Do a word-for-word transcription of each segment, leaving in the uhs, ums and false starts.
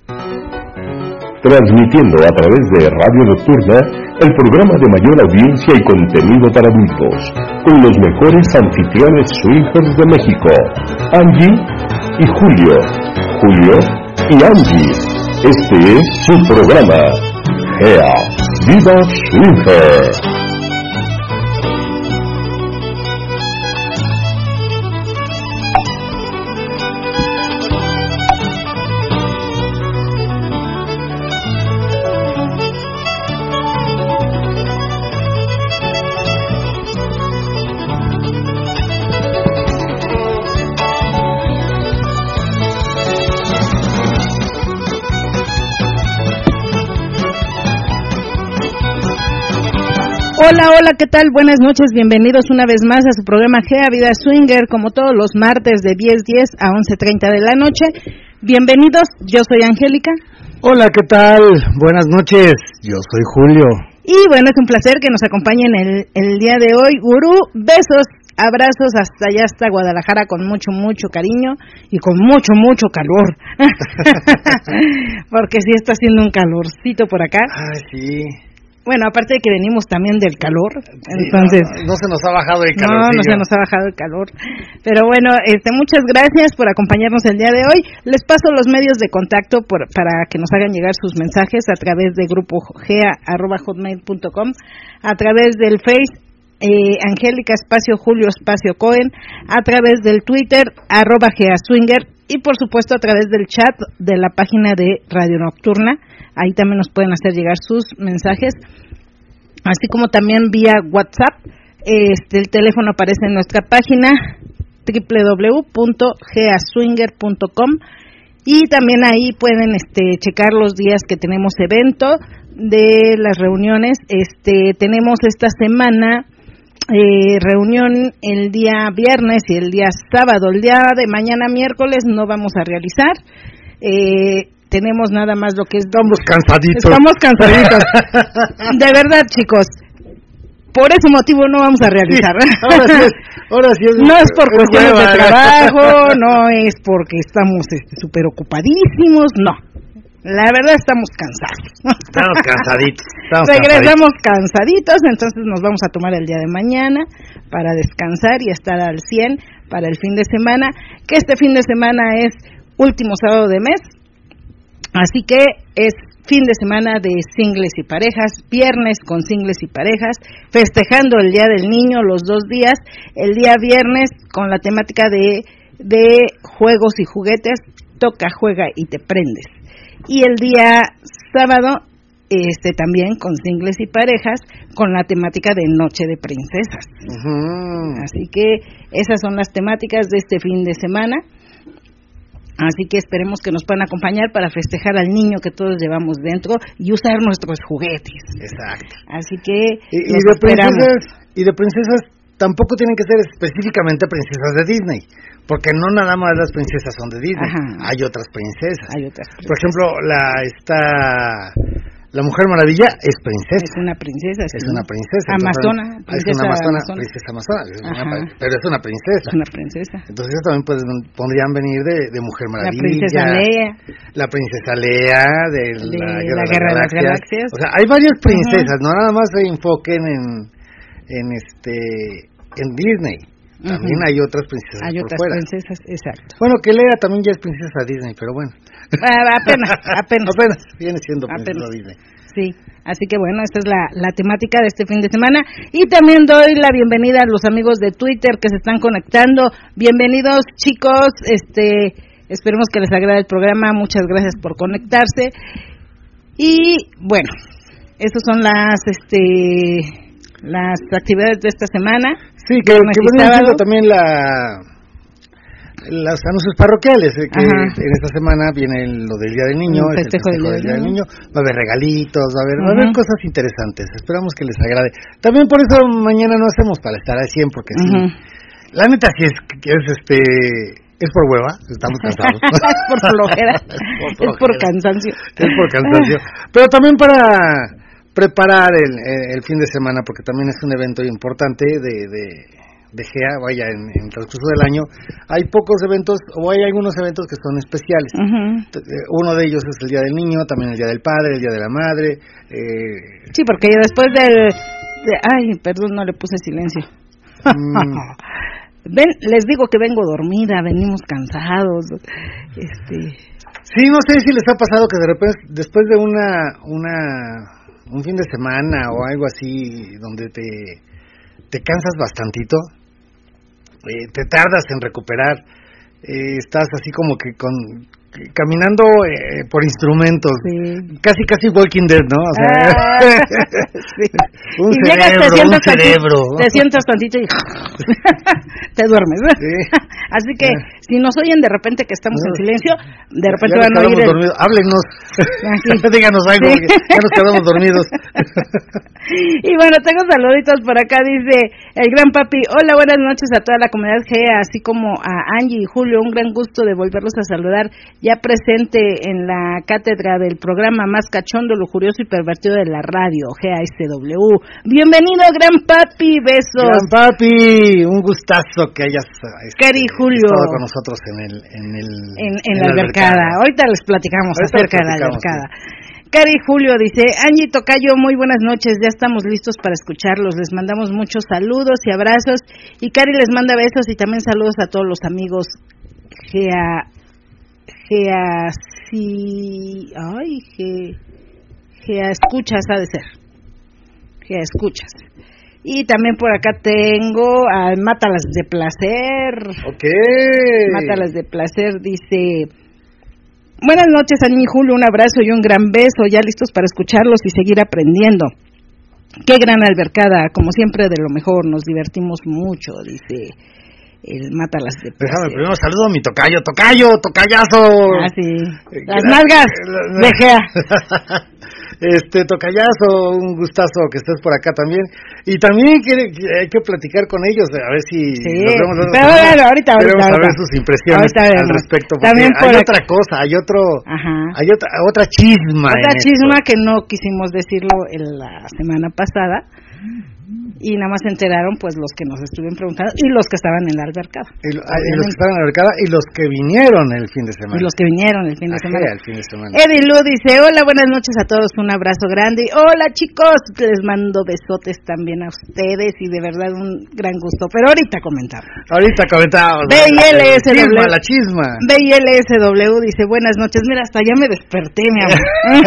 Transmitiendo a través de Radio Nocturna, el programa de mayor audiencia y contenido para adultos, con los mejores anfitriones swingers de México, Angie y Julio, Julio y Angie. Este es su programa, Gea Vida Swinger. Hola, hola, ¿qué tal? Buenas noches, bienvenidos una vez más a su programa Gea Vida Swinger, como todos los martes de diez diez a once treinta de la noche. Bienvenidos, yo soy Angélica. Hola, ¿qué tal? Buenas noches, yo soy Julio. Y bueno, es un placer que nos acompañen el, el día de hoy. Gurú, besos, abrazos hasta allá, hasta Guadalajara, con mucho, mucho cariño y con mucho, mucho calor. Porque sí está haciendo un calorcito por acá. Ay, sí. Bueno, aparte de que venimos también del calor, sí, entonces... No, no se nos ha bajado el calor. No, no se nos ha bajado el calor. Pero bueno, este, muchas gracias por acompañarnos el día de hoy. Les paso los medios de contacto por, para que nos hagan llegar sus mensajes a través de grupo gea arroba hotmail punto com, a través del Face, eh, Angélica espacio Julio espacio Cohen, a través del Twitter, arroba Gea Swinger, y por supuesto a través del chat de la página de Radio Nocturna. Ahí también nos pueden hacer llegar sus mensajes, así como también vía WhatsApp. Este, el teléfono aparece en nuestra página doble u doble u doble u punto gea swinger punto com, y también ahí pueden este, checar los días que tenemos evento de las reuniones. Este, tenemos esta semana eh, reunión el día viernes y el día sábado. El día de mañana miércoles no vamos a realizar. Eh, tenemos nada más lo que es... Estamos cansaditos. Estamos cansaditos. De verdad, chicos. Por ese motivo no vamos a realizar. Sí, ahora sí es, ahora sí es, no es por es cuestiones hueva, de trabajo, no es porque estamos súper este, ocupadísimos, no. La verdad estamos cansados. Estamos cansaditos. Estamos Regresamos cansaditos. cansaditos, entonces nos vamos a tomar el día de mañana para descansar y estar al cien para el fin de semana, que este fin de semana es último sábado de mes. Así que es fin de semana de singles y parejas, viernes con singles y parejas, festejando el Día del Niño los dos días, el día viernes con la temática de, de juegos y juguetes, toca, juega y te prendes. Y el día sábado este también con singles y parejas, con la temática de Noche de Princesas. Uh-huh. Así que esas son las temáticas de este fin de semana. Así que esperemos que nos puedan acompañar para festejar al niño que todos llevamos dentro y usar nuestros juguetes. Exacto. Así que y, y de princesas y de princesas tampoco tienen que ser específicamente princesas de Disney, porque no nada más las princesas son de Disney. Ajá. Hay otras princesas. Hay otras princesas. Por ejemplo, la esta la Mujer Maravilla es princesa. Es una princesa. Es sí. una princesa. Amazona. Entonces, es una Amazona, Amazona. Princesa Amazona. Es una, pero es una princesa. Es una princesa. Entonces ellos también pueden, podrían venir de, de Mujer Maravilla. La princesa Leia. La princesa Leia de, de la, Guerra, la Guerra de las Galaxias. O sea, hay varias princesas, uh-huh. no nada más se enfoquen en, en este, en Disney. También uh-huh. hay otras princesas hay por otras fuera. princesas, exacto. Bueno, que Leia también ya es princesa Disney, pero bueno. Uh, apenas, apenas. apenas viene siendo princesa apenas. Disney. Sí, así que bueno, esta es la, la temática de este fin de semana. Y también doy la bienvenida a los amigos de Twitter que se están conectando. Bienvenidos, chicos. Este, esperemos que les agrade el programa. Muchas gracias por conectarse. Y bueno, esas son las este las actividades de esta semana. Sí, que, que venimos viendo también la los anuncios parroquiales, eh, que Ajá. en esta semana viene lo del Día del Niño, el festejo, es el festejo del Día del Niño, va a haber regalitos, va a haber, va a haber cosas interesantes, esperamos que les agrade. También por eso mañana no hacemos para estar al cien, porque uh-huh. sí, la neta sí es, es este... Es por hueva, estamos cansados. Es por flojera, es, por, es por cansancio. Es por cansancio. Pero también para preparar el, el fin de semana, porque también es un evento importante de, de, de G E A, vaya, en, en el transcurso del año, hay pocos eventos, o hay algunos eventos que son especiales. Uh-huh. Uno de ellos es el Día del Niño, también el Día del Padre, el Día de la Madre. Eh... Sí, porque después del... De, ay, perdón, no le puse silencio. Mm. Ven, les digo que vengo dormida, venimos cansados. Este... Sí, no sé si les ha pasado que de repente, después de una... una un fin de semana o algo así donde te, te cansas bastantito, eh, te tardas en recuperar, eh, estás así como que con caminando eh, por instrumentos, sí. casi casi Walking Dead, ¿no? O sea, ah, sí. un y cerebro, llegas, te sientas un cerebro. Tantito, te sientas tantito y te duermes. Sí. Así que ah. si nos oyen de repente que estamos no. en silencio, de repente ya van a oír el... dormidos. Háblenos, díganos algo, sí. ya nos quedamos dormidos. Y bueno, tengo saluditos por acá, dice el gran papi, hola, buenas noches a toda la comunidad G E A, así como a Angie y Julio, un gran gusto de volverlos a saludar, ya presente en la cátedra del programa más cachondo, lujurioso y pervertido de la radio, G A S W. Bienvenido, gran papi, besos. Gran papi, un gustazo que hayas este, Cari Julio estado con nosotros en el en el en, en, en la, la albercada. albercada. Ahorita les platicamos Ahorita acerca les platicamos, de la albercada. Sí. Cari Julio dice, Angie Tocayo, muy buenas noches, ya estamos listos para escucharlos, les mandamos muchos saludos y abrazos, y Cari les manda besos y también saludos a todos los amigos G A G A sí, ay, G, G A escuchas ha de ser, G A escuchas. Y también por acá tengo a Mátalas de Placer. Okay. Mátalas de Placer dice, buenas noches, Annie y Julio, un abrazo y un gran beso, ya listos para escucharlos y seguir aprendiendo. Qué gran albercada, como siempre de lo mejor, nos divertimos mucho, dice el Mátalas de Placer. Déjame primero saludo a mi tocayo, tocayo, tocayazo. Ah, sí, las nalgas de G A. Este, tocayazo, un gustazo que estés por acá también. Y también quiere, hay que platicar con ellos, a ver si sí, nos vemos. Pero bueno, ahorita, ahorita. Queremos ahorita. saber sus impresiones al respecto. También hay por otra cosa, hay otro, Ajá. hay otra, otra chisma. Otra en chisma esto. que no quisimos decirlo en la semana pasada. Y nada más se enteraron pues los que nos estuvieron preguntando y los que estaban en la albercada. Y, lo, y los que estaban en la albercada y los que vinieron el fin de semana. Y los que vinieron el fin de Ajá, semana. el fin de semana. Eddie Lu dice, hola, buenas noches a todos, un abrazo grande. Hola chicos, les mando besotes también a ustedes y de verdad un gran gusto. Pero ahorita comentamos. Ahorita comentamos. B I L S W. Chisma, la chisma. B I L S W dice, buenas noches. Mira, hasta ya me desperté, mi amor.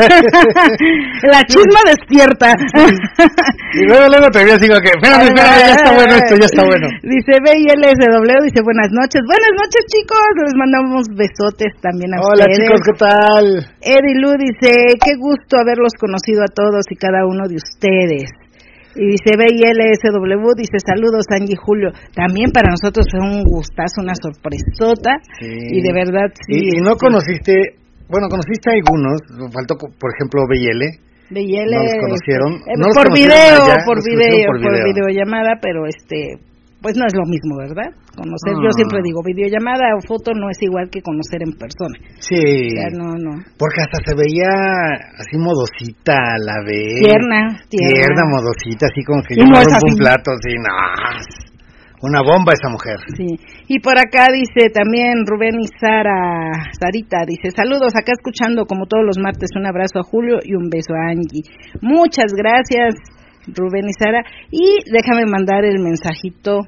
La chisma despierta. Y luego, luego te vi así como que, espérame, espérame, ya está bueno esto, ya está bueno. Dice B I L S W, dice, buenas noches. Buenas noches, chicos. Les mandamos besotes también a Hola, ustedes. chicos, ¿qué tal? Eddie Lu dice, qué gusto haberlos conocido a todos y cada uno de ustedes. Y dice B I L S W, dice, saludos Angie y Julio. También para nosotros fue un gustazo, una sorpresota. Sí. Y de verdad, sí. Y, y no este... conociste, bueno, conociste a algunos, faltó, por ejemplo, B I L. B I L, no los conocieron, eh, no los por conocieron video, allá, por los video, por por video. videollamada, pero este, pues no es lo mismo, ¿verdad? Conocer, ah. yo siempre digo, videollamada o foto no es igual que conocer en persona. Sí. O sea, no, no. Porque hasta se veía así modosita a la vez. Tierna, tierna. Tierna, modosita, así como que yo me rompo un plato, así, no. Una bomba esa mujer. Sí. Y por acá dice también Rubén y Sara, Sarita, dice, saludos, acá escuchando como todos los martes, un abrazo a Julio y un beso a Angie. Muchas gracias, Rubén y Sara. Y déjame mandar el mensajito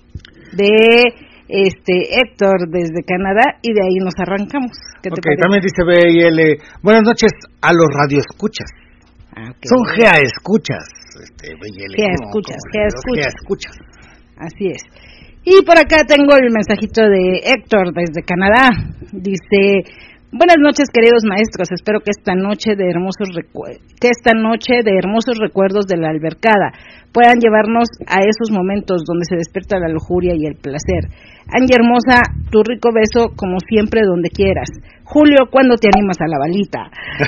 de este Héctor desde Canadá y de ahí nos arrancamos. ¿Qué te okay, parece? También dice B I L, buenas noches a los radioescuchas. Ah, okay. Son G A escuchas. Este, B I L, G A escuchas, G A escuchas. G A escuchas. Así es. Y por acá tengo el mensajito de Héctor desde Canadá. Dice, buenas noches queridos maestros, espero que esta noche de hermosos recu- que esta noche de hermosos recuerdos de la albercada puedan llevarnos a esos momentos donde se despierta la lujuria y el placer. Angie hermosa, tu rico beso como siempre donde quieras. Julio, ¿cuándo te animas a la balita?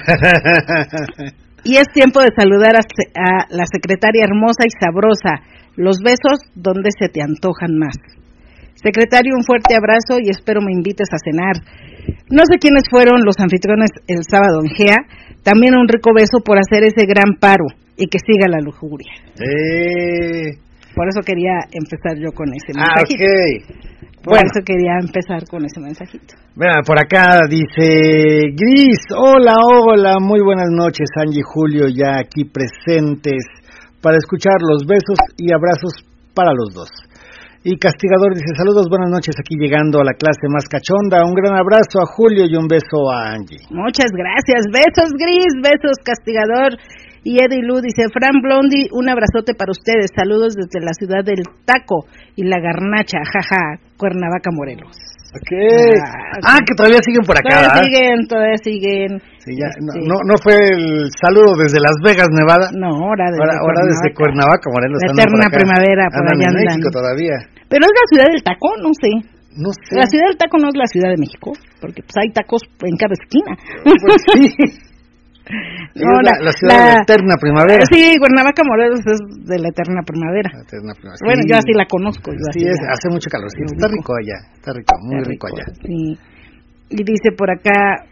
Y es tiempo de saludar a, a la secretaria hermosa y sabrosa. Los besos donde se te antojan más. Secretario, un fuerte abrazo y espero me invites a cenar. No sé quiénes fueron los anfitriones el sábado en G E A. También un rico beso por hacer ese gran paro y que siga la lujuria. Eh, Por eso quería empezar yo con ese Ah, mensajito. ok. Por Bueno. eso quería empezar con ese mensajito. Mira, por acá dice Gris, hola, hola, muy buenas noches, Angie y Julio, ya aquí presentes para escuchar los besos y abrazos para los dos. Y Castigador dice, saludos, buenas noches, aquí llegando a la clase más cachonda, un gran abrazo a Julio y un beso a Angie. Muchas gracias, besos Gris, besos Castigador. Y Eddie Lu dice, Fran Blondi, un abrazote para ustedes, saludos desde la ciudad del Taco y la Garnacha, jaja, Cuernavaca, Morelos. Ok. Ah, ah que todavía siguen por acá. Todavía ¿verdad? siguen, todavía siguen. Sí, ya, este... no, no fue el saludo desde Las Vegas, Nevada. No, ahora desde ahora, ahora desde Cuernavaca, Morelos. La eterna por acá. primavera, por andan allá en andan. México todavía. Pero es la ciudad del taco, no sé. No sé. La ciudad del taco no es la Ciudad de México, porque pues hay tacos en cada esquina. Pues sí. No, la, la, la ciudad la, de la eterna primavera. Sí, Cuernavaca, Morelos es de la eterna primavera. La eterna primavera. Sí. Bueno, yo así la conozco. Yo sí, así es, la... hace mucho calor. Sí, está rico allá. Está rico, muy está rico, rico allá. Sí. Y dice por acá,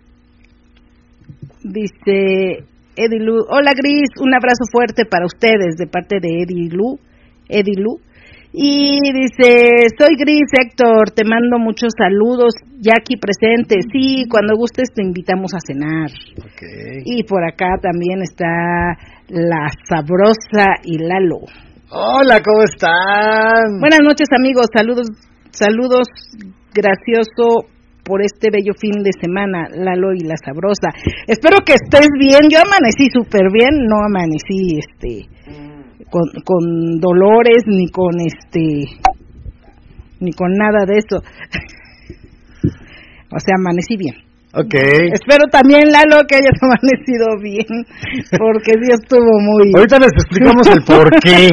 dice Eddie Lu, hola Gris, un abrazo fuerte para ustedes de parte de Eddie Lu, Eddie Lu. Y dice, soy Gris, Héctor, te mando muchos saludos, ya aquí presente, sí, cuando gustes te invitamos a cenar. Okay. Y por acá también está La Sabrosa y Lalo. Hola, ¿cómo están? Buenas noches amigos, saludos, saludos, gracioso por este bello fin de semana, Lalo y La Sabrosa. Espero que estés bien, yo amanecí súper bien, no amanecí este... Con, con dolores ni con este ni con nada de eso. O sea, amanecí bien. Okay. Espero también, Lalo, que hayas amanecido bien, porque sí estuvo muy... Ahorita les explicamos el por qué.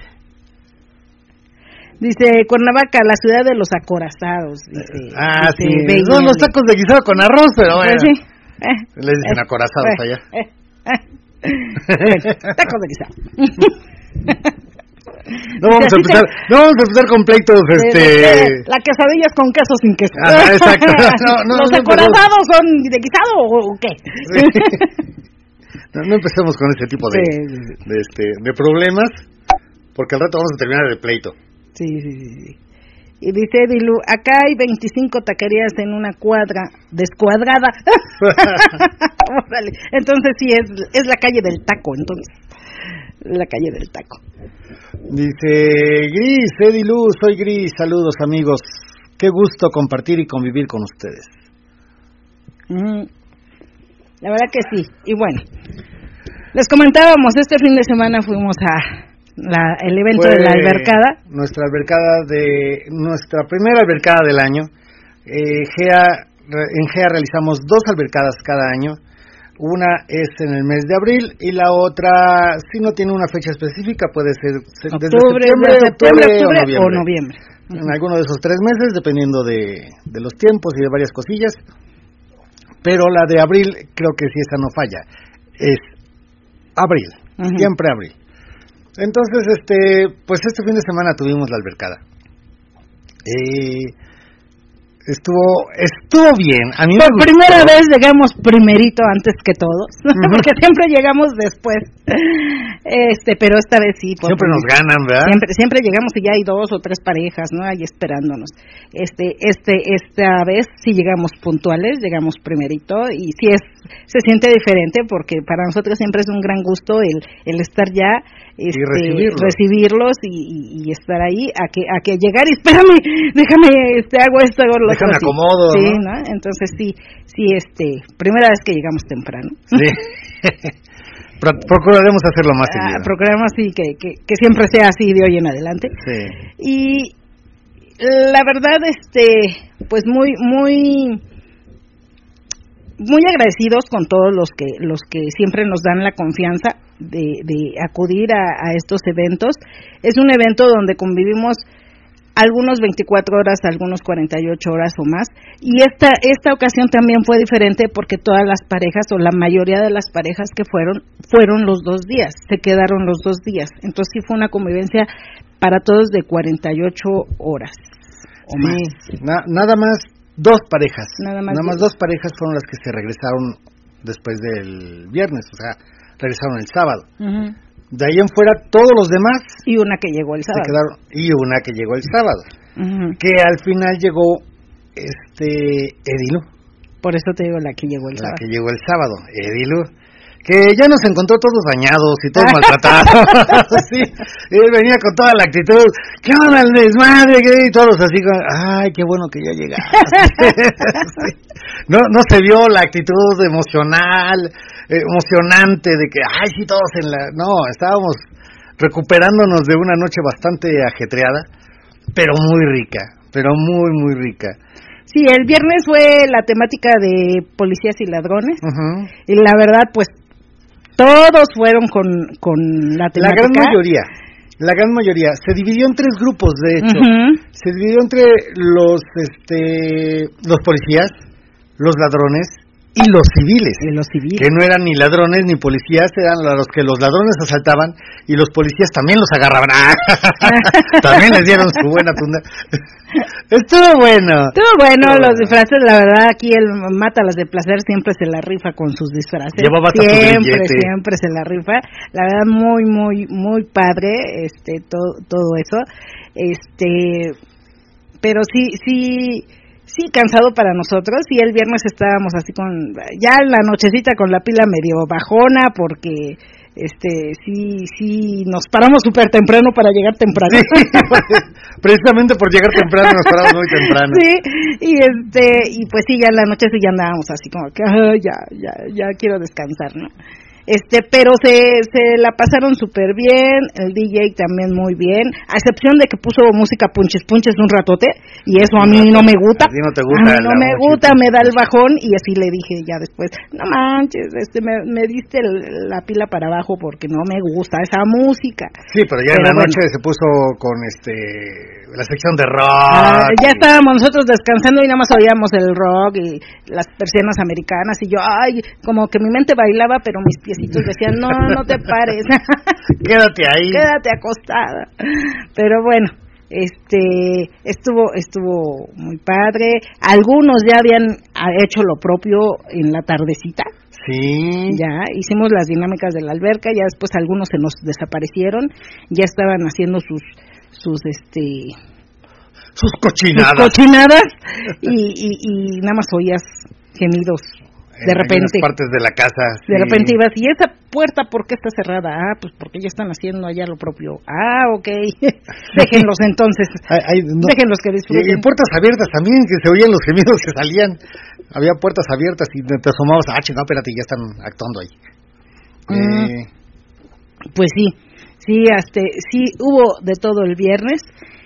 Dice, Cuernavaca, la ciudad de los acorazados. Dice, ah, dice, sí. Son los tacos de guisado con arroz, pero bueno. Pues sí. eh, les dicen eh, acorazados eh, allá. Eh, eh. Bueno, tacos de guisado. No vamos a empezar, no vamos a empezar con pleitos, este... La quesadilla es con queso sin queso. Ah, exacto. No, no, ¿Los no, acorazados son de guisado o qué? Sí. No, no empecemos con ese tipo de, sí. de, este, de problemas, porque al rato vamos a terminar el pleito. Sí, sí, sí. Y dice Edilu, acá hay veinticinco taquerías en una cuadra descuadrada. Entonces sí, es, es la calle del taco, entonces. La calle del taco. Dice Gris, Edilu, soy Gris, saludos amigos. Qué gusto compartir y convivir con ustedes. Mm, la verdad que sí. Y bueno, les comentábamos, este fin de semana fuimos a... La, el evento Fue de la albercada. Nuestra albercada de nuestra primera albercada del año. Eh, G E A, en G E A realizamos dos albercadas cada año. Una es en el mes de abril y la otra, si no tiene una fecha específica, puede ser octubre, desde septiembre, de septiembre, octubre, octubre o noviembre. O noviembre. Uh-huh. En alguno de esos tres meses, dependiendo de, de los tiempos y de varias cosillas. Pero la de abril, creo que si esa no falla, es abril, uh-huh. Siempre abril. Entonces, este, pues este fin de semana tuvimos la albercada. Eh, estuvo, estuvo bien. A mí Por me primera gustó. vez llegamos primerito antes que todos, uh-huh. Porque siempre llegamos después. Este, pero esta vez sí. Por siempre nos ganan, ¿verdad? Siempre, siempre llegamos y ya hay dos o tres parejas, ¿no? Ahí esperándonos. Este, este, esta vez sí llegamos puntuales, llegamos primerito y sí es, se siente diferente porque para nosotros siempre es un gran gusto el, el estar ya. Este, y recibirlos, recibirlos y, y, y estar ahí a que a que llegar y espérame, déjame, este, hago esto, hago lo déjame otro, acomodo, sí, ¿no? ¿no? Entonces sí, sí, este, primera vez que llegamos temprano. Sí. Procuraremos hacerlo más seguido. Ah, procuraremos sí que, que que siempre sea así de hoy en adelante. Sí. Y la verdad, este, pues muy muy muy agradecidos con todos los que los que siempre nos dan la confianza de, de acudir a, a estos eventos. Es un evento donde convivimos algunos veinticuatro horas, algunos cuarenta y ocho horas o más, y esta esta ocasión también fue diferente porque todas las parejas o la mayoría de las parejas que fueron fueron los dos días, se quedaron los dos días, entonces sí fue una convivencia para todos de cuarenta y ocho horas o sí, más. Na, nada más dos parejas, nada más, nada más dos parejas fueron las que se regresaron después del viernes, o sea, regresaron el sábado. Uh-huh. De ahí en fuera, todos los demás... Y una que llegó el sábado. Se quedaron, y una que llegó el sábado. Uh-huh. Que al final llegó este Edilu. Por eso te digo la que llegó el la sábado. La que llegó el sábado, Edilu. Que ya nos encontró todos dañados y todos maltratados. Sí, él venía con toda la actitud. ¿Qué onda el desmadre? Y todos así, ay, qué bueno que ya llegaste. Sí. No, no se vio la actitud emocional, eh, emocionante de que, ay, sí, todos en la... No, estábamos recuperándonos de una noche bastante ajetreada, pero muy rica, pero muy, muy rica. Sí, el viernes fue la temática de policías y ladrones. Uh-huh. Y la verdad, pues, todos fueron con, con la temática. La gran mayoría, la gran mayoría. Se dividió en tres grupos, de hecho. Uh-huh. Se dividió entre los, este, los policías, los ladrones y los civiles. Y los civiles. Que no eran ni ladrones ni policías, eran a los que los ladrones asaltaban y los policías también los agarraban. También les dieron su buena tunda. Estuvo bueno. Estuvo bueno, Estuvo los disfraces, la verdad, aquí el Mátalas de Placer siempre se la rifa con sus disfraces. Llevaba hasta siempre, siempre se la rifa. La verdad, muy, muy, muy padre, este, todo, todo eso. Este, pero sí, sí, sí, cansado para nosotros. Y el viernes estábamos así con, ya en la nochecita con la pila medio bajona, porque... Este, sí, sí, nos paramos súper temprano para llegar temprano. Sí, precisamente por llegar temprano nos paramos muy temprano. Sí, y este, y pues sí, ya en la noche sí ya andábamos así como que, ah, ya, ya, ya quiero descansar, ¿no? Este, pero se, se la pasaron súper bien, el D J también muy bien, a excepción de que puso música punches punches un ratote, y eso a mí no me gusta, a mí no te gusta, a mí no me gusta, me da el bajón, y así le dije ya después, no manches, este, me, me diste el, la pila para abajo porque no me gusta esa música. Sí, pero ya pero en la bueno. noche se puso con este, la sección de rock. Ah, ya estábamos nosotros descansando y nada más oíamos el rock y las persianas americanas, y yo, ay, como que mi mente bailaba, pero mis pies decían, no, no te pares. Quédate ahí. Quédate acostada. Pero bueno, este, estuvo, estuvo muy padre. Algunos ya habían hecho lo propio en la tardecita. Sí. Ya, hicimos las dinámicas de la alberca, ya después algunos se nos desaparecieron, ya estaban haciendo sus, sus, este... Sus cochinadas. Sus cochinadas, y, y, y nada más oías gemidos. De repente, partes de la casa. Sí. De repente ibas, ¿y esa puerta por qué está cerrada? Ah, pues porque ya están haciendo allá lo propio. Ah, ok. Déjenlos entonces. Ay, ay, no. Déjenlos que disfruten. Y, y puertas abiertas también, que se oían los gemidos que salían. Había puertas abiertas y te asomabas, ah, chingado, espérate, ya están actuando ahí. Mm, eh. Pues sí, sí, hasta, sí, hubo de todo el viernes.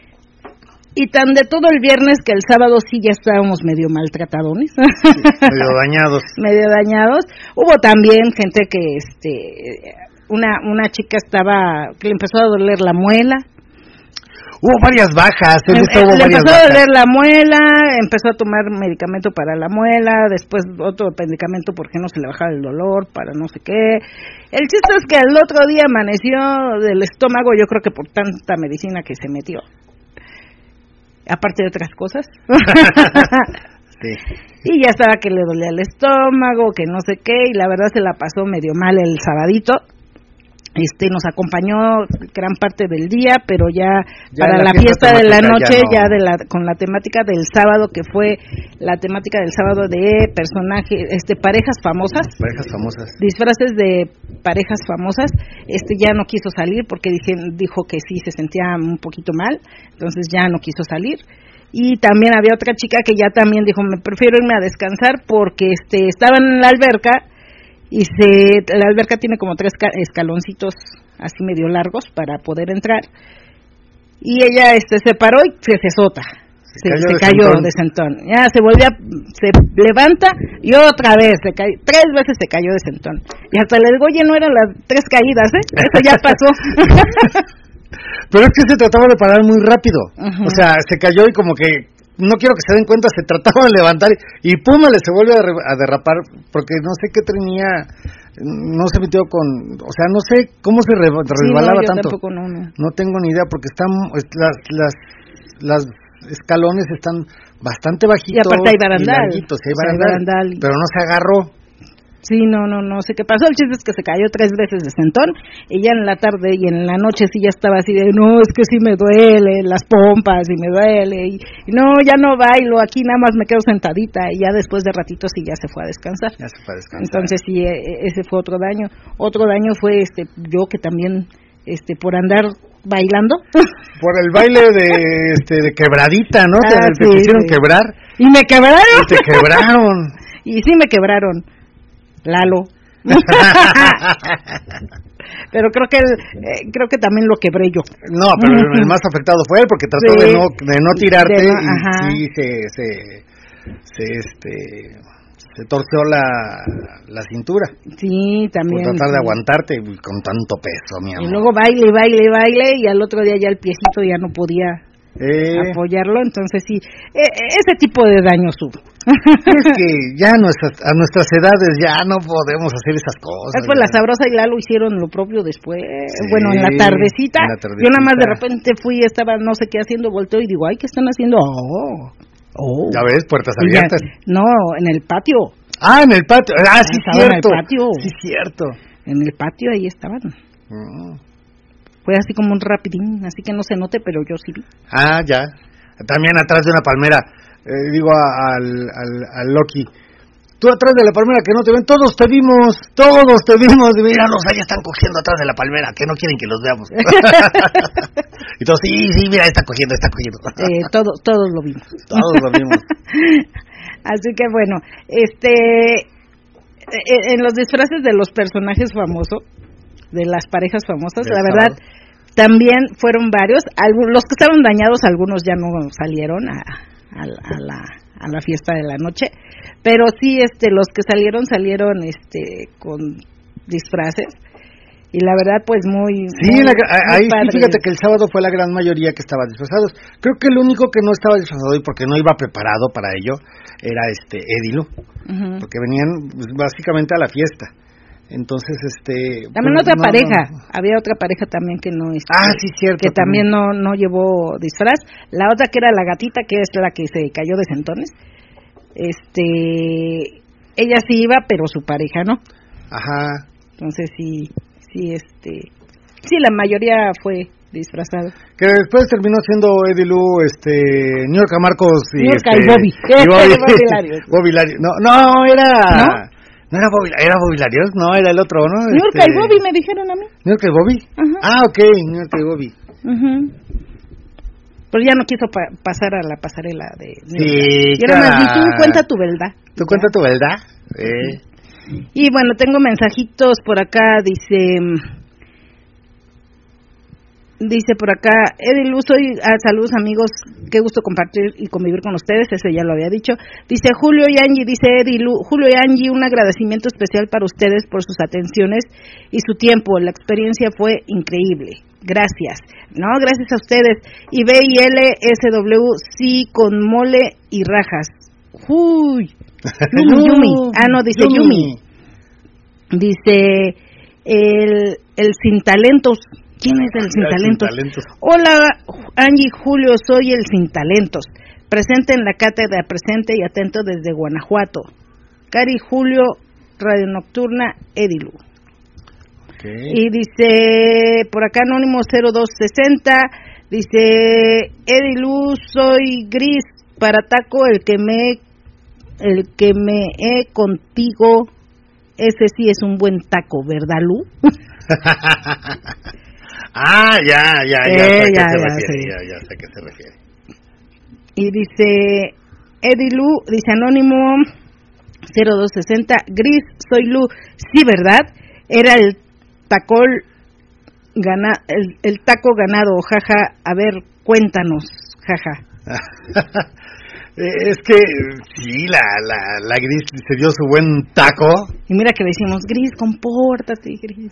Y tan de todo el viernes que el sábado sí ya estábamos medio maltratadones. Sí, medio dañados. medio dañados. Hubo también gente que, este, una una chica estaba, que le empezó a doler la muela. Hubo varias bajas. En, hubo le varias empezó bajas. a doler la muela, empezó a tomar medicamento para la muela, después otro medicamento porque no se le bajaba el dolor, para no sé qué. El chiste es que el otro día amaneció del estómago, yo creo que por tanta medicina que se metió. Aparte de otras cosas. Sí. Y ya estaba que le dolía el estómago, que no sé qué, y la verdad se la pasó medio mal el sabadito. Este, nos acompañó gran parte del día, pero ya, ya para la, la fiesta, fiesta de la noche, ya, no. ya de la, con la temática del sábado, que fue la temática del sábado de personajes, este, parejas famosas. Parejas famosas. Disfraces de parejas famosas. Este, ya no quiso salir porque dije, dijo que sí se sentía un poquito mal, entonces ya no quiso salir. Y también había otra chica que ya también dijo, me prefiero irme a descansar porque este, estaba en la alberca. Y se, la alberca tiene como tres escaloncitos así medio largos para poder entrar. Y ella este se paró y se cesota. Se, se, cayó, se de cayó de sentón. Ya se volvió, se levanta y otra vez se cayó. Tres veces se cayó de sentón. Y hasta le digo, oye, no eran las tres caídas, ¿eh? Eso ya pasó. Pero es que se trataba de parar muy rápido. Uh-huh. O sea, se cayó y como que... No quiero que se den cuenta, se trataba de levantar y pum, le se vuelve a, re, a derrapar, porque no sé qué tenía, no se metió con, o sea, no sé cómo se re, resbalaba sí, no, yo tanto. Tampoco, no, no. no tengo ni idea, porque están, las, las, las escalones están bastante bajitos. Y aparte hay barandal. Y larguitos, hay barandal, hay barandal y... pero no se agarró. Sí, no, no, no sé qué pasó. El chiste es que se cayó tres veces de sentón y ya en la tarde y en la noche sí ya estaba así de, no, es que sí me duele las pompas y me duele y, y no, ya no bailo, aquí nada más me quedo sentadita y ya después de ratito sí ya se fue a descansar. Ya se fue a descansar. Entonces sí, ese fue otro daño. Otro daño fue este yo que también este por andar bailando. Por el baile de este de quebradita, ¿no? Ah, te, te sí, quisieron sí. quebrar. Y me quebraron. Y te quebraron. Y sí me quebraron. Lalo. Pero creo que eh, creo que también lo quebré yo. No, pero uh-huh. el más afectado fue él porque trató sí, de no de no tirarte de no, y ajá. sí se se se este se torció la la cintura. Sí, también. Por tratar sí. de aguantarte con tanto peso, mi amor. Y luego baile, baile, baile y al otro día ya el piecito ya no podía eh. apoyarlo, entonces sí, eh, ese tipo de daños hubo. Es que ya nuestras, a nuestras edades ya no podemos hacer esas cosas. Después la Sabrosa y Lalo hicieron lo propio después, sí, bueno, en la, tardecita, en la tardecita, yo nada más de repente fui, estaba no sé qué haciendo, volteo y digo, ay, ¿qué están haciendo? Oh, oh. Ya ves, puertas abiertas. Ya, no, en el patio. Ah, en el patio, ah, sí, estaba cierto. En el patio. Sí, cierto. En el patio ahí estaban. Mm. Fue así como un rapidín, así que no se note, pero yo sí vi. Ah, ya. También atrás de una palmera, eh, digo a, al, al, al Loki, tú atrás de la palmera que no te ven, todos te vimos, todos te vimos, y míralos, ahí están cogiendo atrás de la palmera, que no quieren que los veamos. Y todos, sí, sí, mira, está cogiendo, está cogiendo. Eh, todos, todos lo vimos. Todos lo vimos. Así que bueno, este, en los disfraces de los personajes famosos, de las parejas famosas, la verdad, también fueron varios. Algunos, los que estaban dañados, algunos ya no salieron a, a, a la a la fiesta de la noche, pero sí, este, los que salieron salieron, este, con disfraces. Y la verdad, pues muy... Sí, muy, la, muy ahí padre. sí, fíjate que el sábado fue la gran mayoría que estaba disfrazados. Creo que el único que no estaba disfrazado y porque no iba preparado para ello era este Edilu, uh-huh. porque venían pues, básicamente a la fiesta. Entonces, este... También pues, otra no, pareja, no. había otra pareja también que no... Este, ah, sí, cierto. Que también, también no, no llevó disfraz. La otra que era la gatita, que es la que se cayó de sentones. Este... Ella sí iba, pero su pareja no. Ajá. Entonces sí... Sí, este, sí, la mayoría fue disfrazado. Que después terminó siendo Edilu, este, Niurka Marcos y Niurka este, y Bobby. Y Bobby, Bobby Larios. Bobby Larios. No, no, era... ¿No? No era Bobby, era Bobby Larios, no, era el otro, ¿no? Niurka este... y Bobby me dijeron a mí. ¿Niurka y Bobby? Uh-huh. Ah, ok, Niurka y Bobby. Uh-huh. Pero ya no quiso pa- pasar a la pasarela de... Sí, y era más, y tú cuenta tu verdad. ¿Tú cuenta tu verdad? Eh... Y bueno, tengo mensajitos por acá, dice... Dice por acá, Edilu, soy, ah, saludos amigos, qué gusto compartir y convivir con ustedes, ese ya lo había dicho. Dice Julio y Angie, dice Edilu, Julio y Angie, un agradecimiento especial para ustedes por sus atenciones y su tiempo, la experiencia fue increíble, gracias. No, gracias a ustedes. Y B I L S W, sí, con mole y rajas. Uy, Yumi, Yumi, ah no, dice Yumi. Yumi. Dice, el, el sin talentos. ¿Quién es el sin talentos? sin talentos? Hola, Angie Julio, soy el sin talentos. Presente en la cátedra, presente y atento desde Guanajuato. Cari Julio, Radio Nocturna, Edilu. Okay. Y dice, por acá Anónimo cero dos sesenta, dice, Edilu, soy Gris, para taco, el que me, el que me he contigo, ese sí es un buen taco, ¿verdad, Lu? Ah, ya, ya, ya, eh, sé ya, a qué se ya, refiere, sí. ya, ya sé a qué se refiere. Y dice Edilu, dice Anónimo cero dos sesenta, Gris, soy Lu, sí, ¿verdad? Era el tacol, gana, el, el taco ganado, jaja, a ver, cuéntanos, jaja. Es que, sí, la, la, la Gris se dio su buen taco. Y mira que le decimos, Gris, compórtate, Gris.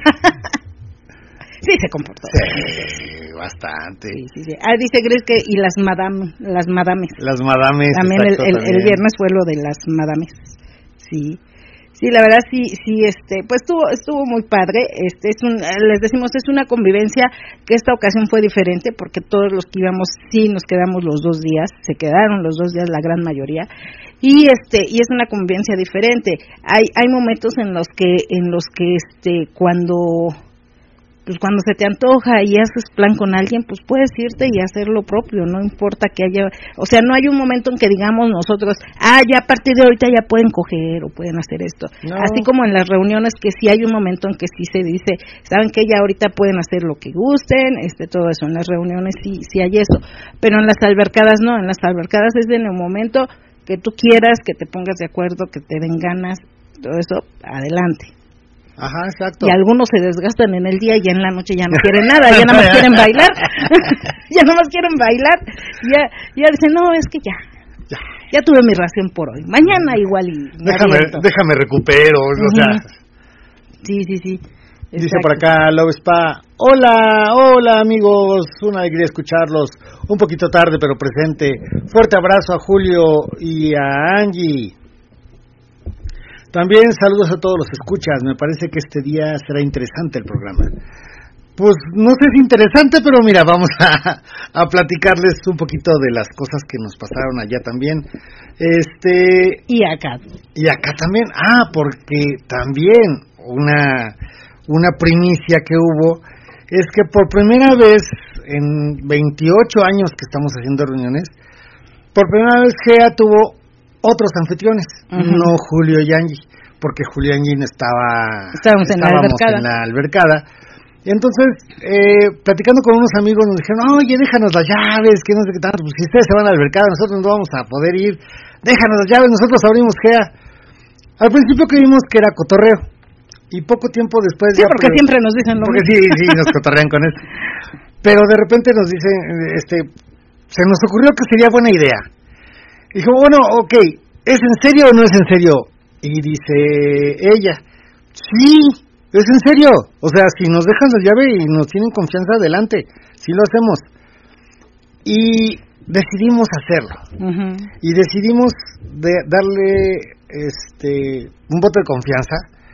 Sí, se comportó. Sí, bastante. Sí, sí, sí. Ah, dice Gris que, y las madame, las madames. Las madames. También, exacto, el, el, también. el viernes fue lo de las madames. Sí, Sí, la verdad sí, sí, este, pues estuvo, estuvo muy padre. Este, es un, les decimos, es una convivencia que esta ocasión fue diferente porque todos los que íbamos sí nos quedamos los dos días, se quedaron los dos días la gran mayoría. Y este, y es una convivencia diferente. Hay, hay momentos en los que, en los que este, cuando pues cuando se te antoja y haces plan con alguien, pues puedes irte y hacer lo propio, no importa que haya, o sea, no hay un momento en que digamos nosotros, ah, ya a partir de ahorita ya pueden coger o pueden hacer esto, no. Así como en las reuniones que sí hay un momento en que sí se dice, saben que ya ahorita pueden hacer lo que gusten, este, todo eso, en las reuniones sí, sí hay eso, pero en las albercadas no, en las albercadas es en el momento que tú quieras, que te pongas de acuerdo, que te den ganas, todo eso, adelante. Ajá, exacto. Y algunos se desgastan en el día y en la noche ya no quieren nada, ya nada más quieren bailar, ya nada más quieren bailar, ya, ya dicen, no, es que ya, ya, ya tuve mi ración por hoy, mañana igual y déjame, déjame recupero, uh-huh. O sea. Sí, sí, sí. Exacto. Dice por acá Love Spa, hola, hola amigos, una alegría escucharlos, un poquito tarde pero presente, fuerte abrazo a Julio y a Angie. También saludos a todos los escuchas, me parece que este día será interesante el programa. Pues no sé si interesante, pero mira, vamos a, a platicarles un poquito de las cosas que nos pasaron allá también. Este Y acá. Y acá también, ah, porque también una, una primicia que hubo es que por primera vez en veintiocho años que estamos haciendo reuniones, por primera vez G E A tuvo otros anfitriones, uh-huh. No Julio y Angie, porque Julio y Angie estaba, estábamos, en, estábamos la albercada. en la albercada. Entonces, eh, platicando con unos amigos nos dijeron, oye, déjanos las llaves, que no sé qué tanto, pues si ustedes se van a la albercada, nosotros no vamos a poder ir, déjanos las llaves, nosotros abrimos G E A. Al principio creímos que era cotorreo, y poco tiempo después... Sí, ya porque pero, siempre nos dicen lo Porque mismo. sí, sí, nos cotorrean con eso. Pero de repente nos dicen, este, se nos ocurrió que sería buena idea. Dijo, bueno, ok, ¿es en serio o no es en serio? Y dice ella, sí, es en serio. O sea, si nos dejan la llave y nos tienen confianza, adelante, sí lo hacemos. Y decidimos hacerlo. Uh-huh. Y decidimos de darle este un voto de confianza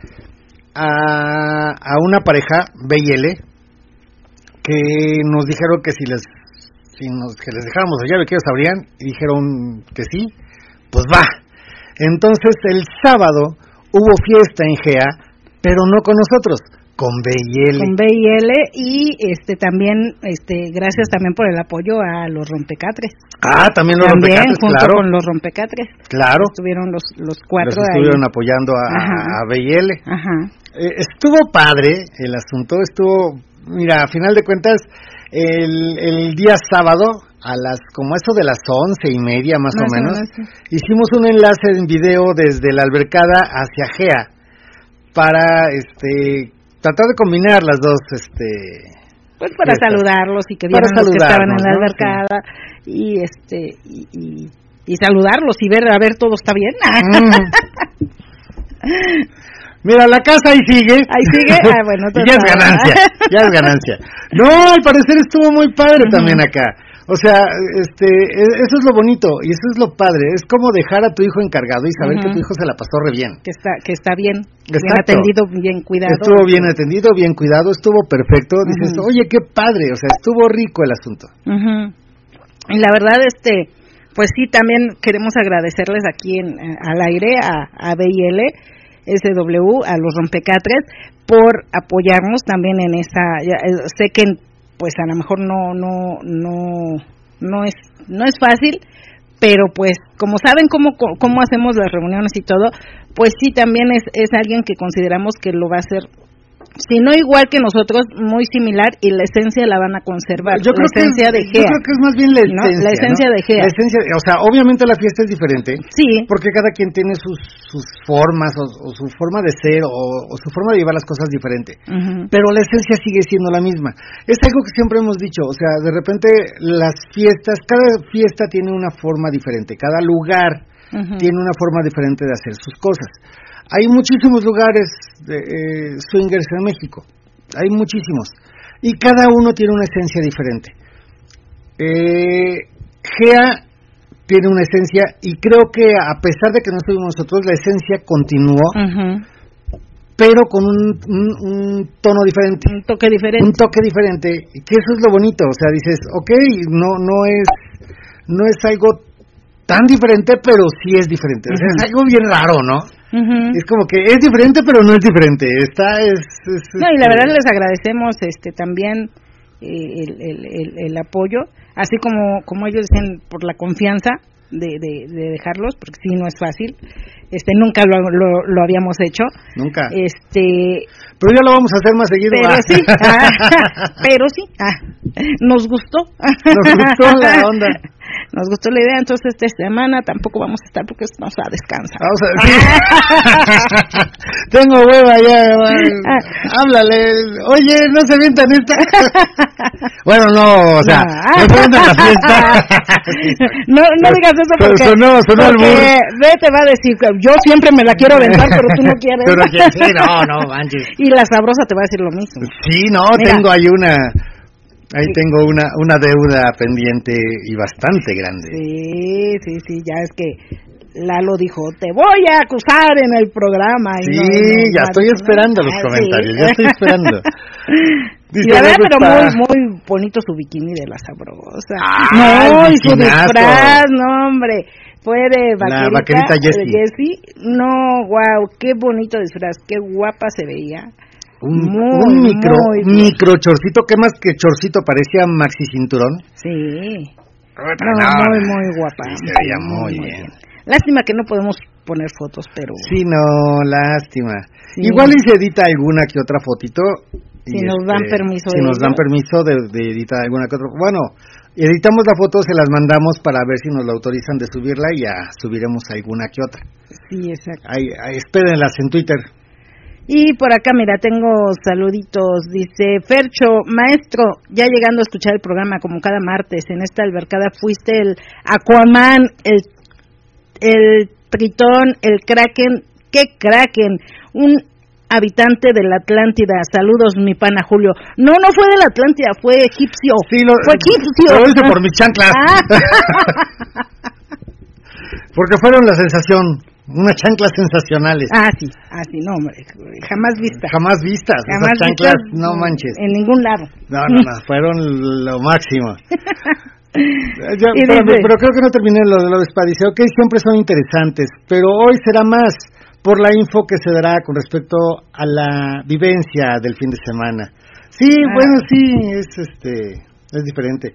a, a una pareja, B y L, que nos dijeron que si les si nos que les dejáramos la llave que ellos abrían, y dijeron que sí, pues va. Entonces el sábado hubo fiesta en G E A, pero no con nosotros, con B y L. Con B y L y este también este gracias también por el apoyo a los rompecatres. Ah, también los también, rompecatres, junto claro. con los rompecatres. Claro. Estuvieron los los cuatro los estuvieron ahí. apoyando a, a B y L. Ajá. Eh, estuvo padre el asunto, estuvo, mira, a final de cuentas El, el día sábado, a las como eso de las once y media más, más o menos, sí. Hicimos un enlace en video desde la albercada hacia G E A para este tratar de combinar las dos este pues para fiestas. Saludarlos y que vieran los que estaban en la albercada, ¿no? y este y, y, y saludarlos y ver a ver todo está bien. Mm. Mira, la casa ahí sigue. Ahí sigue, ah, bueno. Ya es ganancia, ya es ganancia. No, al parecer estuvo muy padre uh-huh. también acá. O sea, este, eso es lo bonito y eso es lo padre. Es como dejar a tu hijo encargado y saber uh-huh. que tu hijo se la pasó re bien. Que está, que está bien, Exacto. bien atendido, bien cuidado. Estuvo bien atendido, bien cuidado, estuvo perfecto. Dices, uh-huh. oye, qué padre, o sea, estuvo rico el asunto. Uh-huh. Y la verdad, este, pues sí, también queremos agradecerles aquí en, al aire a, a B y L. S W, a los rompecatres, por apoyarnos también en esa, ya, sé que pues a lo mejor no no no no es no es fácil, pero pues como saben cómo cómo hacemos las reuniones y todo, pues sí también es es alguien que consideramos que lo va a hacer, si no igual que nosotros, muy similar, y la esencia la van a conservar. Yo creo la esencia que, de G E A. Yo creo que es más bien la esencia, ¿no? La esencia ¿no? de G E A. La esencia, o sea, obviamente la fiesta es diferente. Sí. Porque cada quien tiene sus sus formas o, o su forma de ser o, o su forma de llevar las cosas diferente. Uh-huh. Pero la esencia sigue siendo la misma. Es algo que siempre hemos dicho, o sea, de repente las fiestas, cada fiesta tiene una forma diferente, cada lugar uh-huh. tiene una forma diferente de hacer sus cosas. Hay muchísimos lugares de eh, swingers en México, hay muchísimos, y cada uno tiene una esencia diferente. Eh, G E A tiene una esencia, y creo que a pesar de que no estuvimos nosotros, la esencia continuó, uh-huh. pero con un, un, un tono diferente. Un toque diferente. Un toque diferente, que eso es lo bonito, o sea, dices, ok, no no es no es algo tan diferente, pero sí es diferente, uh-huh. o sea, es algo bien raro, ¿no? Uh-huh. Es como que es diferente, pero no es diferente, está, es... es no, y la verdad les agradecemos este también eh, el, el, el, el apoyo, así como como ellos dicen, por la confianza de, de, de dejarlos, porque sí, no es fácil, este nunca lo, lo, lo habíamos hecho. Nunca. Este... Pero ya lo vamos a hacer más seguido. Pero ah. sí, ah, pero sí, ah, nos gustó. Nos gustó la onda. Nos gustó la idea, entonces esta semana tampoco vamos a estar porque vamos a descansar. Vamos a decir. Tengo hueva ya, ah. háblale. Oye, no se avientan esta. Bueno, no, o sea, no, no se avientan la fiesta. no, no digas eso porque, sonó, sonó porque ve te va a decir, yo siempre me la quiero aventar, pero tú no quieres. Pero que sí, no, no, manches. Y la sabrosa te va a decir lo mismo. Sí, no, Mira. tengo ahí una... Ahí sí. tengo una una deuda pendiente y bastante grande. Sí, sí, sí, ya es que Lalo dijo, te voy a acusar en el programa. Sí, y no, no, ya no, estoy no, esperando no, los sí. comentarios, ya estoy esperando. Dice, y la verdad, pero muy, muy bonito su bikini de la sabrosa. Ah, no, y su bikinazo. disfraz, no, hombre. Fue de vaquerita, la vaquerita Jessie. Jessie. No, wow, qué bonito disfraz, qué guapa se veía. Un, muy, un micro muy micro chorcito, que más que chorcito parecía maxi cinturón. Sí. No, no, muy, muy guapa. Sí, se veía muy, muy bien. bien. Lástima que no podemos poner fotos, pero... Sí, no, lástima. Sí. Igual y se edita alguna que otra fotito. Si nos este, dan permiso. Si nos ello. dan permiso de, de editar alguna que otra. Bueno, editamos la foto, se las mandamos para ver si nos la autorizan de subirla y ya subiremos alguna que otra. Sí, exacto. Ahí, ahí, espérenlas en Twitter. Y por acá, mira, tengo saluditos. Dice, Fercho, maestro, ya llegando a escuchar el programa como cada martes, en esta albercada fuiste el Aquaman, el, el Tritón, el Kraken. ¿Qué Kraken? Un habitante de la Atlántida. Saludos, mi pana Julio. No, no fue de la Atlántida, fue egipcio. Sí, lo, fue egipcio. Lo hice por mis chanclas. Ah. Porque fueron la sensación. Unas chanclas sensacionales. Ah, sí, ah, sí, no, hombre, jamás vistas. Jamás vistas, jamás esas chanclas, vistas, no manches. En ningún lado. No, no, no, fueron lo máximo. Yo, pero, dice, pero creo que no terminé lo de lo de Spa. Dice, ok, siempre son interesantes, pero hoy será más por la info que se dará con respecto a la vivencia del fin de semana. Sí, ah. bueno, sí, es este, es diferente.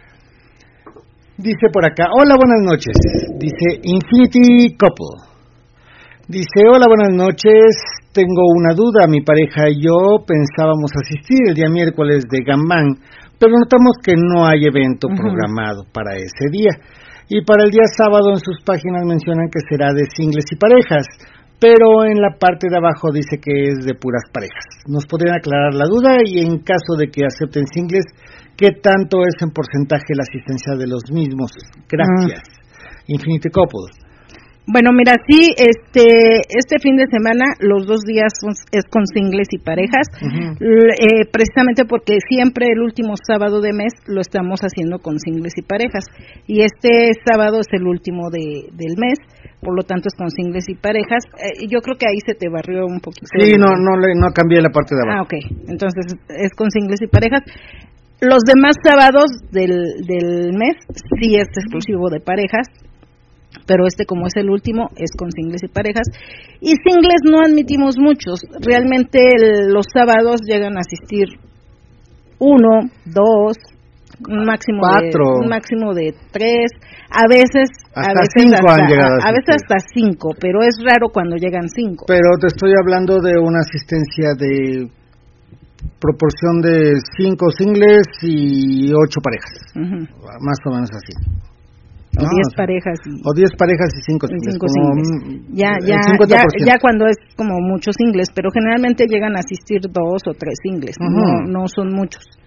Dice por acá, hola, buenas noches. Dice Infinity Couple. Dice, hola, buenas noches, tengo una duda, mi pareja y yo pensábamos asistir el día miércoles de Gambán, pero notamos que no hay evento uh-huh. programado para ese día. Y para el día sábado en sus páginas mencionan que será de singles y parejas, pero en la parte de abajo dice que es de puras parejas. ¿Nos podrían aclarar la duda? Y en caso de que acepten singles, ¿qué tanto es en porcentaje la asistencia de los mismos? Gracias. Uh-huh. Infinity Couple. Bueno, mira, sí, este este fin de semana, los dos días son, es con singles y parejas, uh-huh. eh, precisamente porque siempre el último sábado de mes lo estamos haciendo con singles y parejas, y este sábado es el último de, del mes, por lo tanto es con singles y parejas. Eh, yo creo que ahí se te barrió un poquito. Sí, no, no, no cambié la parte de abajo. Ah, ok, entonces es con singles y parejas. Los demás sábados del, del mes sí es exclusivo de parejas, pero este, como es el último, es con singles y parejas. Y singles no admitimos muchos. Realmente el, los sábados llegan a asistir uno, dos, un máximo cuatro, de un máximo de tres, a veces hasta a veces cinco hasta, han llegado a, a veces hasta cinco, pero es raro cuando llegan cinco. Pero te estoy hablando de una asistencia de proporción de cinco singles y ocho parejas, uh-huh. más o menos así. O no, diez o sea, parejas. Y, o diez parejas y cinco singles. Cinco como singles. Ya, ya, ya, ya cuando es como muchos singles, pero generalmente llegan a asistir dos o tres singles, uh-huh. no, no son muchos.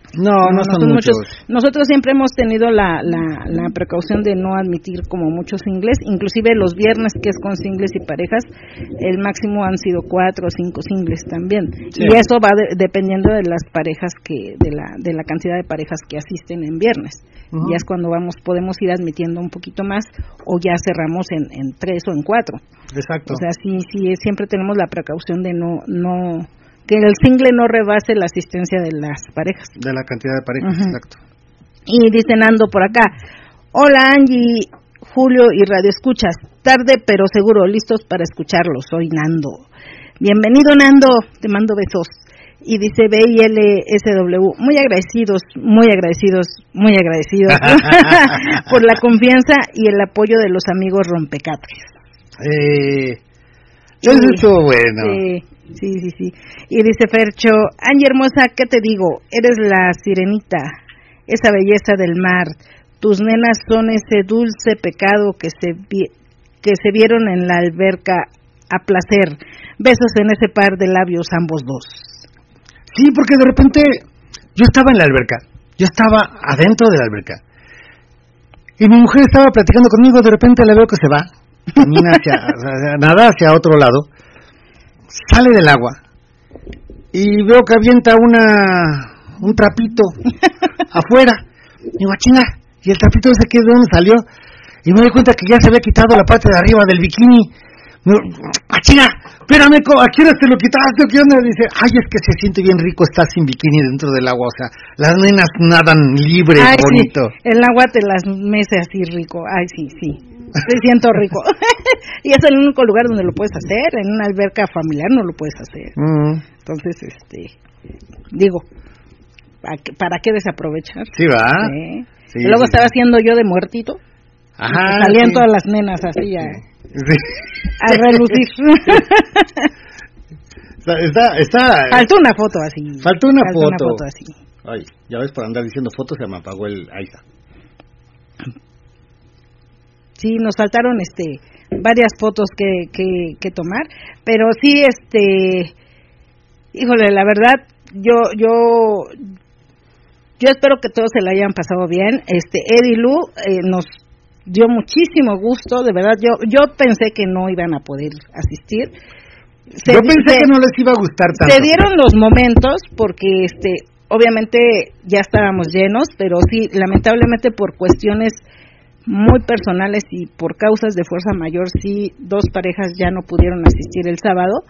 No, no, no son, son muchos. muchos. Nosotros siempre hemos tenido la, la, la precaución de no admitir como muchos singles, inclusive los viernes que es con singles y parejas, el máximo han sido cuatro o cinco singles también. Sí. Y eso va de, dependiendo de las parejas que, de la, de la cantidad de parejas que asisten en viernes. Uh-huh. Ya es cuando vamos, podemos ir admitiendo un poquito más o ya cerramos en, en tres o en cuatro. Exacto. O sea, sí, sí, siempre tenemos la precaución de no, no, que el single no rebase la asistencia de las parejas. De la cantidad de parejas, uh-huh. Exacto. Y dice Nando por acá, hola Angie, Julio y Radio Escuchas, tarde pero seguro, listos para escucharlos, soy Nando. Bienvenido Nando, te mando besos. Y dice B I L S W, muy agradecidos, muy agradecidos, muy agradecidos por la confianza y el apoyo de los amigos rompecatres. Eh, eso sí, estuvo bueno. Sí. Sí, sí, sí. Y dice Fercho, Angie hermosa, ¿qué te digo? Eres la sirenita, esa belleza del mar. Tus nenas son ese dulce pecado que se vi- que se vieron en la alberca a placer. Besos en ese par de labios ambos dos. Sí, porque de repente yo estaba en la alberca, yo estaba adentro de la alberca. Y mi mujer estaba platicando conmigo, de repente la veo que se va, camina hacia, nada hacia otro lado. Sale del agua y veo que avienta una un trapito afuera. Digo, chinga, y el trapito ese que de dónde salió, y me doy cuenta que ya se había quitado la parte de arriba del bikini. ¡Ah, chinga! Espérame, ¿a qué hora te lo quitaste? ¿Qué onda? Dice, ay, es que se siente bien rico estar sin bikini dentro del agua, o sea, las nenas nadan libre, ay, bonito. Sí. El agua te las mece así rico, ay, sí, sí. Me siento rico. Y es el único lugar donde lo puedes hacer. En una alberca familiar no lo puedes hacer. Mm. Entonces, este, digo, ¿para qué, para qué desaprovechar? Sí, va. ¿Sí? Sí, y luego sí, estaba sí. haciendo yo de muertito. Ajá. Salían sí. todas las nenas así a, sí. a relucir. está, está, está. Faltó una foto así. Faltó una Faltó foto. una foto así. Ay, ya ves, por andar diciendo fotos se me apagó el. Ahí está. Sí, nos faltaron este varias fotos que, que, que tomar, pero sí, este, híjole, la verdad, yo yo yo espero que todos se la hayan pasado bien. Este, Eddie Lu eh, nos dio muchísimo gusto, de verdad, yo yo pensé que no iban a poder asistir. Se, yo pensé se, que no les iba a gustar tanto. Se dieron los momentos porque, este, obviamente ya estábamos llenos, pero sí, lamentablemente por cuestiones muy personales y por causas de fuerza mayor, sí, dos parejas ya no pudieron asistir el sábado,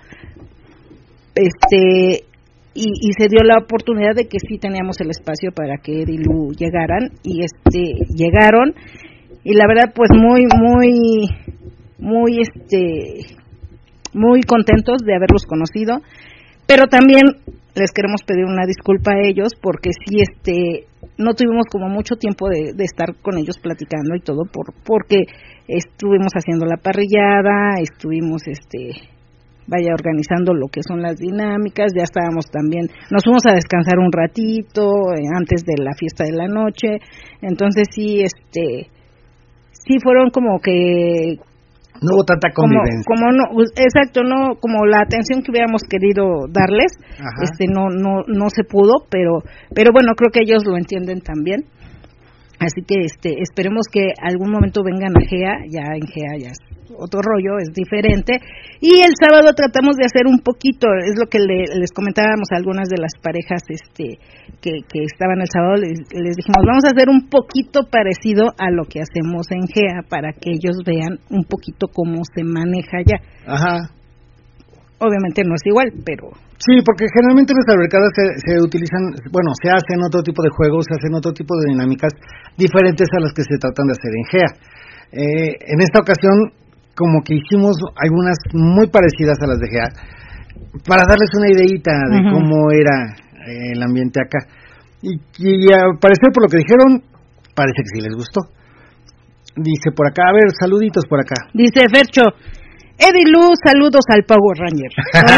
este, y, y se dio la oportunidad de que sí teníamos el espacio para que Eddie y Lu llegaran, y este, llegaron, y la verdad, pues muy, muy, muy, este, muy contentos de haberlos conocido, pero también les queremos pedir una disculpa a ellos porque sí, este, no tuvimos como mucho tiempo de, de estar con ellos platicando y todo, por porque estuvimos haciendo la parrillada, estuvimos, este, vaya, organizando lo que son las dinámicas, ya estábamos también, nos fuimos a descansar un ratito eh, antes de la fiesta de la noche, entonces sí, este, sí fueron como que no hubo tanta convivencia. Como, como no, exacto, no, como la atención que hubiéramos querido darles, ajá, este, no, no, no se pudo, pero, pero bueno, creo que ellos lo entienden también. Así que, este, esperemos que algún momento vengan a G E A, ya en G E A ya es otro rollo, es diferente. Y el sábado tratamos de hacer un poquito, es lo que le, les comentábamos a algunas de las parejas, este, que, que estaban el sábado, les, les dijimos, vamos a hacer un poquito parecido a lo que hacemos en G E A, para que ellos vean un poquito cómo se maneja allá. Ajá. Obviamente no es igual, pero... Sí, porque generalmente las albercadas se, se utilizan, bueno, se hacen otro tipo de juegos, se hacen otro tipo de dinámicas diferentes a las que se tratan de hacer en G E A. Eh, en esta ocasión, como que hicimos algunas muy parecidas a las de G E A, para darles una ideita de uh-huh. cómo era eh, el ambiente acá. Y, y al parecer, por lo que dijeron, parece que sí les gustó. Dice por acá, a ver, saluditos por acá. Dice Fercho, Eddie Lu, saludos al Power Ranger.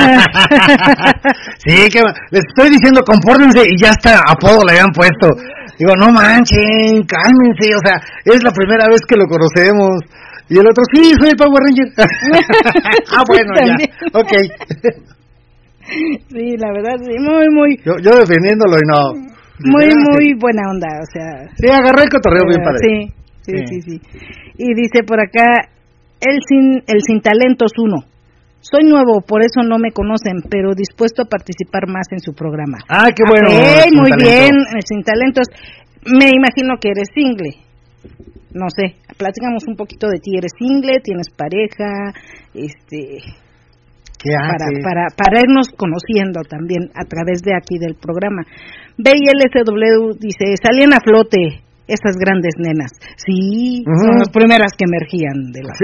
Sí, que les estoy diciendo, compórtense, y ya hasta apodo le habían puesto. Digo, no manchen, cálmense, o sea, es la primera vez que lo conocemos. Y el otro, sí, soy el Power Ranger. Ah, bueno, ya, ok. Sí, la verdad, sí, muy, muy... Yo, yo defendiéndolo y no... muy, muy buena onda, o sea. Sí, agarró el cotorreo bien padre. Sí, sí, sí, sí, sí. Y dice por acá, el sin, el sin talentos uno. Soy nuevo, por eso no me conocen, pero dispuesto a participar más en su programa. Ah, qué bueno. Okay, muy talento. Bien, el sin talentos. Me imagino que eres single. No sé, platicamos un poquito de ti. ¿Eres single? ¿Tienes pareja? Este... ¿Qué para, para, para irnos conociendo también a través de aquí del programa. B I L S W dice, salían a flote esas grandes nenas. Sí, uh-huh. Son las primeras que emergían de la... Sí.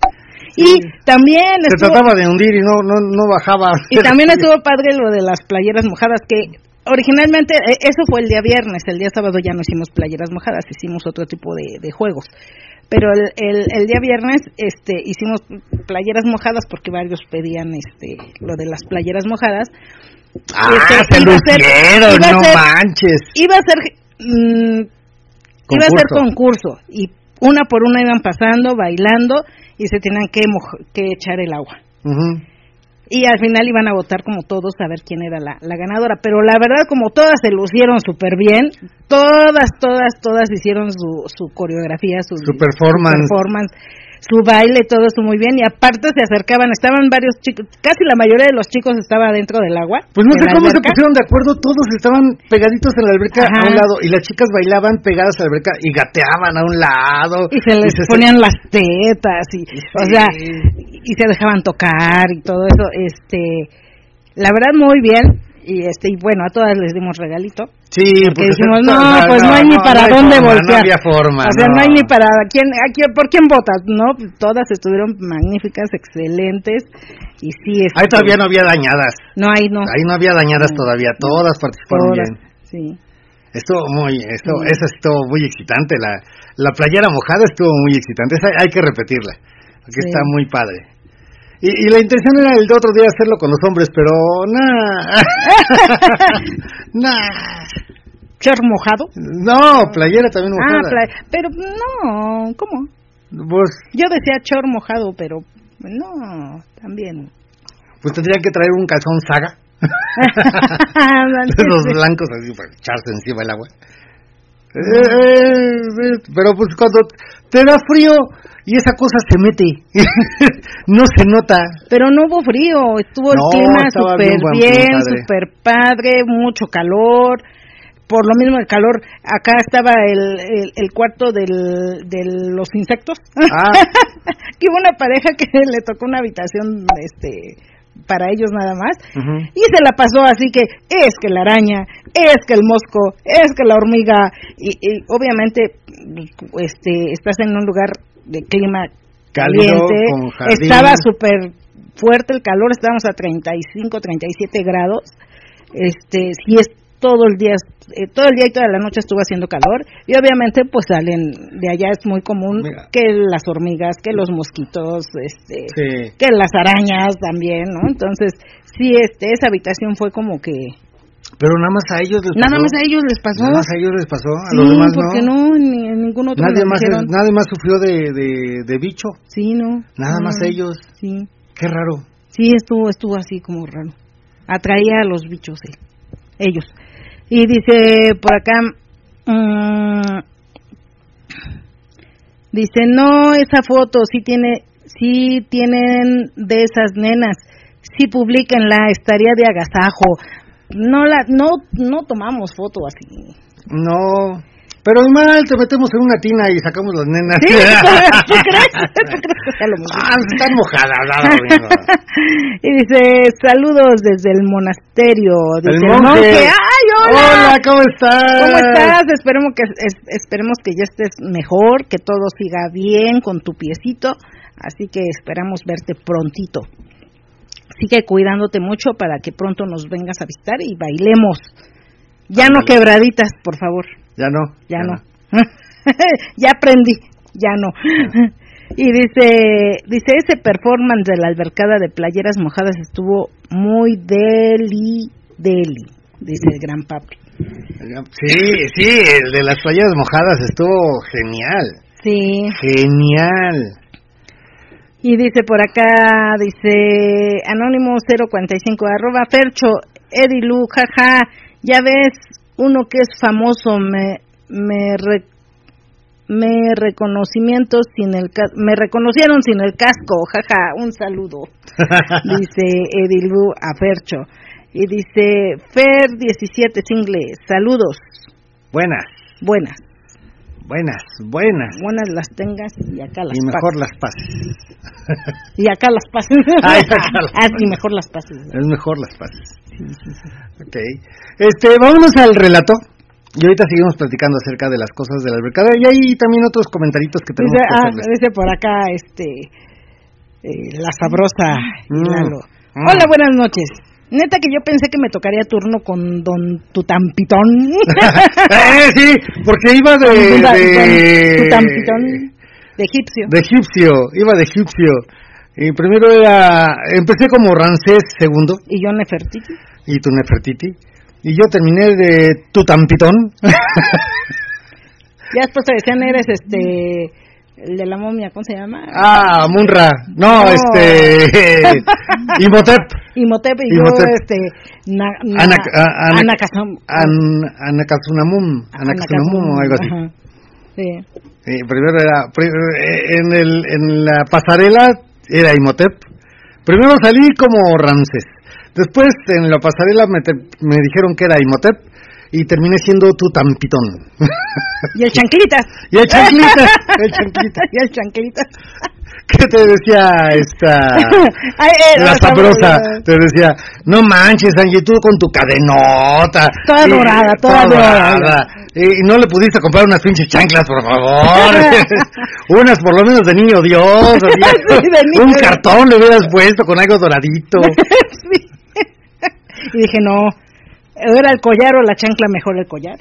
Y sí. También se estuvo... trataba de hundir y no, no, no bajaba. Y también estuvo padre lo de las playeras mojadas, que originalmente, eso fue el día viernes, el día sábado ya no hicimos playeras mojadas, hicimos otro tipo de, de juegos. Pero el, el, el día viernes este hicimos playeras mojadas porque varios pedían este lo de las playeras mojadas. Ah, este, se lucieron, no ser, manches. Iba a ser mmm, iba a ser concurso y una por una iban pasando, bailando y se tenían que moj- que echar el agua. Uh-huh. Y al final iban a votar como todos a ver quién era la, la ganadora, pero la verdad como todas se lucieron súper bien, todas, todas, todas hicieron su, su coreografía, su, su performance. su performance, su baile, todo estuvo muy bien, y aparte se acercaban, estaban varios chicos, casi la mayoría de los chicos estaba dentro del agua. Pues no sé cómo alberca. Se pusieron de acuerdo, todos estaban pegaditos en la alberca. Ajá. A un lado, y las chicas bailaban pegadas a la alberca y gateaban a un lado. Y se les y se ponían se... las tetas, y, sí. o sea, y se dejaban tocar y todo eso, este, la verdad muy bien. Y este y bueno, a todas les dimos regalito. Sí, porque dijimos, no, no, pues no, no hay ni no, para no dónde forma, voltear. No había forma. O sea, no. no hay ni para quién, a quién, por quién votas, ¿no? Todas estuvieron magníficas, excelentes. Y sí, este, ahí todavía no había dañadas. No, ahí no. Ahí no había dañadas no, todavía, todas participaron todas, bien. Sí. Estuvo muy, esto, sí. Eso estuvo muy excitante. La, la playera mojada estuvo muy excitante. Esa hay que repetirla, porque sí. Está muy padre. Y, y la intención era el de otro día hacerlo con los hombres, pero nada. Nah. ¿Chor mojado? No, playera también mojada. Ah, play- pero no, ¿cómo? Pues, yo decía chor mojado, pero no, también. Pues tendrían que traer un calzón Saga. Los blancos así para echarse encima el agua. Eh, eh, pero pues cuando te da frío y esa cosa se mete, no se nota. Pero no hubo frío, estuvo el no, clima súper bien, súper padre, mucho calor. Por lo mismo el calor, acá estaba el, el, el cuarto del, de los insectos. Ah. Y hubo una pareja que le tocó una habitación este para ellos nada más, uh-huh. Y se la pasó así que es que la araña, es que el mosco, es que la hormiga, y, y obviamente este estás en un lugar de clima cálido, caliente, con jardín. Estaba súper fuerte el calor, estábamos a treinta y cinco, treinta y siete grados, este sí es todo el día, eh, todo el día y toda la noche estuvo haciendo calor, y obviamente pues salen, de allá es muy común Mira. que las hormigas, que los mosquitos, este, sí. que las arañas también, ¿no? Entonces, sí, este, esa habitación fue como que... Pero nada más a ellos les pasó. Nada más a ellos les pasó. Nada más a ellos les pasó, a sí, los demás no. porque no, ni en ningún otro nadie más, dijeron. nadie más sufrió de, de, de bicho. Sí, no. Nada no, más ellos. Sí. Qué raro. Sí, estuvo, estuvo así como raro. Atraía a los bichos, eh, ellos. Y dice por acá, um, dice, no, esa foto sí tiene, sí tienen de esas nenas, sí publíquenla, estaría de agasajo. No la, no, no tomamos foto así. No. Pero mal, te metemos en una tina y sacamos las nenas. ¿Sí? ¿Tú crees? ¿Tú crees que sea lo mismo? Ah, están mojadas. Nada, y dice, saludos desde el monasterio. Dice, el monje. monje. ¡Ay, hola! Hola, ¿cómo estás? ¿Cómo estás? Esperemos que, es, esperemos que ya estés mejor, que todo siga bien con tu piecito. Así que esperamos verte prontito. Sigue cuidándote mucho para que pronto nos vengas a visitar y bailemos. Ya Ándale. No quebraditas, por favor. Ya no. Ya, ya no. no. Ya aprendí, ya no. Y dice, dice, ese performance de la albercada de playeras mojadas estuvo muy deli, deli, dice el gran papi. Sí, sí, el de las playeras mojadas estuvo genial. Sí. Genial. Y dice por acá, dice, Anónimo cero cuarenta y cinco, arroba Fercho, Edilu, jaja, ya ves uno que es famoso, me me re, me reconocimiento sin el me reconocieron sin el casco, jaja, un saludo. Dice Edilu a Fercho. Y dice Fer diecisiete Single, saludos. Buenas. Buenas. Buenas, buenas. Buenas las tengas y acá las Y mejor pases. las pases. Y acá las pases. Ay, acá las ah, sí, mejor las pases. Es mejor las pases. Sí, sí, sí. Ok. Este, vámonos al relato. Y ahorita seguimos platicando acerca de las cosas de la albercada. Y hay también otros comentaritos que tenemos Dice, que ah, hacerles. dice por acá, este, eh, la sabrosa Mm. Lalo. Mm. Hola, buenas noches. Neta que yo pensé que me tocaría turno con don Tutampitón. eh, sí, porque iba de... Con Tuta- de... con Tutampitón de egipcio. De egipcio, iba de egipcio. Y primero era... Empecé como Ramsés segundo. Y yo Nefertiti. Y tu Nefertiti. Y yo terminé de Tutampitón. Ya después te decían, eres este... El de la momia, ¿cómo se llama? Ah, Munra. No, No. este... Imhotep. Imhotep y Imhotep. yo, este... Na, na, Ana, a- ana- Anacasam- An- Anacazunamum. Anacazunamum o algo así. Ajá. Sí. Sí, primero era... pri- En, el, en la pasarela era Imhotep. Primero salí como Ramsés. Después en la pasarela me, te- me dijeron que era Imhotep. Y terminé siendo Tutampitón. Y el chanclitas. Y el chanclita. El chanclita. Y el chanclitas. ¿Qué te decía esta... Ay, eh, la no, sabrosa? no, no. Te decía, no manches, Angie, tú con tu cadenota. Toda Y- dorada, toda dorada. Y no le pudiste comprar unas pinches chanclas, por favor. Unas por lo menos de niño Dios. así, Sí, de niño un Dios. cartón le hubieras puesto con algo doradito. Sí. Y dije, no, era el collar o la chancla, mejor el collar.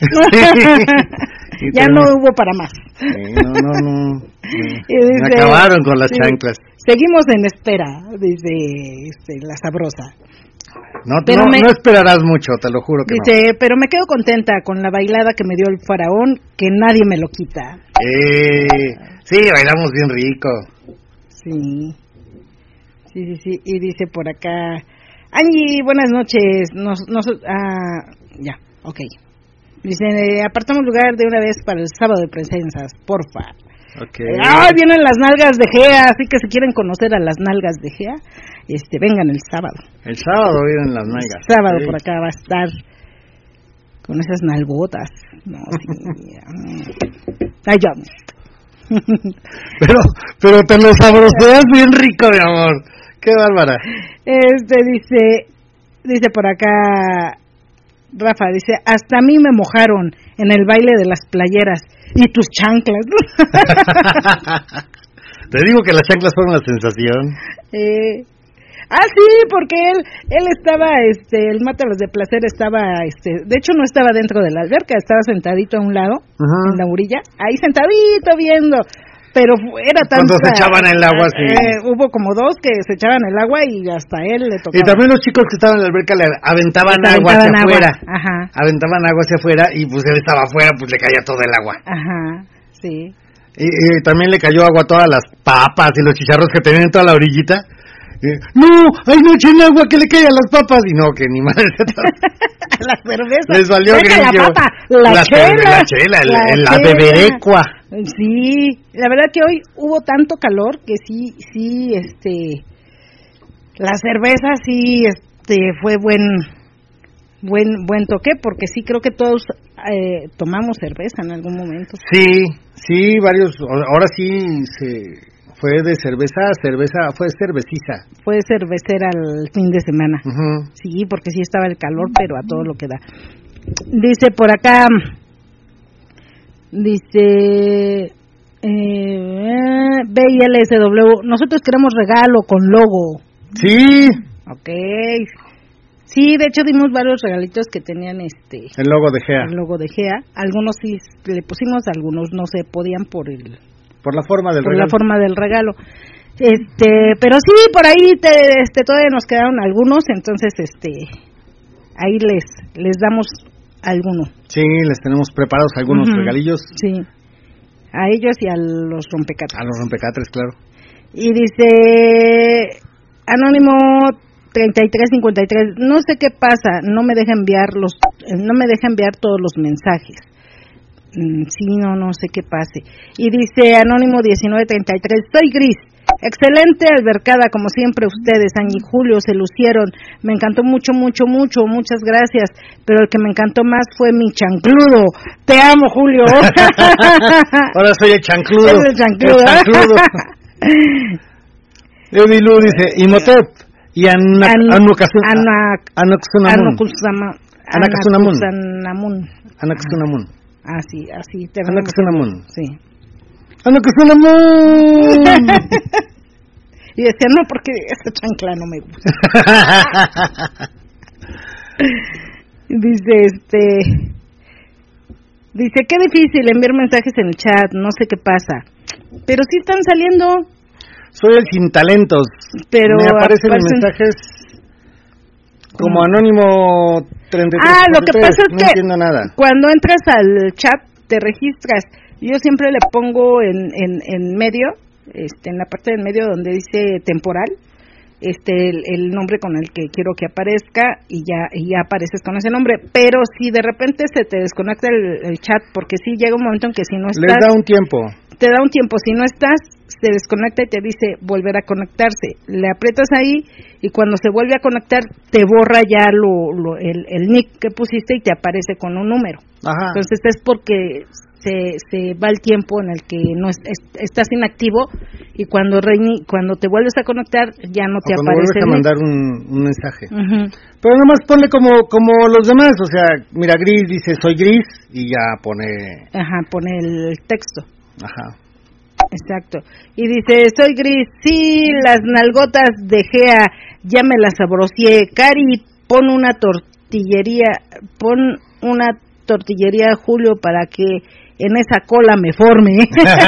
Y Ya te- no hubo para más. Sí, no, no, no. Y dice, Me acabaron con las sí, chanclas. Seguimos en espera, dice este, la sabrosa. No, Pero no, me- no esperarás mucho, te lo juro que Dice, pero me quedo contenta con la bailada que me dio el faraón, que nadie me lo quita. no. Eh, sí, bailamos bien rico. Sí. Sí, sí, sí. Y dice por acá, Angie, buenas noches. Nos, nos, ah, ya, ok. Dice, eh, apartamos lugar de una vez para el sábado de presencias, porfa. Okay. Ah, vienen las nalgas de Gea, así que si quieren conocer a las nalgas de Gea, este, vengan el sábado. El sábado vienen las nalgas. El sábado Sí. por acá va a estar con esas nalgotas. No, sí. Ay, ya. Pero, pero te lo sabroseas bien rico, mi amor. Qué bárbara. Este dice, dice por acá, Rafa, dice, hasta a mí me mojaron en el baile de las playeras y tus chanclas. Te digo que las chanclas fueron la sensación. eh, ah, sí, porque él, él estaba, este, el Mátalos de Placer estaba, este, de hecho no estaba dentro de la alberca, estaba sentadito a un lado, Ajá. en la orilla, ahí sentadito viendo. Pero era tanta... Cuando se echaban el agua, sí. eh, hubo como dos que se echaban el agua y hasta él le tocaba. Y también los chicos que estaban en la alberca le aventaban Le agua hacia aventaban agua. afuera. Ajá. Aventaban agua hacia afuera y pues él estaba afuera, pues le caía todo el agua. Ajá, sí. Y, y también le cayó agua a todas las papas y los chicharros que tenían en toda la orillita. Y, no, hay no echen agua que le cae a las papas. Y no, que ni madre. La cerveza. Les valió Deja grillo. la papa, la, La chela. ce- la chela, el- el- la chela. beberecua. Sí, la verdad que hoy hubo tanto calor que sí, sí, este, la cerveza sí, este, fue buen, buen, buen toque, porque sí creo que todos eh, tomamos cerveza en algún momento. Sí, sí, varios. Ahora sí se fue de cerveza a cerveza, fue cerveciza. Fue cervecera el fin de semana. Ujú. Sí, porque sí estaba el calor, pero a todo lo que da. Dice por acá, dice eh, B I L S W, nosotros queremos regalo con logo. Sí, Ok. Sí, de hecho dimos varios regalitos que tenían este el logo de Gea. el logo de Gea. Algunos sí le pusimos, algunos no se podían por el Por la forma del por regalo. la forma del regalo. Este, pero sí, por ahí te, este todavía nos quedaron algunos, entonces este ahí les les damos alguno. Sí, les tenemos preparados algunos Ujú. regalillos. Sí. A ellos y a los rompecatres. A los rompecatres, claro. Y dice Anónimo, treinta y tres cincuenta y tres. No sé qué pasa, no me deja enviar los, no me deja enviar todos los mensajes. Sí, no, no sé qué pase. Y dice Anónimo diecinueve treinta y tres, soy Gris. Excelente albercada, como siempre ustedes, Angie y Julio, se lucieron. Me encantó mucho, mucho, mucho, muchas gracias. Pero el que me encantó más fue mi chancludo. Te amo, Julio. Ahora soy el chancludo. Es el chancludo. El chancludo. Evilu dice, Imhotep y Anaxunamun. Anaxunamun. Anaxunamun. Así, así. Anaxunamun. Sí. ¡Anaxunamun! Y decía, no, porque esa chancla no me gusta. Dice, este... Dice, qué difícil enviar mensajes en el chat, no sé qué pasa. Pero sí están saliendo. Soy el sin talentos. Pero me aparecen, aparecen... mensajes como Anónimo treinta y tres. Ah, lo que pasa es no que entiendo nada. Cuando entras al chat, te registras. Yo siempre le pongo en, en, en medio, este, en la parte del medio donde dice temporal, este, el, el nombre con el que quiero que aparezca y ya, y ya apareces con ese nombre. Pero si de repente se te desconecta el, el chat, porque sí llega un momento en que si no estás... Les da un tiempo. Te da un tiempo, si no estás, se desconecta y te dice volver a conectarse. Le aprietas ahí y cuando se vuelve a conectar te borra ya lo, lo el, el nick que pusiste y te aparece con un número. Ajá. Entonces es porque se, se va el tiempo en el que no es, es, estás inactivo y cuando reini, cuando te vuelves a conectar ya no te o aparece cuando vuelves a el mandar un, un mensaje. Uh-huh. Pero nomás ponle como como los demás, o sea, mira, Gris dice soy Gris y ya pone... Ajá, pone el texto. Ajá. Exacto. Y dice, soy Gris, sí, las nalgotas de Gea, ya me las sabrosié. Cari, pon una tortillería, pon una tortillería a Julio para que en esa cola me forme.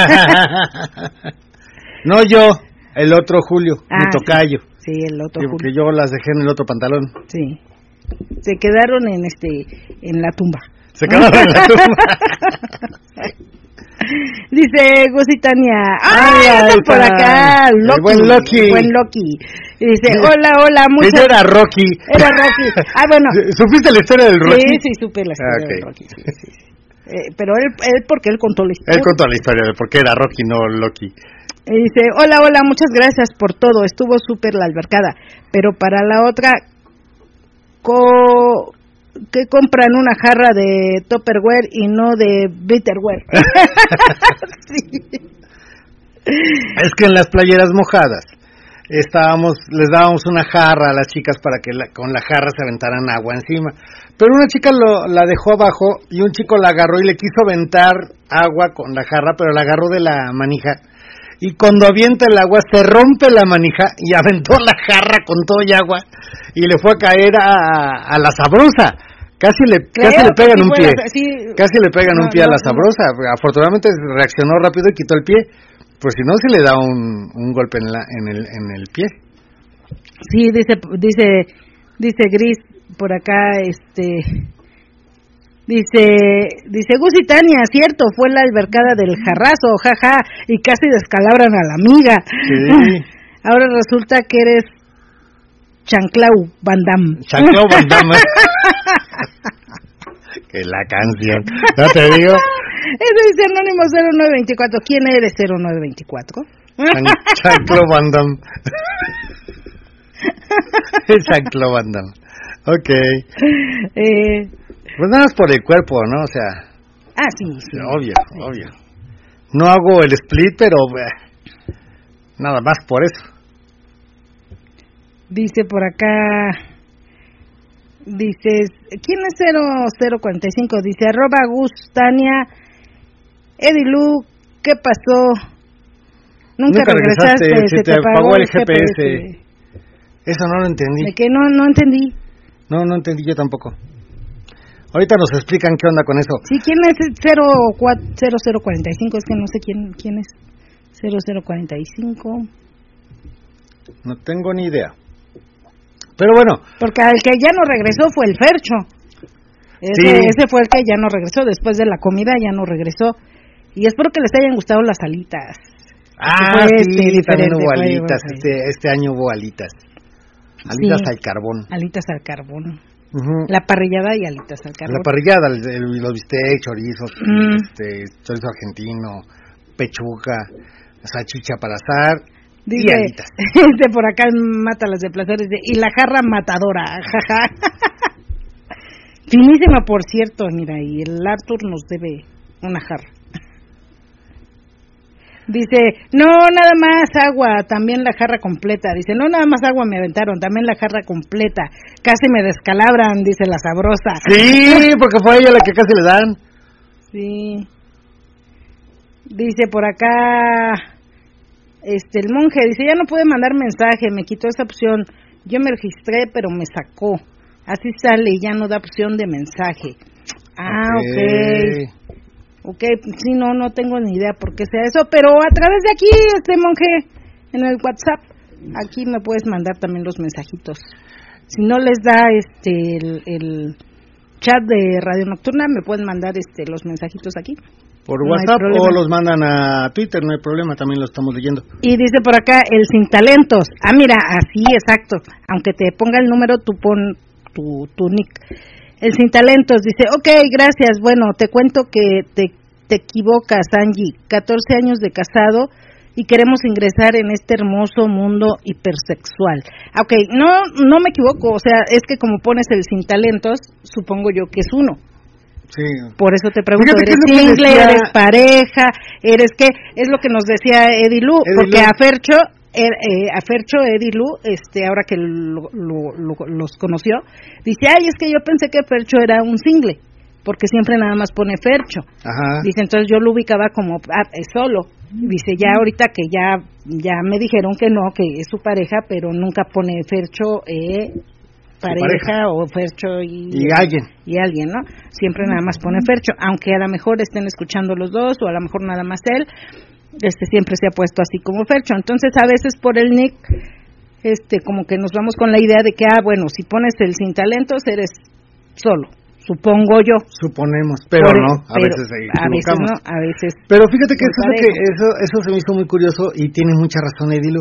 No yo, el otro Julio, ah, mi tocayo. Sí, sí, el otro sí, Julio. Porque yo las dejé en el otro pantalón. Sí. Se quedaron en este, en la tumba. Se quedaron en la tumba. Dice Gusitania, ¡ay, ay está por acá! Loki, buen Loki. Buen Loki. Y dice, hola, hola, muchas... Ella era Rocky. Era Rocky. Ah, bueno. ¿Supiste la historia del Rocky? Sí, sí, supe la historia ah, okay. del Rocky. Sí, sí, sí. Eh, pero él, él, porque él contó la historia. Él contó la historia de por qué era Rocky, no Loki. Y dice, hola, hola, muchas gracias por todo, estuvo súper la albercada. Pero para la otra... Co... que compran una jarra de Tupperware y no de Bitterware. Sí. Es que en las playeras mojadas estábamos, les dábamos una jarra a las chicas para que la, con la jarra se aventaran agua encima. Pero una chica lo, la dejó abajo y un chico la agarró y le quiso aventar agua con la jarra, pero la agarró de la manija. Y cuando avienta el agua se rompe la manija y aventó la jarra con todo y agua y le fue a caer a, a la Sabrosa. Casi le Creo casi le pegan un pie. La, sí, casi le pegan no, un pie no, a la Sabrosa. No. Afortunadamente reaccionó rápido y quitó el pie. Pues si no se le da un, un golpe en la en el en el pie. Sí, dice dice dice Gris por acá este Dice, dice Gusitania, cierto, fue la albercada del jarrazo, jaja, y casi descalabran a la amiga. Sí. Ahora resulta que eres Chanclau Van Damme. Chanclau Van Damme. Que la canción, ¿no te digo? Eso dice Anónimo cero nueve veinticuatro. ¿Quién eres cero nueve veinticuatro? Chanclau Van Damme. Chanclau Van Damme. Ok. Eh... Pues nada más por el cuerpo, ¿no? O sea... Ah, sí, sí. Obvio, sí. obvio. No hago el split, pero... Eh, nada más por eso. Dice por acá... Dices... ¿Quién es cero cero cuarenta y cinco? Dice arroba Gustania... Edilu, ¿qué pasó? Nunca, Nunca regresaste, regresaste, se, se te, te apagó el G P S. G P S. Eso no lo entendí. ¿De qué? No, no entendí. No, no entendí yo tampoco. Ahorita nos explican qué onda con eso. Sí, ¿quién es cero cero cuarenta y cinco? Es que no sé quién quién es cero cero cuarenta y cinco. No tengo ni idea. Pero bueno. Porque el que ya no regresó fue el Fercho. Ese, sí. ese fue el que ya no regresó. Después de la comida ya no regresó. Y espero que les hayan gustado las alitas. Ah, sí, este, también hubo alitas. Este, este año hubo alitas. Alitas sí. al carbón. Alitas al carbón. Uh-huh. La parrillada y alitas al carbón. La parrillada, el, el, los bistecs, chorizos, mm. este, chorizo argentino, pechuga, salchicha para asar dice, y alitas. Dice por acá Mátalas de Placer, dice, y la jarra matadora, jaja. Finísima, por cierto, mira, y el Arthur nos debe una jarra. Dice, no, nada más agua, también la jarra completa. Dice, no, nada más agua me aventaron, también la jarra completa. Casi me descalabran, dice la sabrosa. Sí, porque fue ella la que casi le dan. Sí. Dice por acá, este, el monje, dice, ya no puede mandar mensaje, me quitó esa opción. Yo me registré, pero me sacó. Así sale y ya no da opción de mensaje. Ah, okay. ok. Ok, sí, no, no tengo ni idea por qué sea eso, pero a través de aquí, este monje, en el WhatsApp, aquí me puedes mandar también los mensajitos. Si no les da este el, el chat de Radio Nocturna, me pueden mandar este los mensajitos aquí. Por no WhatsApp o los mandan a Twitter, no hay problema, también lo estamos leyendo. Y dice por acá, el sin talentos. Ah, mira, así, exacto. Aunque te ponga el número, tú pon tu, tu nick. El sin talentos dice, ok, gracias, bueno, te cuento que te, te equivocas, Angie, catorce años de casado y queremos ingresar en este hermoso mundo hipersexual. Ok, no, no me equivoco, o sea, es que como pones el sin talentos, supongo yo que es uno. Sí. Por eso te pregunto, Fíjate, ¿eres single, decía... eres pareja, eres qué? Es lo que nos decía Edilu, porque a Fercho... Er, eh, a Fercho, Edilu, este, ahora que lo, lo, lo, los conoció, dice, ay, es que yo pensé que Fercho era un single, porque siempre nada más pone Fercho. Ajá. Dice, entonces yo lo ubicaba como ah, es solo. Dice, ya ahorita que ya ya me dijeron que no, que es su pareja, pero nunca pone Fercho, eh, pareja, pareja o Fercho y, y alguien. Y alguien, ¿no? Siempre nada más pone Fercho, aunque a lo mejor estén escuchando los dos, o a lo mejor nada más él. Este siempre se ha puesto así como Fercho, entonces a veces por el nick, este como que nos vamos con la idea de que, ah, bueno, si pones el sin talentos eres solo, supongo yo. Suponemos, pero por, no, a pero, veces a veces no, a veces. Pero fíjate que eso, que eso eso se me hizo muy curioso y tiene mucha razón, Edilu.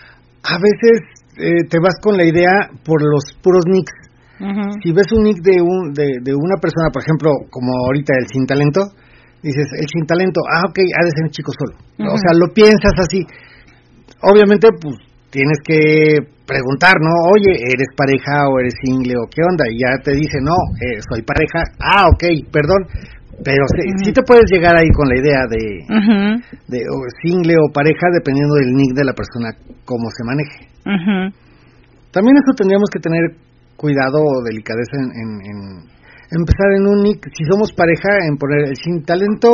A veces eh, te vas con la idea por los puros nicks. Uh-huh. Si ves un nick de un de, de una persona, por ejemplo, como ahorita el sin talento, dices, el sin talento, ah, ok, ha de ser un chico solo. Uh-huh. O sea, lo piensas así. Obviamente, pues, tienes que preguntar, ¿no? Oye, ¿eres pareja o eres single o qué onda? Y ya te dice, no, eh, soy pareja. Ah, ok, perdón. Pero sí, uh-huh. sí te puedes llegar ahí con la idea de, uh-huh. de o single o pareja, dependiendo del nick de la persona, cómo se maneje. Uh-huh. También eso tendríamos que tener cuidado o delicadeza en... en, en empezar en un nick, si somos pareja, en poner el sin talento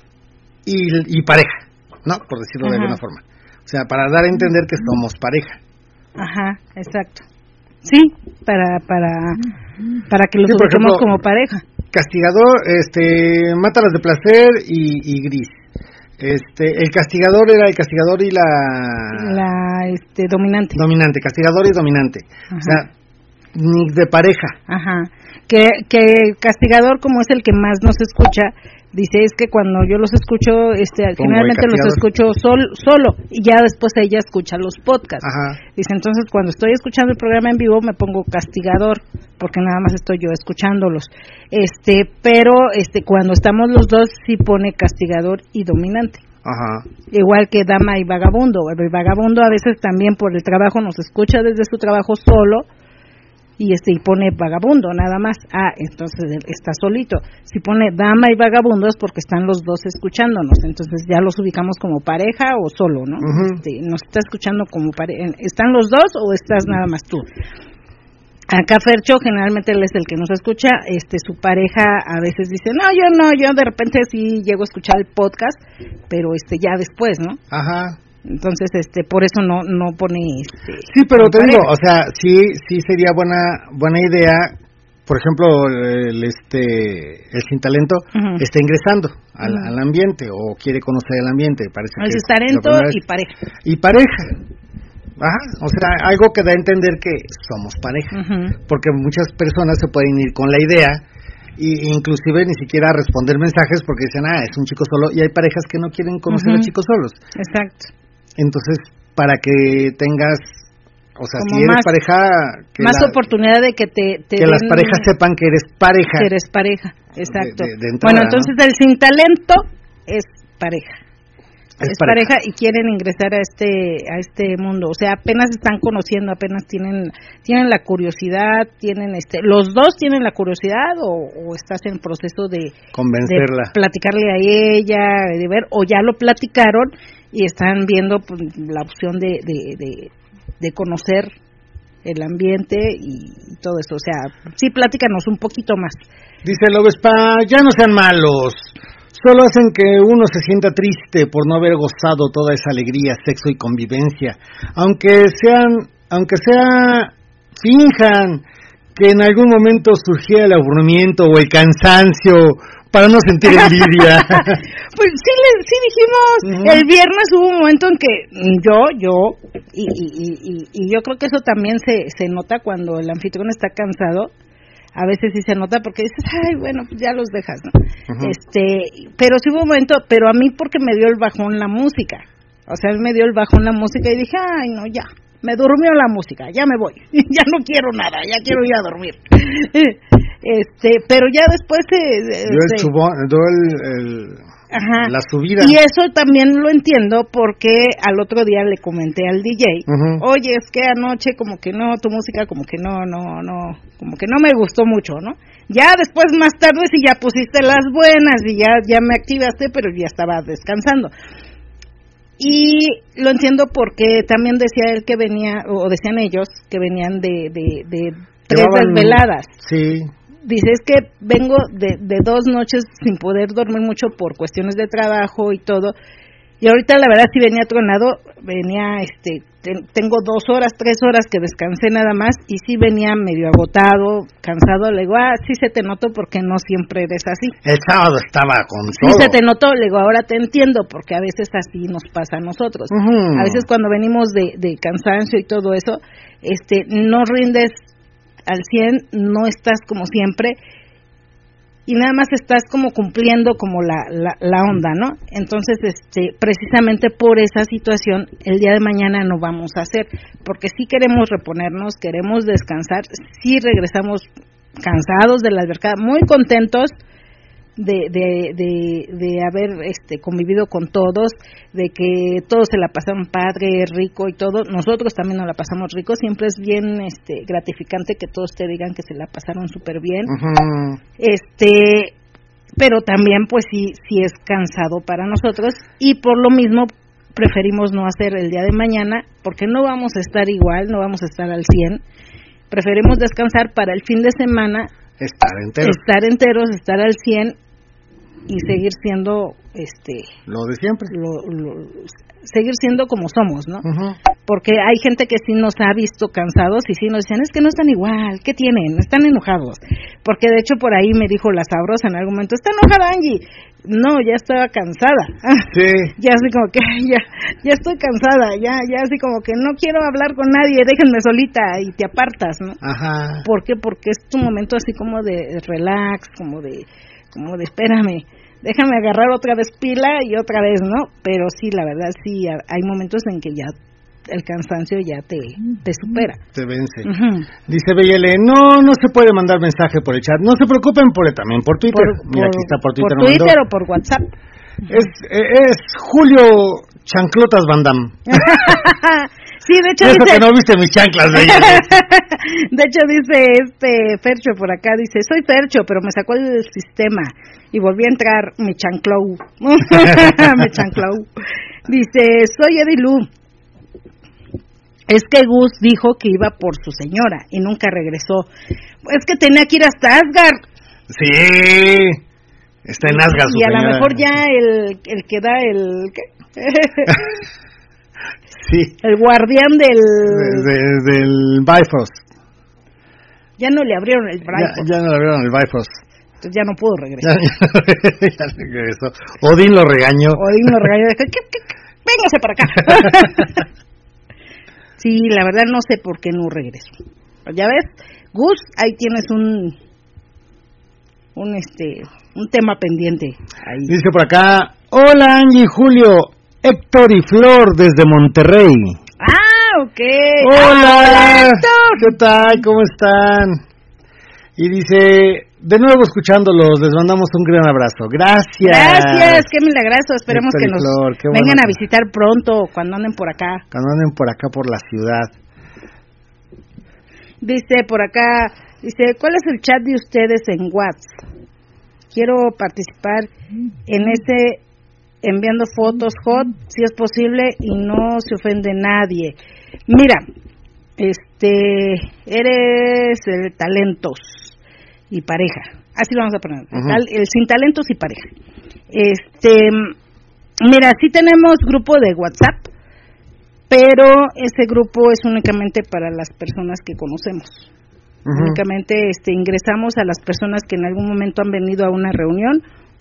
y, y pareja, ¿no? Por decirlo Ajá. de alguna forma. O sea, para dar a entender que somos pareja. Ajá, exacto. Sí, para para para que los sí, ubiquemos como pareja. Castigador, este, Mátalas de Placer y, y Gris. Este, el castigador era el castigador y la... La, este, dominante. Dominante, castigador y dominante. Ajá. O sea, nick de pareja. Ajá. Que, que castigador, como es el que más nos escucha, dice, es que cuando yo los escucho, este generalmente los escucho sol, solo, y ya después ella escucha los podcasts. Ajá. Dice, entonces cuando estoy escuchando el programa en vivo me pongo castigador, porque nada más estoy yo escuchándolos. Este, pero este cuando estamos los dos sí pone castigador y dominante. Ajá. Igual que dama y vagabundo. El vagabundo a veces también por el trabajo nos escucha desde su trabajo solo, y este y pone vagabundo nada más. Ah, entonces está solito. Si pone dama y vagabundo es porque están los dos escuchándonos, entonces ya los ubicamos como pareja o solo, ¿no? Uh-huh. Este, nos está escuchando como pareja. ¿Están los dos o estás nada más tú? Acá Fercho generalmente él es el que nos escucha, este su pareja a veces dice, no, yo no, yo de repente sí llego a escuchar el podcast, pero este ya después, ¿no? Ajá. Entonces, este, por eso no no pone este. Sí, pero te digo, o sea, sí sí sería buena buena idea, por ejemplo, el este el sin talento uh-huh. está ingresando al, uh-huh. al ambiente o quiere conocer el ambiente, parece el que es talento y pareja. Y pareja. Ajá, o sea, algo que da a entender que somos pareja, uh-huh. porque muchas personas se pueden ir con la idea y inclusive ni siquiera responder mensajes porque dicen, ah, es un chico solo, y hay parejas que no quieren conocer uh-huh. a chicos solos. Exacto. Entonces, para que tengas O sea, como si eres más, pareja... Que más la, oportunidad de que te... te que den, las parejas sepan que eres pareja. Que eres pareja, exacto. De, de, de entrada, bueno, entonces ¿no? el sin talento es pareja. Es, es pareja. pareja y quieren ingresar a este a este mundo, o sea, apenas están conociendo, apenas tienen tienen la curiosidad, tienen este los dos tienen la curiosidad o, o estás en proceso de convencerla, de platicarle a ella, de ver, o ya lo platicaron y están viendo pues, la opción de, de, de, de conocer el ambiente y, y todo eso, o sea, sí, platícanos un poquito más. Dice Lobespa, ya no sean malos. Solo hacen que uno se sienta triste por no haber gozado toda esa alegría, sexo y convivencia. Aunque sean, aunque sea, finjan que en algún momento surgía el aburrimiento o el cansancio para no sentir envidia. Pues sí, le, sí dijimos, uh-huh. El viernes hubo un momento en que yo, yo, y, y, y, y yo creo que eso también se, se nota cuando el anfitrión está cansado. A veces sí se nota porque dices, ay, bueno, pues ya los dejas, ¿no? Uh-huh. Este, pero sí hubo un momento, pero a mí porque me dio el bajón la música. O sea, me dio el bajón la música y dije, ay, no, ya, me durmió la música, ya me voy, ya no quiero nada, ya quiero ir a dormir. Este, pero ya después se... Dio el chubón, dio el... el... Ajá. La subida. Y eso también lo entiendo porque al otro día le comenté al D J, uh-huh. Oye, es que anoche como que no, tu música como que no, no, no, como que no me gustó mucho, ¿no? Ya después más tarde sí ya pusiste las buenas y ya, ya me activaste, pero ya estaba descansando. Y lo entiendo porque también decía él que venía, o decían ellos, que venían de, de, de tres desveladas. Sí. Dice, es que vengo de, de dos noches sin poder dormir mucho por cuestiones de trabajo y todo, y ahorita la verdad sí venía tronado, venía, este, ten, tengo dos horas, tres horas que descansé nada más, y sí venía medio agotado, cansado, le digo, ah, sí se te notó porque no siempre eres así. El sábado estaba con sí todo. Sí se te notó, le digo, ahora te entiendo, porque a veces así nos pasa a nosotros, uh-huh. A veces cuando venimos de, de cansancio y todo eso, este, no rindes al cien, no estás como siempre y nada más estás como cumpliendo como la, la, la onda, ¿no? Entonces, este, precisamente por esa situación, el día de mañana no vamos a hacer, porque sí queremos reponernos, queremos descansar, sí regresamos cansados de la albercada, muy contentos de de de, de haber este convivido con todos, de que todos se la pasaron padre, rico y todo. Nosotros también nos la pasamos rico. Siempre es bien este gratificante que todos te digan que se la pasaron súper bien. Uh-huh. Este, pero también pues sí sí es cansado para nosotros y por lo mismo preferimos no hacer el día de mañana porque no vamos a estar igual, no vamos a estar al cien. Preferimos descansar para el fin de semana. Estar enteros. Estar enteros, estar al cien y seguir siendo, este... Lo de siempre. Lo, lo, seguir siendo como somos, ¿no? Uh-huh. Porque hay gente que sí nos ha visto cansados y sí nos dicen, es que no están igual, ¿qué tienen? Están enojados. Porque de hecho por ahí me dijo la Sabrosa en algún momento, está enojada Angie. No, ya estaba cansada. Sí. Ya así como que, ya, ya estoy cansada, ya, ya así como que no quiero hablar con nadie, déjenme solita y te apartas, ¿no? Ajá. ¿Por qué? Porque es tu momento así como de relax, como de, como de espérame, déjame agarrar otra vez pila y otra vez, ¿no? Pero sí, la verdad sí, hay momentos en que ya el cansancio ya te, te supera. Te vence. Uh-huh. Dice Bellele, no, no se puede mandar mensaje por el chat. No se preocupen por también por Twitter. Por, Mira, por, aquí está por Twitter. Por Twitter o por WhatsApp. Es, es Julio Chanclotas Van Damme. Sí, de hecho Eso dice... que no viste mis chanclas, Bellele. De hecho dice este Fercho por acá, dice, soy Fercho, pero me sacó el sistema y volví a entrar mi chanclou. Mi chanclou. Dice, soy Edilu. Es que Gus dijo que iba por su señora y nunca regresó. Es que tenía que ir hasta Asgard. Sí, está en Asgard su Y a señora. lo mejor ya el, el que da el... ¿qué? Sí. El guardián del... De, de, del Bifrost. Ya no le abrieron el Bifrost. Ya, ya no le abrieron el Bifrost. Entonces ya no pudo regresar. Ya, ya regresó. Odín lo regañó. Odín lo regañó. Dijo, ¿qué, qué, qué? Véngase para acá. Sí, la verdad no sé por qué no regreso. Ya ves, Gus, ahí tienes un un este un tema pendiente ahí. Dice por acá, hola Angie, Julio, Héctor y Flor desde Monterrey. Ah, ok. Hola, ¿qué tal? ¿Cómo están? Y dice, de nuevo escuchándolos, les mandamos un gran abrazo. Gracias. Gracias, qué milagroso. Esperemos que nos Flor, vengan bueno. a visitar pronto, cuando anden por acá. Cuando anden por acá, por la ciudad. Dice por acá, dice, ¿cuál es el chat de ustedes en WhatsApp? Quiero participar en ese enviando fotos hot, si es posible, y no se ofende nadie. Mira, este, eres el talentos y pareja, así lo vamos a poner, uh-huh. Tal, el sin talentos y pareja. Este, mira, sí tenemos grupo de WhatsApp, pero ese grupo es únicamente para las personas que conocemos. Uh-huh. Únicamente este, ingresamos a las personas que en algún momento han venido a una reunión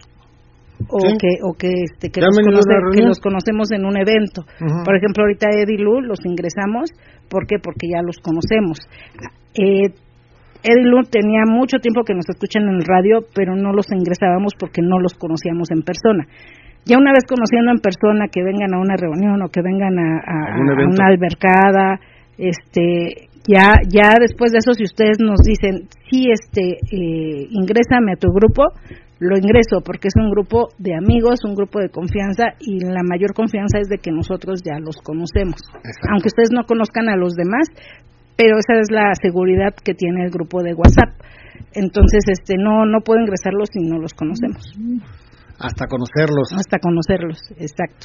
o ¿sí? que o que este que los, conoce, que los conocemos en un evento. Uh-huh. Por ejemplo, ahorita Eddie Lu los ingresamos, ¿por qué? Porque ya los conocemos. Eh, Eddie Lu tenía mucho tiempo que nos escuchan en el radio, pero no los ingresábamos porque no los conocíamos en persona. Ya una vez conociendo en persona, que vengan a una reunión o que vengan a, a, a una albercada, este, ya ya después de eso, si ustedes nos dicen, sí, este, eh, ingrésame a tu grupo, lo ingreso, porque es un grupo de amigos, un grupo de confianza, y la mayor confianza es de que nosotros ya los conocemos. Exacto. Aunque ustedes no conozcan a los demás, pero esa es la seguridad que tiene el grupo de WhatsApp. Entonces, este, no no puedo ingresarlos si no los conocemos. Hasta conocerlos. Hasta conocerlos, exacto.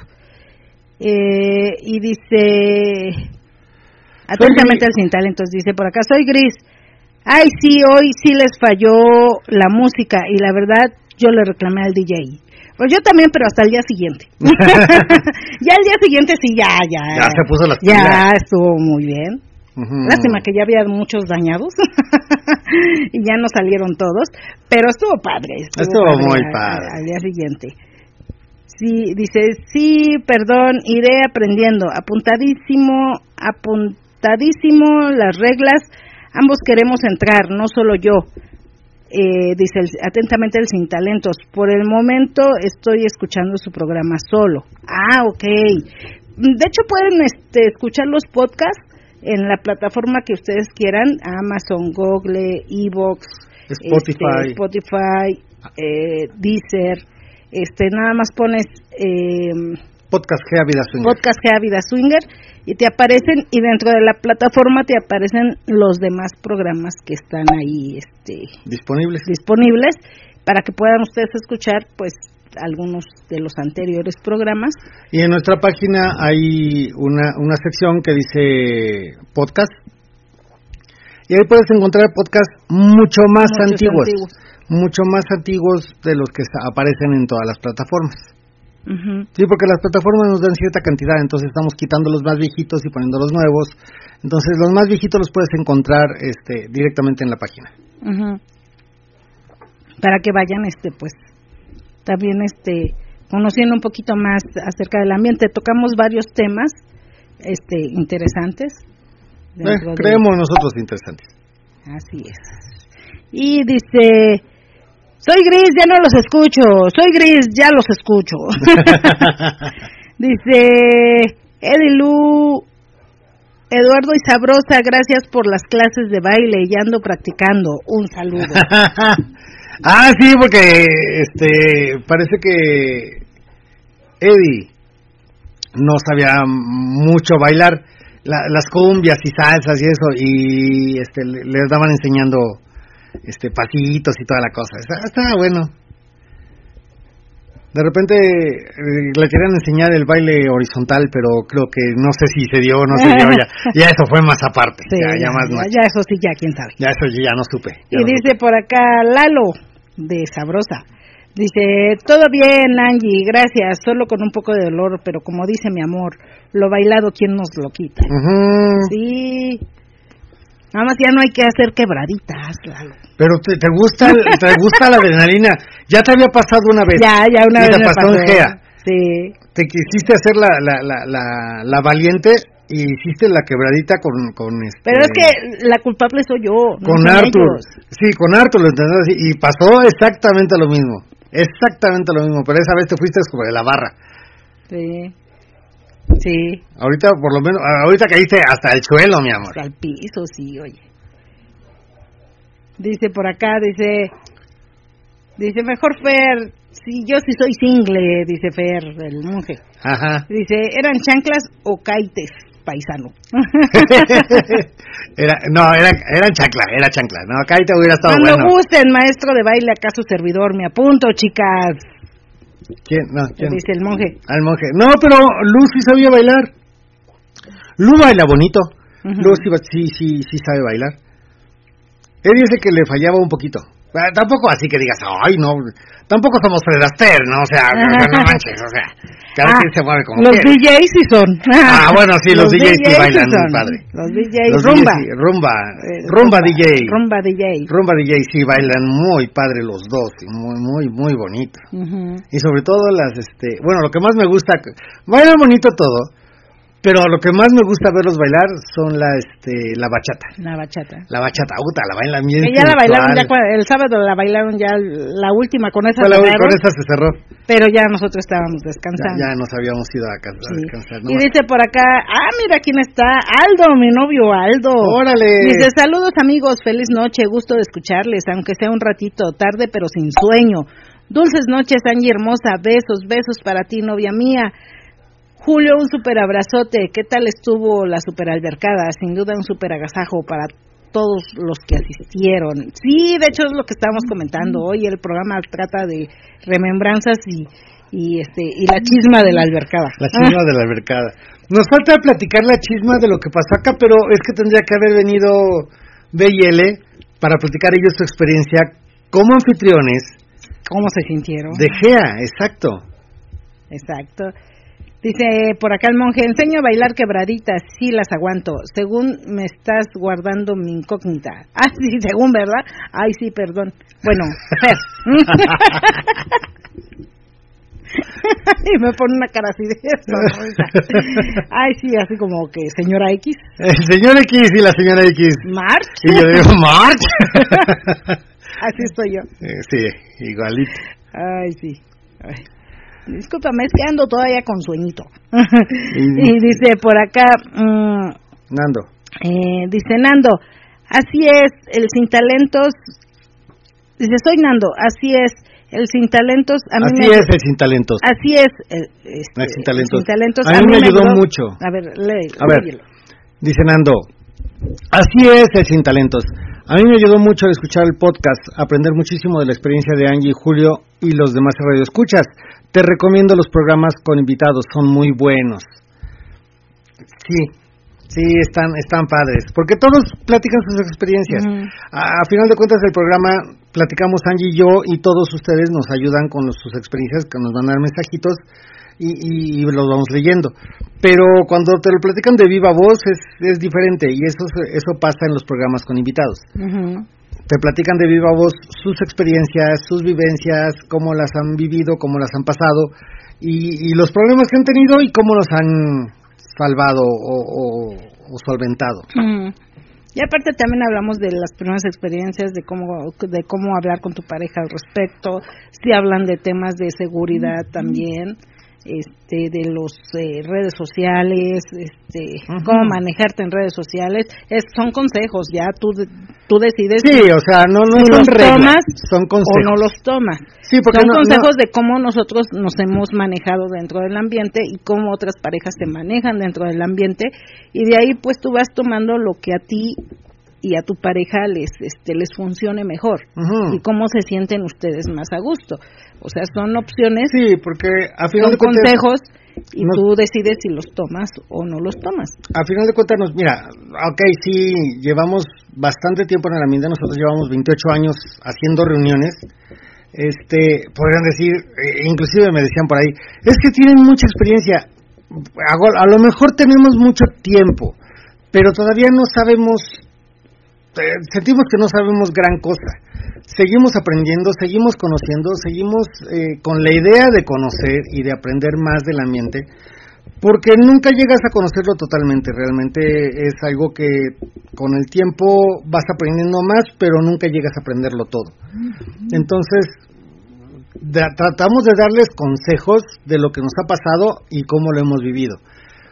Eh, y dice, atentamente al sin talentos, dice por acá, soy Gris. Ay, sí, hoy sí les falló la música y la verdad yo le reclamé al D J. Pues yo también, pero hasta el día siguiente. Ya el día siguiente sí, ya, ya. Ya se puso las pilas. Ya estuvo muy bien. Uh-huh. Lástima que ya había muchos dañados y ya no salieron todos, pero estuvo padre. Estuvo, estuvo padre muy padre. Al, al día siguiente. Sí, dice, sí, perdón, iré aprendiendo. Apuntadísimo, apuntadísimo las reglas. Ambos queremos entrar, no solo yo. Eh, dice el, atentamente el sin talentos. Por el momento estoy escuchando su programa solo. Ah, ok. De hecho pueden este, escuchar los podcasts en la plataforma que ustedes quieran, Amazon, Google, Evox, Spotify, este, Spotify, eh, Deezer, este, nada más pones eh, Podcast Gea Vida Swinger, Podcast Gea Vida Swinger y te aparecen, y dentro de la plataforma te aparecen los demás programas que están ahí, este, disponibles, disponibles para que puedan ustedes escuchar, pues, algunos de los anteriores programas. Y en nuestra página hay una una sección que dice podcast, y ahí puedes encontrar podcasts mucho más antiguos, antiguos, mucho más antiguos de los que aparecen en todas las plataformas. Uh-huh. Sí, porque las plataformas nos dan cierta cantidad, entonces estamos quitando los más viejitos y poniendo los nuevos. Entonces los más viejitos los puedes encontrar este directamente en la página. Uh-huh. Para que vayan este pues también este conociendo un poquito más acerca del ambiente. Tocamos varios temas este interesantes. Eh, creemos de... nosotros interesantes. Así es. Y dice, soy Gris, ya no los escucho. Soy Gris, ya los escucho. Dice Edilu, Eduardo y Sabrosa, gracias por las clases de baile, ya ando practicando. Un saludo. Ah, sí, porque este parece que Eddie no sabía mucho bailar la, las cumbias y salsas y eso, y este les daban enseñando este pasitos y toda la cosa. Estaba, estaba bueno. De repente eh, le querían enseñar el baile horizontal, pero creo que no sé si se dio o no se dio, ya, ya eso fue más aparte. Sí, ya, ya, ya, más ya, ya eso sí, ya quién sabe. Ya eso ya no supe. Ya y no dice supe. Por acá Lalo, de Sabrosa, dice, todo bien Angie, gracias, solo con un poco de dolor, pero como dice mi amor, lo bailado, ¿quién nos lo quita? Uh-huh. Sí, nada más ya no hay que hacer quebraditas, Lalo. Pero te, te gusta te gusta la adrenalina, ya te había pasado una vez. Ya, ya una y vez te me pasó en Gea. Sí. Te quisiste hacer la la, la, la, la valiente y hiciste la quebradita con, con este... Pero es que la culpable soy yo, no con Arthur. Ellos. Sí, con Arthur lo entendés así, y pasó exactamente lo mismo. Exactamente lo mismo, pero esa vez te fuiste sobre la barra. Sí. Sí. Ahorita, por lo menos, ahorita caíste hasta el suelo, mi amor. Hasta el piso, sí, oye. Dice por acá, dice, dice, mejor Fer, sí, yo sí soy single, dice Fer, el monje. Ajá. Dice, ¿eran chanclas o caites, paisano? era, no, era, eran chancla, era chancla. No, caite hubiera estado Cuando bueno. Cuando gusten, maestro de baile, acá su servidor, me apunto, chicas. ¿Quién? No, ¿quién? Dice el monje. Al monje. No, pero Lu sí sabía bailar. Lu baila bonito. Uh-huh. Lu sí, sí, sí, sí sabe bailar. Él dice que le fallaba un poquito. Ah, tampoco así que digas, ay, no, tampoco somos Fred Astaire, ¿no? O sea, no manches, o sea, cada ah, quien se mueve como los quiere. Los D Js sí son. Ah, bueno, sí, los, los D Js sí bailan sí muy padre. Los D Js, los rumba. D Js sí, rumba, eh, rumba D J. Rumba D J. Rumba D J sí bailan muy padre los dos, y muy, muy, muy bonito. Uh-huh. Y sobre todo las, este, bueno, lo que más me gusta, bailan bonito todo. Pero lo que más me gusta verlos bailar son la este la bachata. La bachata. La bachata, puta, la bailan bien. Que ya la bailaron, ya el sábado la bailaron ya la última, con esa la, cerraron, con esa se cerró. Pero ya nosotros estábamos descansando. Ya, ya nos habíamos ido a, casa, sí. a descansar. ¿No? Y dice por acá, ah, mira quién está, Aldo, mi novio Aldo. ¡Órale! Dice, saludos amigos, feliz noche, gusto de escucharles, aunque sea un ratito tarde, pero sin sueño. Dulces noches, Angie hermosa, besos, besos para ti, novia mía. Julio, un super abrazote. ¿Qué tal estuvo la super albercada? Sin duda un super agasajo para todos los que asistieron. Sí, de hecho es lo que estábamos comentando. Hoy el programa trata de remembranzas y, y este y la chisma de la albercada. La chisma de la albercada. Nos falta platicar la chisma de lo que pasó acá, pero es que tendría que haber venido B y L para platicar ellos su experiencia como anfitriones. ¿Cómo se sintieron? De G E A, exacto. Exacto. Dice por acá el monje, enseño a bailar quebraditas, sí las aguanto, según me estás guardando mi incógnita. Ah, sí, según, ¿verdad? Ay, sí, perdón. Bueno, Fer. Y me pone una cara así de esto. Ay, sí, así como que señora X. El señor X y la señora X. March. Y yo digo, March. Así estoy yo. Eh, sí, igualito. Ay, sí. Ay. Discúlpame, es que ando todavía con sueñito. Y, y dice por acá... Mmm, Nando. Eh, dice Nando, así es, el sin talentos... Dice, soy Nando, así es, el sin talentos... A mí así me, es el sin talentos. Así es, el, este, el sin talentos. El sin talentos. A mí, a mí me ayudó, ayudó mucho. A ver, lee, A ver, léelo. Dice Nando, así es el sin talentos. A mí me ayudó mucho al escuchar el podcast, aprender muchísimo de la experiencia de Angie, Julio y los demás radioescuchas. Te recomiendo los programas con invitados, son muy buenos. Sí, sí, están están padres, porque todos platican sus experiencias. Uh-huh. A, a final de cuentas del programa platicamos Angie y yo, y todos ustedes nos ayudan con los, sus experiencias, que nos mandan mensajitos y, y, y los vamos leyendo. Pero cuando te lo platican de viva voz es, es diferente, y eso eso pasa en los programas con invitados. Uh-huh. Te platican de viva voz sus experiencias, sus vivencias, cómo las han vivido, cómo las han pasado, y, y los problemas que han tenido y cómo los han salvado o, o, o solventado. Mm. Y aparte también hablamos de las primeras experiencias, de cómo de cómo hablar con tu pareja al respecto, si hablan de temas de seguridad mm. también, este de los eh, redes sociales, este uh-huh. cómo manejarte en redes sociales, es, son consejos, ya tú tú decides sí, si, o sea, no, no si son los reglas, tomas son consejos. o no los tomas. Sí, porque son no, consejos no. de cómo nosotros nos hemos manejado dentro del ambiente y cómo otras parejas se manejan dentro del ambiente, y de ahí pues tú vas tomando lo que a ti y a tu pareja les este les funcione mejor uh-huh. y cómo se sienten ustedes más a gusto. O sea, son opciones, sí, porque a final son de cuentas, consejos y nos, tú decides si los tomas o no los tomas. A final de cuentas, nos, mira, ok, sí, llevamos bastante tiempo en el ambiente, nosotros llevamos veintiocho años haciendo reuniones. Este, podrían decir, eh, inclusive me decían por ahí, es que tienen mucha experiencia. A, a lo mejor tenemos mucho tiempo, pero todavía no sabemos, eh, sentimos que no sabemos gran cosa. Seguimos aprendiendo, seguimos conociendo, seguimos eh, con la idea de conocer y de aprender más del ambiente, porque nunca llegas a conocerlo totalmente. Realmente es algo que con el tiempo vas aprendiendo más, pero nunca llegas a aprenderlo todo. Entonces de, tratamos de darles consejos de lo que nos ha pasado y cómo lo hemos vivido.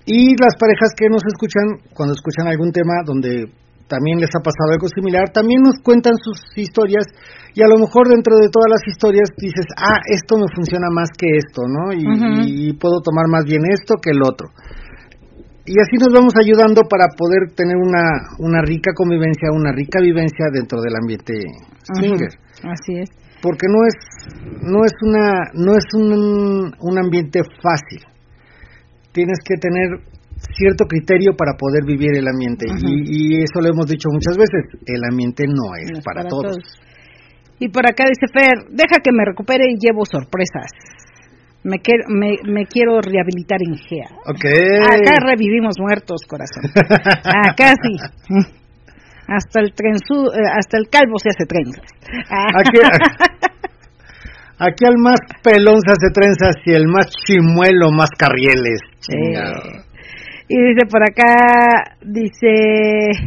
Y las parejas que nos escuchan, cuando escuchan algún tema donde también les ha pasado algo similar, también nos cuentan sus historias, y a lo mejor dentro de todas las historias dices, ah, esto me funciona más que esto, ¿no? Y, uh-huh. y puedo tomar más bien esto que el otro. Y así nos vamos ayudando para poder tener una una rica convivencia, una rica vivencia dentro del ambiente swinger. Uh-huh. Así es. Porque no es no es una no es un, un ambiente fácil. Tienes que tener cierto criterio para poder vivir el ambiente, uh-huh. y, y eso lo hemos dicho muchas veces, el ambiente no es, no es para, para todos. todos. Y por acá dice Fer, deja que me recupere y llevo sorpresas. Me, quiero, me, me quiero rehabilitar en G E A. Okay. Acá revivimos muertos, corazón. Acá sí. Hasta el trenzu, hasta el calvo se hace trenzas. Aquí, aquí al más pelón se hace trenzas y el más chimuelo más carrieles. Eh, y dice por acá, dice,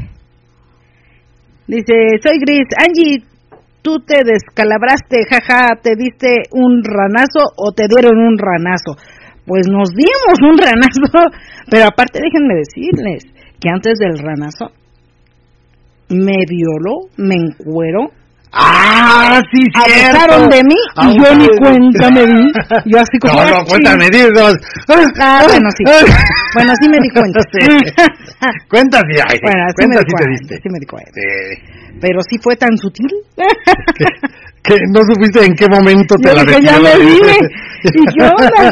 dice, soy Gris, Angie, tú te descalabraste, jaja, te diste un ranazo o te dieron un ranazo. Pues nos dimos un ranazo, pero aparte déjenme decirles que antes del ranazo me violó, me encueró. ¡Ah, sí, cierto! Abusaron de mí y ah, yo ni cuenta me di. Yo así como... No, no, cuéntame, dinos. Ah, bueno, sí. Bueno, sí me di cuenta. Sí. Cuenta, sí, ay, bueno, sí cuenta, me di sí cuenta, te diste. Sí me di cuenta. Sí. Pero sí fue tan sutil. ¿Qué? ¿Qué? ¿No supiste en qué momento te yo la dije, ya me vine. ¿Y qué onda?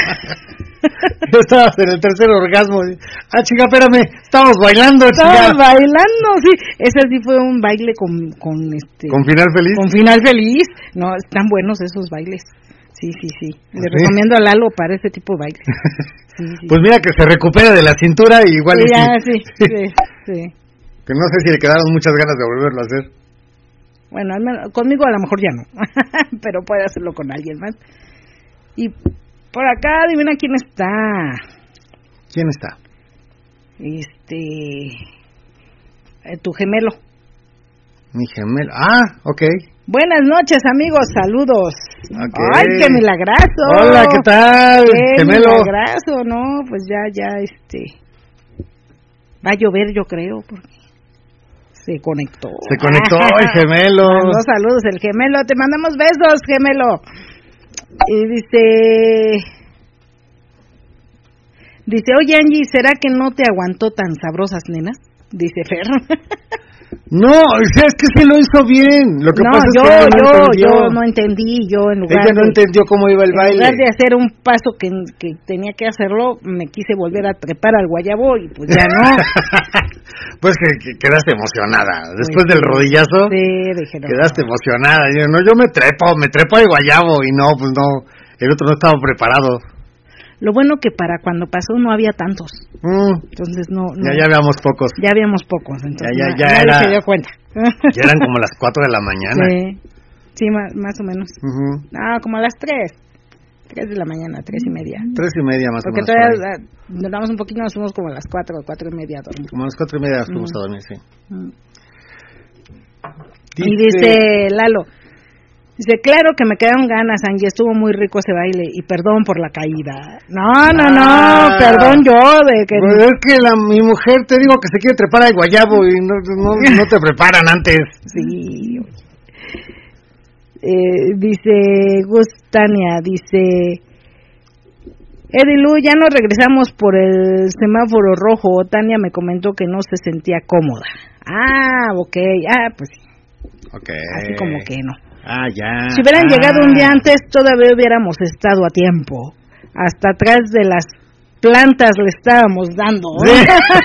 Yo estaba en el tercer orgasmo. Ah, chica, espérame, estamos bailando. Estábamos bailando, sí. Ese sí fue un baile con, con este. ¿Con final feliz? Con final feliz. No, están buenos esos bailes. Sí, sí, sí. Le ¿Sí? recomiendo a Lalo para ese tipo de bailes. Sí, sí. Pues mira que se recupera de la cintura y igual. Sí, y ya, sí, sí, sí. Que no sé si le quedaron muchas ganas de volverlo a hacer. Bueno, al menos, conmigo a lo mejor ya no. Pero puede hacerlo con alguien más. Y por acá, adivina quién está. ¿Quién está? Este... Eh, tu gemelo. Mi gemelo. Ah, ok. Buenas noches, amigos. Saludos. Okay. ¡Ay, qué milagrazo! Hola, ¿qué tal, qué gemelo? Milagrazo, ¿no? Pues ya, ya, este... Va a llover, yo creo, porque... Se conectó. Se conectó el gemelo. Mandó saludos el gemelo. Te mandamos besos, gemelo. Y dice... Dice, oye Angie, ¿será que no te aguantó tan sabrosas nenas? Dice Fer. No, o sea, es que sí lo hizo bien. Lo que no, pasa yo, es que no yo, entendió. yo no entendí. Yo en lugar Ella no de, entendió cómo iba el baile. En lugar de hacer un paso que, que tenía que hacerlo, me quise volver a trepar al guayabo y pues ya no. Pues que, que quedaste emocionada. Después pues, del rodillazo, sí, dije, no, quedaste emocionada. Yo, no, yo me trepo, me trepo al guayabo y no, pues no, el otro no estaba preparado. Lo bueno que para cuando pasó no había tantos. Mm. Entonces no, no. Ya, ya habíamos pocos. Ya habíamos pocos, entonces ya, ya, na, ya nadie era, se dio cuenta. Ya eran como las cuatro de la mañana. Sí, sí más, más o menos. Uh-huh. No, como a las tres. Tres de la mañana, tres y media. Tres y media más Porque o menos. Porque todavía duramos un poquito, nos fuimos como a las cuatro, cuatro y media a dormir. Como a las cuatro y media nos fuimos mm. a dormir, sí. Mm. Dice... Y dice Lalo, dice, claro que me quedaron ganas, Angie, estuvo muy rico ese baile, y perdón por la caída. No, no, ah, no, perdón yo de que... Pues es que la, mi mujer, te digo que se quiere trepar al guayabo y no, no, no te preparan antes. Sí, eh, dice Gustania, dice... Edilu, ya nos regresamos por el semáforo rojo. Tania me comentó que no se sentía cómoda. Ah, ok, ah, pues okay. Así como que no. Ah, ya. Si hubieran ah. llegado un día antes, todavía hubiéramos estado a tiempo. Hasta atrás de las plantas le estábamos dando. Sí,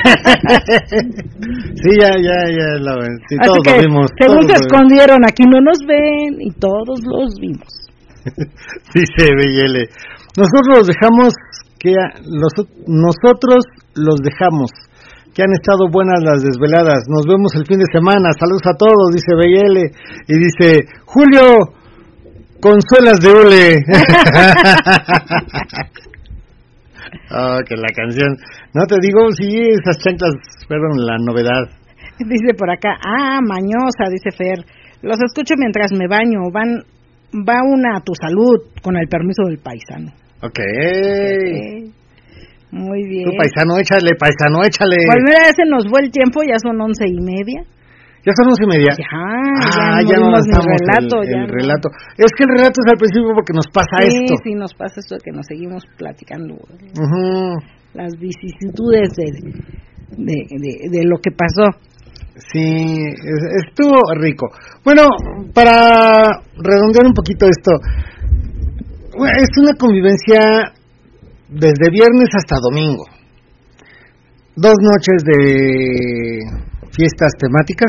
sí ya, ya, ya la ven. Sí, Así todos que, lo vimos. según todos se escondieron, aquí no nos ven y todos los vimos. Dice Beyele, nosotros los dejamos que los, nosotros los dejamos que han estado buenas las desveladas. Nos vemos el fin de semana. Saludos a todos, dice Beyele. Y dice, Julio, consuelas de hule. Oh, que la canción. No te digo, sí, esas chanclas fueron la novedad. Dice por acá, ah, mañosa, dice Fer. Los escucho mientras me baño. Van, va una a tu salud, con el permiso del paisano. Okay. Okay. Muy bien. Tú, paisano, échale, paisano, échale. Pues mira, se nos fue el tiempo, ya son once y media. ¿Ya son once y media? Ya, ah, ya, ya no el relato. El, ya el no. relato. Es que el relato es al principio porque nos pasa sí, esto. Sí, sí, nos pasa esto de que nos seguimos platicando. Uh-huh. Las vicisitudes de, de, de, de lo que pasó. Sí, estuvo rico. Bueno, para redondear un poquito esto, es una convivencia desde viernes hasta domingo. Dos noches de fiestas temáticas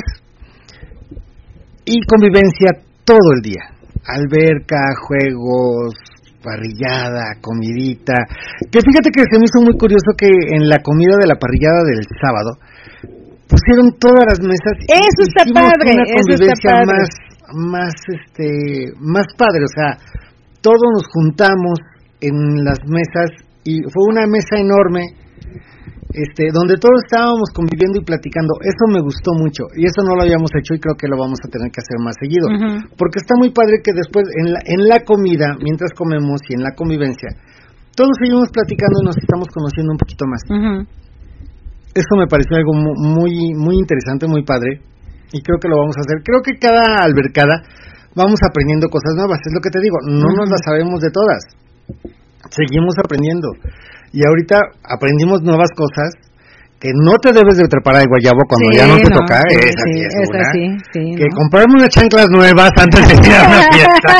y convivencia todo el día. Alberca, juegos, parrillada, comidita. Que fíjate que se me hizo muy curioso que en la comida de la parrillada del sábado pusieron todas las mesas. Eso y está padre, una convivencia eso está padre. más, más, este, más padre. O sea, todos nos juntamos en las mesas y fue una mesa enorme, este, donde todos estábamos conviviendo y platicando. Eso me gustó mucho y eso no lo habíamos hecho y creo que lo vamos a tener que hacer más seguido, uh-huh. porque está muy padre que después en la, en la comida, mientras comemos y en la convivencia, todos seguimos platicando y nos estamos conociendo un poquito más. Uh-huh. Eso me pareció algo muy, muy interesante, muy padre y creo que lo vamos a hacer. Creo que cada albercada vamos aprendiendo cosas nuevas, es lo que te digo, no uh-huh. nos las sabemos de todas, seguimos aprendiendo. Y ahorita aprendimos nuevas cosas, que no te debes de trepar al guayabo cuando sí, ya no te no, toca, sí, esa sí, es una, sí, sí, que no. comprarme unas chanclas nuevas antes de ir a una fiesta,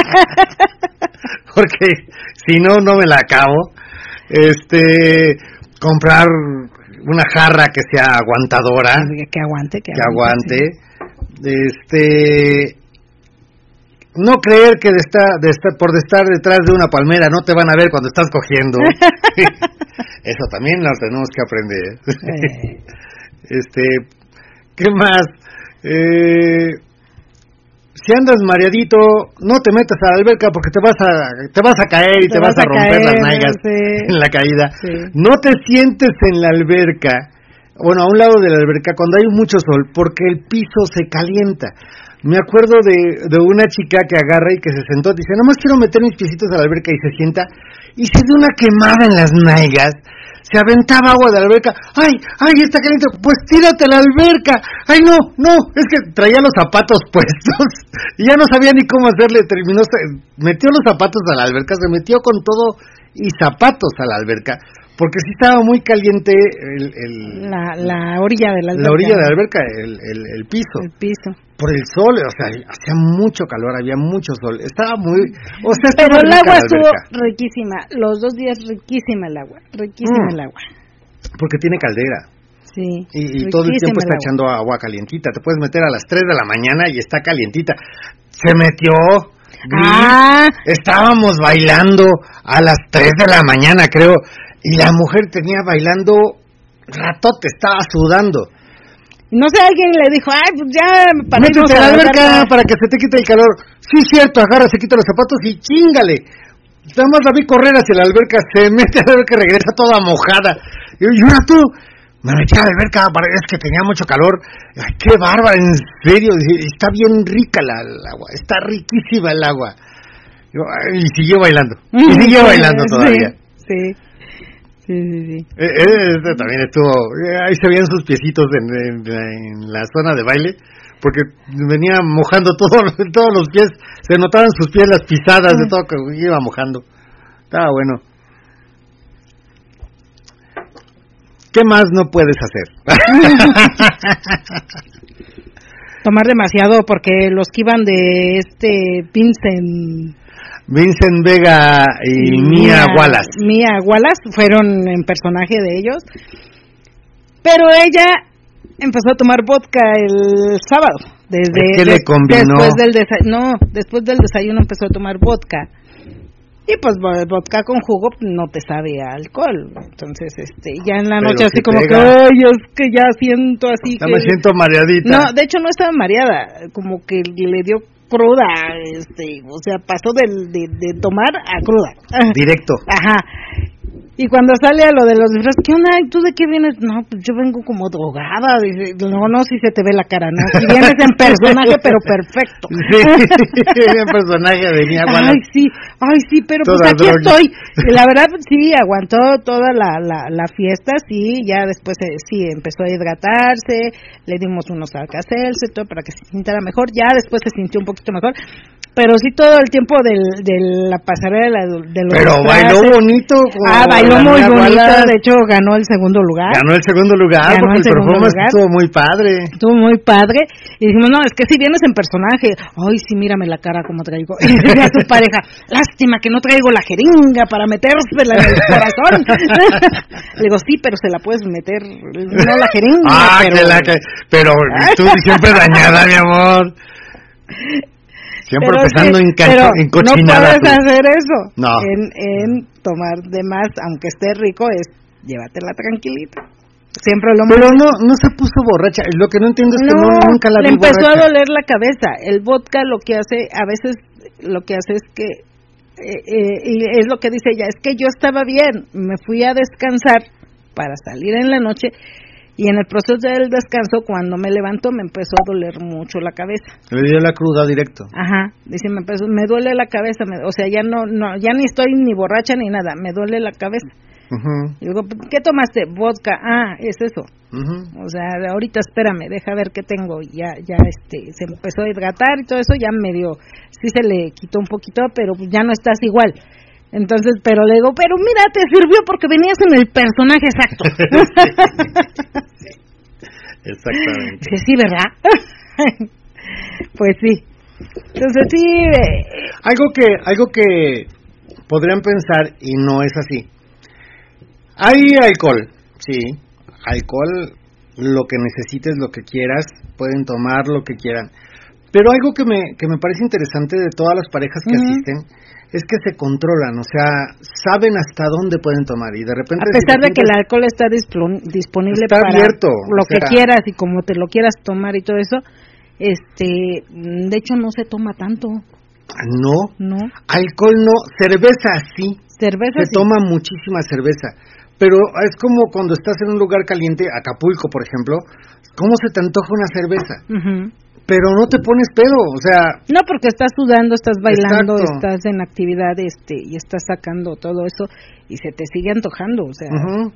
porque si no, no me la acabo, este, comprar una jarra que sea aguantadora, que aguante, que, que aguante, sí. este... No creer que de estar, de estar, por estar detrás de una palmera no te van a ver cuando estás cogiendo. Eso también lo tenemos que aprender. Eh. Este, ¿qué más? Eh, si andas mareadito, no te metas a la alberca porque te vas a, te vas a caer y te, te vas, vas a romper caer, las nalgas sí. en la caída. Sí. No te sientes en la alberca, bueno, a un lado de la alberca cuando hay mucho sol, porque el piso se calienta. Me acuerdo de, de una chica que agarra y que se sentó, dice, nomás quiero meter mis piecitos a la alberca, y se sienta, y se dio una quemada en las nalgas, se aventaba agua de la alberca, ay, ay, está caliente, pues tírate a la alberca, ay, no, no, es que traía los zapatos puestos, y ya no sabía ni cómo hacerle, terminó, metió los zapatos a la alberca, se metió con todo y zapatos a la alberca, porque sí estaba muy caliente el, el la, la orilla de la alberca. La orilla de la alberca, el, el, el piso. El piso. Por el sol, o sea, hacía mucho calor, había mucho sol, estaba muy... o sea, estaba Pero el agua estuvo riquísima, los dos días riquísima el agua, riquísima mm. el agua. Porque tiene caldera. Sí. Y, y todo el tiempo está el echando agua calientita, te puedes meter a las tres de la mañana y está calientita. Se metió... Ah. Estábamos bailando a las tres de la mañana, creo, y la mujer tenía bailando ratote, estaba sudando. No sé, alguien le dijo, ay, pues ya para irnos a la alberca para que se te quite el calor. Sí, cierto, agarra, se quita los zapatos y chíngale. Nada más la vi correr hacia la alberca, se mete a la alberca y regresa toda mojada. Y yo, ahora tú, me metí a la alberca, es que tenía mucho calor. Ay, qué bárbara, en serio, está bien rica la, el agua, está riquísima el agua. Y siguió bailando, y siguió sí, bailando todavía. Sí, sí, sí, sí. Eh, este también estuvo, ahí se veían sus piecitos en, en, en la zona de baile, porque venía mojando todo, todos los pies, se notaban sus pies, las pisadas de todo que iba mojando. Estaba bueno. ¿Qué más no puedes hacer? Tomar demasiado, porque los que iban de este Vincent... Vincent Vega y, y Mia Wallace. Mia Wallace fueron en personaje de ellos. Pero ella empezó a tomar vodka el sábado. Desde ¿Qué le combinó? Después del desayuno, no, después del desayuno empezó a tomar vodka. Y pues vodka con jugo no te sabe a alcohol. Entonces, este, ya en la Pero noche así como pega. que, ay, es que ya siento así ya que... me siento mareadita. No, de hecho no estaba mareada, como que le dio cruda, este, o sea, pasó del, de, de tomar a cruda. Directo. Ajá. Y cuando sale a lo de los disfraces, ¿qué onda? ¿Tú de qué vienes? No, pues yo vengo como drogada. Dice, no, no, si se te ve la cara, ¿no? Si vienes en personaje, pero perfecto. Sí, en personaje venía. Ay, sí, ay, sí, pero pues aquí droga. Estoy. Y la verdad, sí, aguantó toda la, la, la fiesta, sí, ya después eh, sí, empezó a hidratarse, le dimos unos Alka-Seltzer, todo para que se sintiera mejor, ya después se sintió un poquito mejor. Pero sí todo el tiempo del, de la pasarela de los Pero bailó bonito. Ah, bailó muy bonito, bala. De hecho ganó el segundo lugar. Ganó el segundo lugar ganó porque el, el performance lugar. Estuvo muy padre. Estuvo muy padre. Y dijimos, no, es que si vienes en personaje, ay, sí, mírame la cara como traigo. Y decía a su pareja, lástima que no traigo la jeringa para metérsela en el corazón. Le digo, sí, pero se la puedes meter, no la jeringa. Ah, pero... que la que... Pero tú siempre dañada, mi amor. Siempre pero pensando sí, en, cacho, en cochinada. No puedes tú. Hacer eso. No. En, en tomar de más, aunque esté rico, es llévatela tranquilita. Siempre lo Pero no no se puso borracha. Lo que no entiendo es que no, no nunca la vi le empezó borracha. a doler la cabeza. El vodka lo que hace, a veces lo que hace es que, eh, eh, y es lo que dice ella, es que yo estaba bien, me fui a descansar para salir en la noche. Y en el proceso del descanso, cuando me levantó, me empezó a doler mucho la cabeza. Le dio la cruda directo. Ajá, dice, me empezó, me duele la cabeza, me, o sea, ya no, no, ya ni estoy ni borracha ni nada, me duele la cabeza. Uh-huh. Y digo, ¿qué tomaste? Vodka. Ah, es eso. Uh-huh. O sea, ahorita espérame, deja ver qué tengo. Y ya, ya, este, se empezó a hidratar y todo eso, ya medio, sí se le quitó un poquito, pero ya no estás igual. Entonces, pero le digo, pero mira, te sirvió porque venías en el personaje exacto. Sí, exactamente. Dice, sí, ¿verdad? Pues sí. Entonces, sí. Eh... Algo que, algo que podrían pensar, y no es así. Hay alcohol, sí. Alcohol, lo que necesites, lo que quieras, pueden tomar lo que quieran. Pero algo que me, que me parece interesante de todas las parejas que uh-huh. asisten, es que se controlan, o sea, saben hasta dónde pueden tomar y de repente... A pesar si de que el alcohol está disponible está para abierto, lo que sea, quieras y como te lo quieras tomar y todo eso, este, de hecho no se toma tanto. No, no. Alcohol no, cerveza sí. Cerveza se sí. toma muchísima cerveza, pero es como cuando estás en un lugar caliente, Acapulco por ejemplo, ¿cómo se te antoja una cerveza? Uh-huh. Pero no te pones pedo, o sea... No, porque estás sudando, estás bailando, exacto. Estás en actividad este y estás sacando todo eso y se te sigue antojando, o sea... Uh-huh.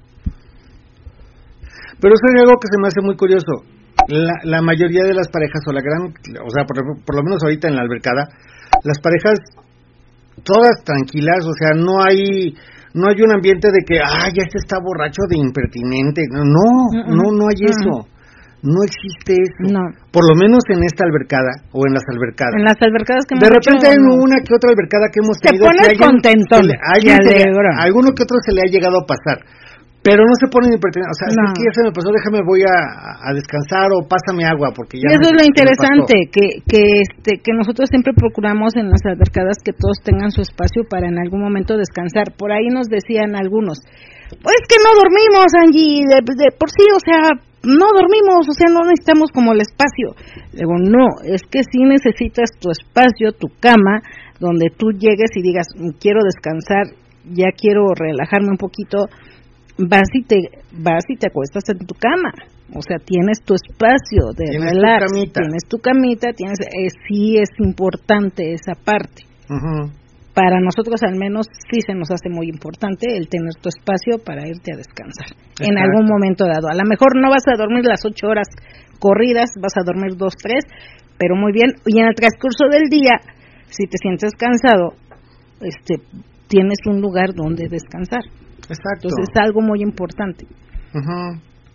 Pero eso es algo que se me hace muy curioso. La, la mayoría de las parejas, o la gran... O sea, por, por lo menos ahorita en la albercada, las parejas todas tranquilas, o sea, no hay... No hay un ambiente de que, ah, ya este está borracho de impertinente. No, uh-uh. no, no hay uh-uh. eso. No existe eso. No. Por lo menos en esta albercada o en las albercadas. En las albercadas que hemos De repente hecho, hay no. una que otra albercada que hemos te tenido. Te pones que contentón. A alguno que otro se le ha llegado a pasar. Pero no se ponen impertinentes. O sea, no. Es que ya se me pasó, déjame, voy a, a descansar o pásame agua. Porque ya y eso me, es lo interesante, que, que, este, que nosotros siempre procuramos en las albercadas que todos tengan su espacio para en algún momento descansar. Por ahí nos decían algunos, pues que no dormimos, Angie, de, de por sí, o sea... no dormimos, o sea, no necesitamos como el espacio. Digo, no, es que sí necesitas tu espacio, tu cama, donde tú llegues y digas, quiero descansar, ya quiero relajarme un poquito, vas y te vas y te acuestas en tu cama. O sea, tienes tu espacio de ¿Tienes relax, tu camita? tienes tu camita, tienes, eh, sí es importante esa parte. Uh-huh. Para nosotros al menos sí se nos hace muy importante el tener tu espacio para irte a descansar. Exacto. En algún momento dado. A lo mejor no vas a dormir las ocho horas corridas, vas a dormir dos, tres, pero muy bien. Y en el transcurso del día, si te sientes cansado, este, tienes un lugar donde descansar. Exacto. Entonces es algo muy importante. Uh-huh.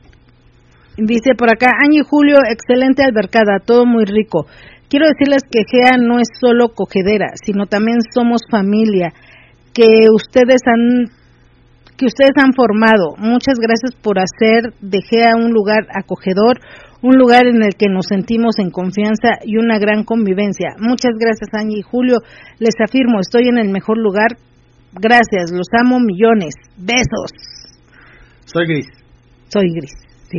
Dice por acá, Año y Julio, excelente albercada, todo muy rico. Quiero decirles que G E A no es solo cogedera, sino también somos familia, que ustedes han que ustedes han formado. Muchas gracias por hacer de G E A un lugar acogedor, un lugar en el que nos sentimos en confianza y una gran convivencia. Muchas gracias, Angie y Julio. Les afirmo, estoy en el mejor lugar. Gracias, los amo millones. Besos. Soy Gris. Soy Gris, sí.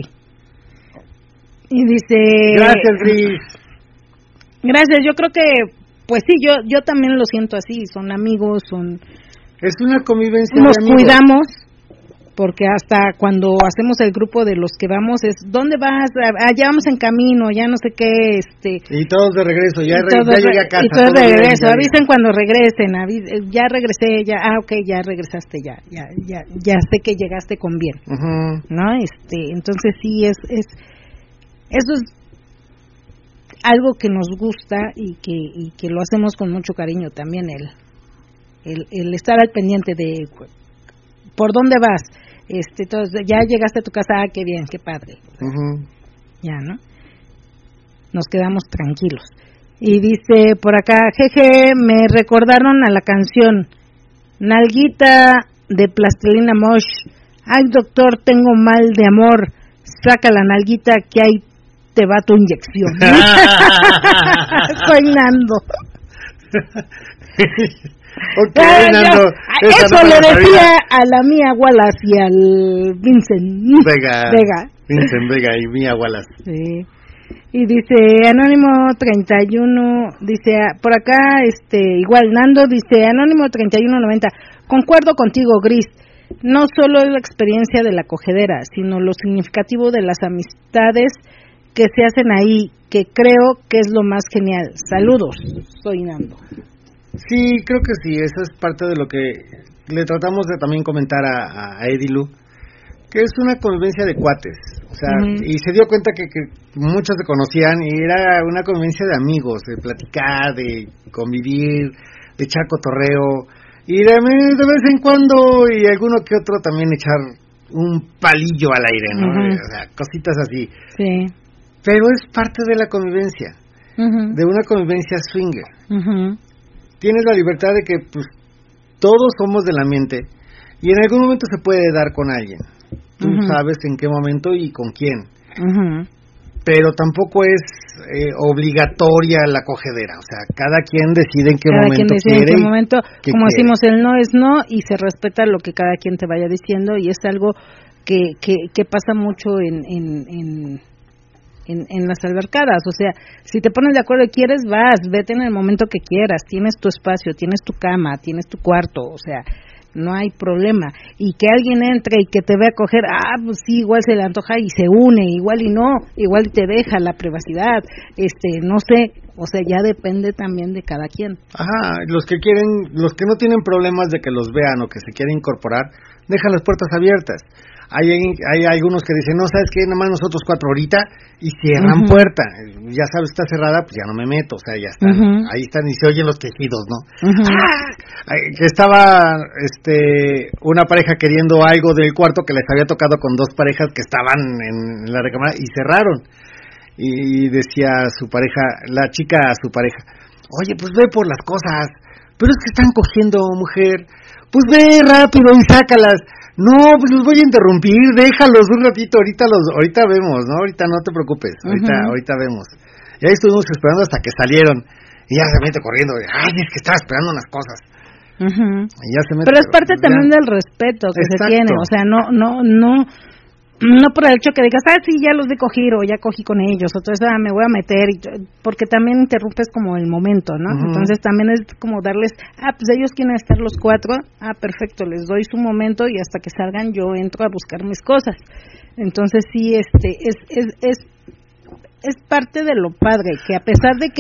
Y dice... Gracias, Gris. Gracias, yo creo que, pues sí, yo yo también lo siento así, son amigos, son Es una convivencia nos de amigos. cuidamos, porque hasta cuando hacemos el grupo de los que vamos es, ¿dónde vas? Allá vamos en camino, ya no sé qué, este... Y todos de regreso, ya, re, todos, ya llegué a casa. Y todos todo de bien, regreso, ya avisen cuando regresen, avis, ya regresé, ya, ah, ok, ya regresaste, ya, ya, ya, ya sé que llegaste con bien, uh-huh. ¿no? Este, entonces sí, es, es, eso es algo que nos gusta y que, y que lo hacemos con mucho cariño también, el, el, el estar al pendiente de por dónde vas. Este, entonces, ya llegaste a tu casa, ah, qué bien, qué padre. Uh-huh. Ya, ¿no? Nos quedamos tranquilos. Y dice por acá, jeje, me recordaron a la canción Nalguita de Plastilina Mosh. Ay, doctor, tengo mal de amor. Saca la nalguita que ahí te va tu inyección. Soy Nando. Okay, ah, Nando, yo, eso no le decía a la Mía Wallace y al Vincent Vega, Vega. Vincent Vega y Mía Wallace. Sí. Y dice Anónimo treinta y uno, dice por acá, este igual Nando, dice Anónimo treinta y uno noventa, concuerdo contigo, Gris. No solo es la experiencia de la cogedera, sino lo significativo de las amistades que se hacen ahí, que creo que es lo más genial. Saludos, soy Nando. Sí, creo que sí, eso es parte de lo que le tratamos de también comentar a, a Edilu, que es una convivencia de cuates, o sea, uh-huh. y se dio cuenta que, que muchos se conocían y era una convivencia de amigos, de platicar, de convivir, de echar cotorreo, y de, de vez en cuando, y alguno que otro también echar un palillo al aire, ¿no? Uh-huh. O sea, cositas así. Sí. Pero es parte de la convivencia, uh-huh. de una convivencia swinger. Uh-huh. Tienes la libertad de que pues todos somos del ambiente y en algún momento se puede dar con alguien. Tú uh-huh. sabes en qué momento y con quién. Uh-huh. Pero tampoco es eh, obligatoria la cogedera. O sea, cada quien decide en qué cada momento quien decide quiere. En qué momento, como quiere. decimos, el no es no y se respeta lo que cada quien te vaya diciendo y es algo que que, que pasa mucho en... en, en En, en las albercadas, o sea, si te pones de acuerdo y quieres, vas, vete en el momento que quieras, tienes tu espacio, tienes tu cama, tienes tu cuarto, o sea, no hay problema, y que alguien entre y que te vea coger, ah, pues sí, igual se le antoja y se une, igual y no, igual te deja la privacidad, este, no sé, o sea, ya depende también de cada quien. Ajá, los que quieren, los que no tienen problemas de que los vean o que se quieren incorporar, dejan las puertas abiertas. Hay, hay algunos que dicen, no, ¿sabes qué? Nada más nosotros cuatro ahorita y cierran uh-huh. puerta. Ya sabes, está cerrada, pues ya no me meto, o sea, ya están, uh-huh. ahí están y se oyen los quejidos, ¿no? Uh-huh. ¡Ah! Que estaba este, una pareja queriendo algo del cuarto que les había tocado con dos parejas que estaban en, en la recámara y cerraron. Y, y decía su pareja, la chica a su pareja, oye, pues ve por las cosas, pero es que están cogiendo, mujer, pues ve rápido y sácalas. No, pues los voy a interrumpir, déjalos un ratito, ahorita los, ahorita vemos, ¿no? Ahorita no te preocupes, ahorita, uh-huh. ahorita vemos. Y ahí estuvimos esperando hasta que salieron, y ya se mete corriendo, ay, es que estaba esperando unas cosas. Uh-huh. Y ya se mete, pero es parte ya. también del respeto que Exacto. se tiene, o sea, no, no, no, no por el hecho que digas, ah, sí, ya los vi coger o ya cogí con ellos, o entonces ah, me voy a meter, y, porque también interrumpes como el momento, ¿no? Uh-huh. Entonces también es como darles, ah, pues ellos quieren estar los cuatro, ah, perfecto, les doy su momento y hasta que salgan yo entro a buscar mis cosas. Entonces sí, este, es, es, es, es parte de lo padre, que a pesar de que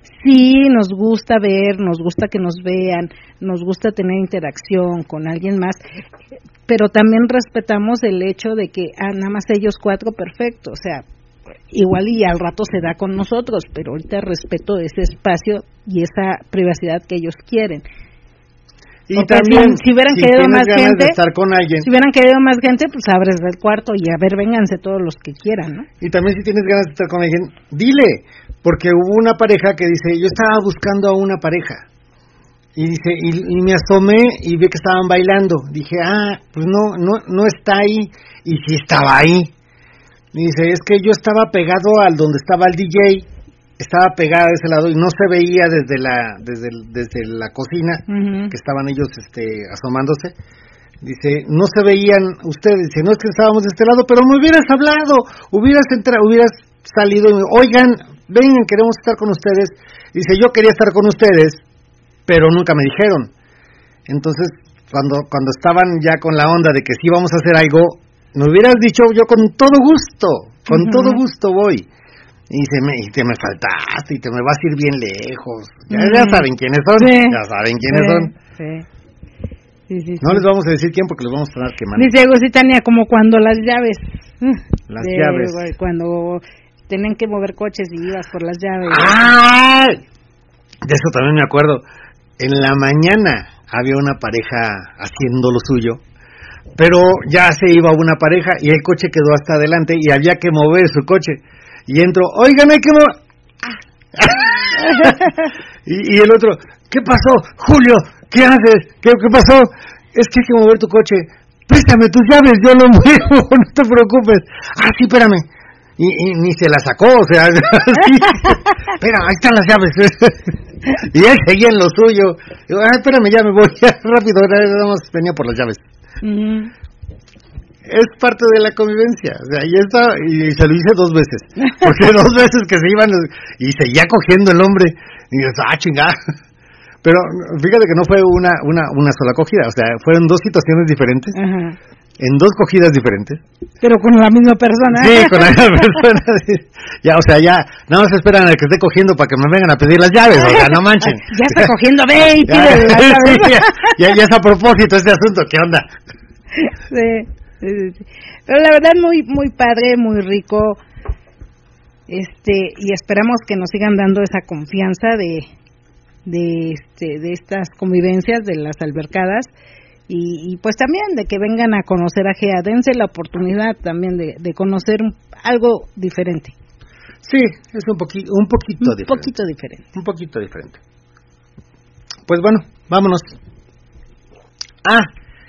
sí nos gusta ver, nos gusta que nos vean, nos gusta tener interacción con alguien más, pero también respetamos el hecho de que ah, nada más ellos cuatro, perfecto, o sea, igual y al rato se da con nosotros, pero ahorita respeto ese espacio y esa privacidad que ellos quieren. Y porque también, si, si hubieran si querido más gente, de estar con alguien, si hubieran querido más gente, pues abres el cuarto y a ver, vénganse todos los que quieran, ¿no? Y también si tienes ganas de estar con alguien, dile, porque hubo una pareja que dice, yo estaba buscando a una pareja, y dice, y, y me asomé y vi que estaban bailando, dije, ah, pues no, no, no está ahí, y sí estaba ahí, y dice, es que yo estaba pegado al donde estaba el D J, estaba pegada de ese lado y no se veía desde la, desde, desde la cocina, uh-huh. que estaban ellos, este, asomándose, dice, no se veían ustedes, dice, no es que estábamos de este lado, pero me hubieras hablado, hubieras entrado, hubieras salido, y, oigan, vengan, queremos estar con ustedes, dice, yo quería estar con ustedes, pero nunca me dijeron. Entonces, cuando cuando estaban ya con la onda de que sí vamos a hacer algo, me hubieras dicho, yo con todo gusto, con uh-huh. todo gusto voy. Y, se me, y te me faltaste, y te me vas a ir bien lejos. Ya, uh-huh. ya saben quiénes son, sí. ya saben quiénes sí. son. Sí. Sí, sí, no sí. les vamos a decir quién porque los vamos a estar quemando. Dice Agusitania, como cuando las llaves. Las de, llaves. Cuando tenían que mover coches y ibas por las llaves. ¡Ah! De eso también me acuerdo. En la mañana había una pareja haciendo lo suyo, pero ya se iba una pareja y el coche quedó hasta adelante y había que mover su coche. Y entro, oigan, hay que mover. y, y el otro, ¿qué pasó? Julio, ¿qué haces? ¿Qué, ¿Qué pasó? Es que hay que mover tu coche. Préstame tus llaves, yo lo muevo, no te preocupes. Ah, sí, espérame. Y, y ni se la sacó, o sea, sí. Espera, ahí están las llaves. Y él seguía en lo suyo. Digo, ah, espérame, ya me voy, ya, rápido, nada más venía por las llaves. Uh-huh. Es parte de la convivencia, o sea, y está, y se lo hice dos veces, porque dos veces que se iban y seguía cogiendo el hombre, y dices, ah, chingada. Pero fíjate que no fue una una una sola cogida, o sea, fueron dos situaciones diferentes, uh-huh. en dos cogidas diferentes. Pero con la misma persona. Sí, con la misma persona. Ya, o sea, ya, nada más esperan a que esté cogiendo para que me vengan a pedir las llaves, o sea, no manchen. Ya está cogiendo, ve y pide las llaves. Sí, ya, ya, ya es a propósito este asunto, ¿qué onda? Sí. Sí, sí. Pero la verdad muy muy padre, muy rico, este y esperamos que nos sigan dando esa confianza de de este de estas convivencias de las albercadas y, y pues también de que vengan a conocer a Gea, dense la oportunidad también de, de conocer algo diferente. Sí, es un poquito un poquito un diferente. poquito diferente. Un poquito diferente. Pues bueno, vámonos. Ah,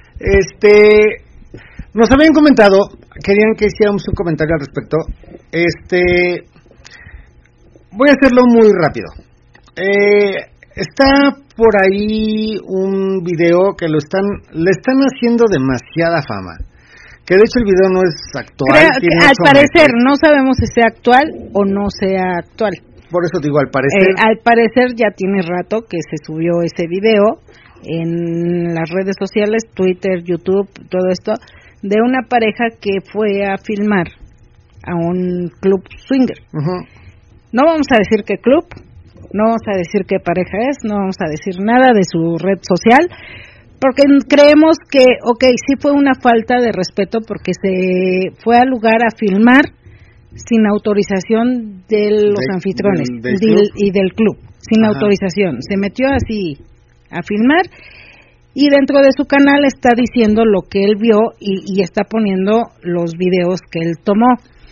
este nos habían comentado, querían que hiciéramos un comentario al respecto. Este, voy a hacerlo muy rápido. Eh, está por ahí un video que lo están, le están haciendo demasiada fama. Que de hecho el video no es actual. Creo, al parecer, meses. No sabemos si sea actual o no sea actual. Por eso digo, al parecer. Eh, al parecer ya tiene rato que se subió ese video en las redes sociales, Twitter, YouTube, todo esto, de una pareja que fue a filmar a un club swinger. Uh-huh. No vamos a decir qué club, no vamos a decir qué pareja es, no vamos a decir nada de su red social, porque creemos que, ok, sí fue una falta de respeto porque se fue al lugar a filmar sin autorización de los de, anfitriones del, del del, y del club, sin Ajá. autorización. Se metió así a filmar. Y dentro de su canal está diciendo lo que él vio y, y está poniendo los videos que él tomó.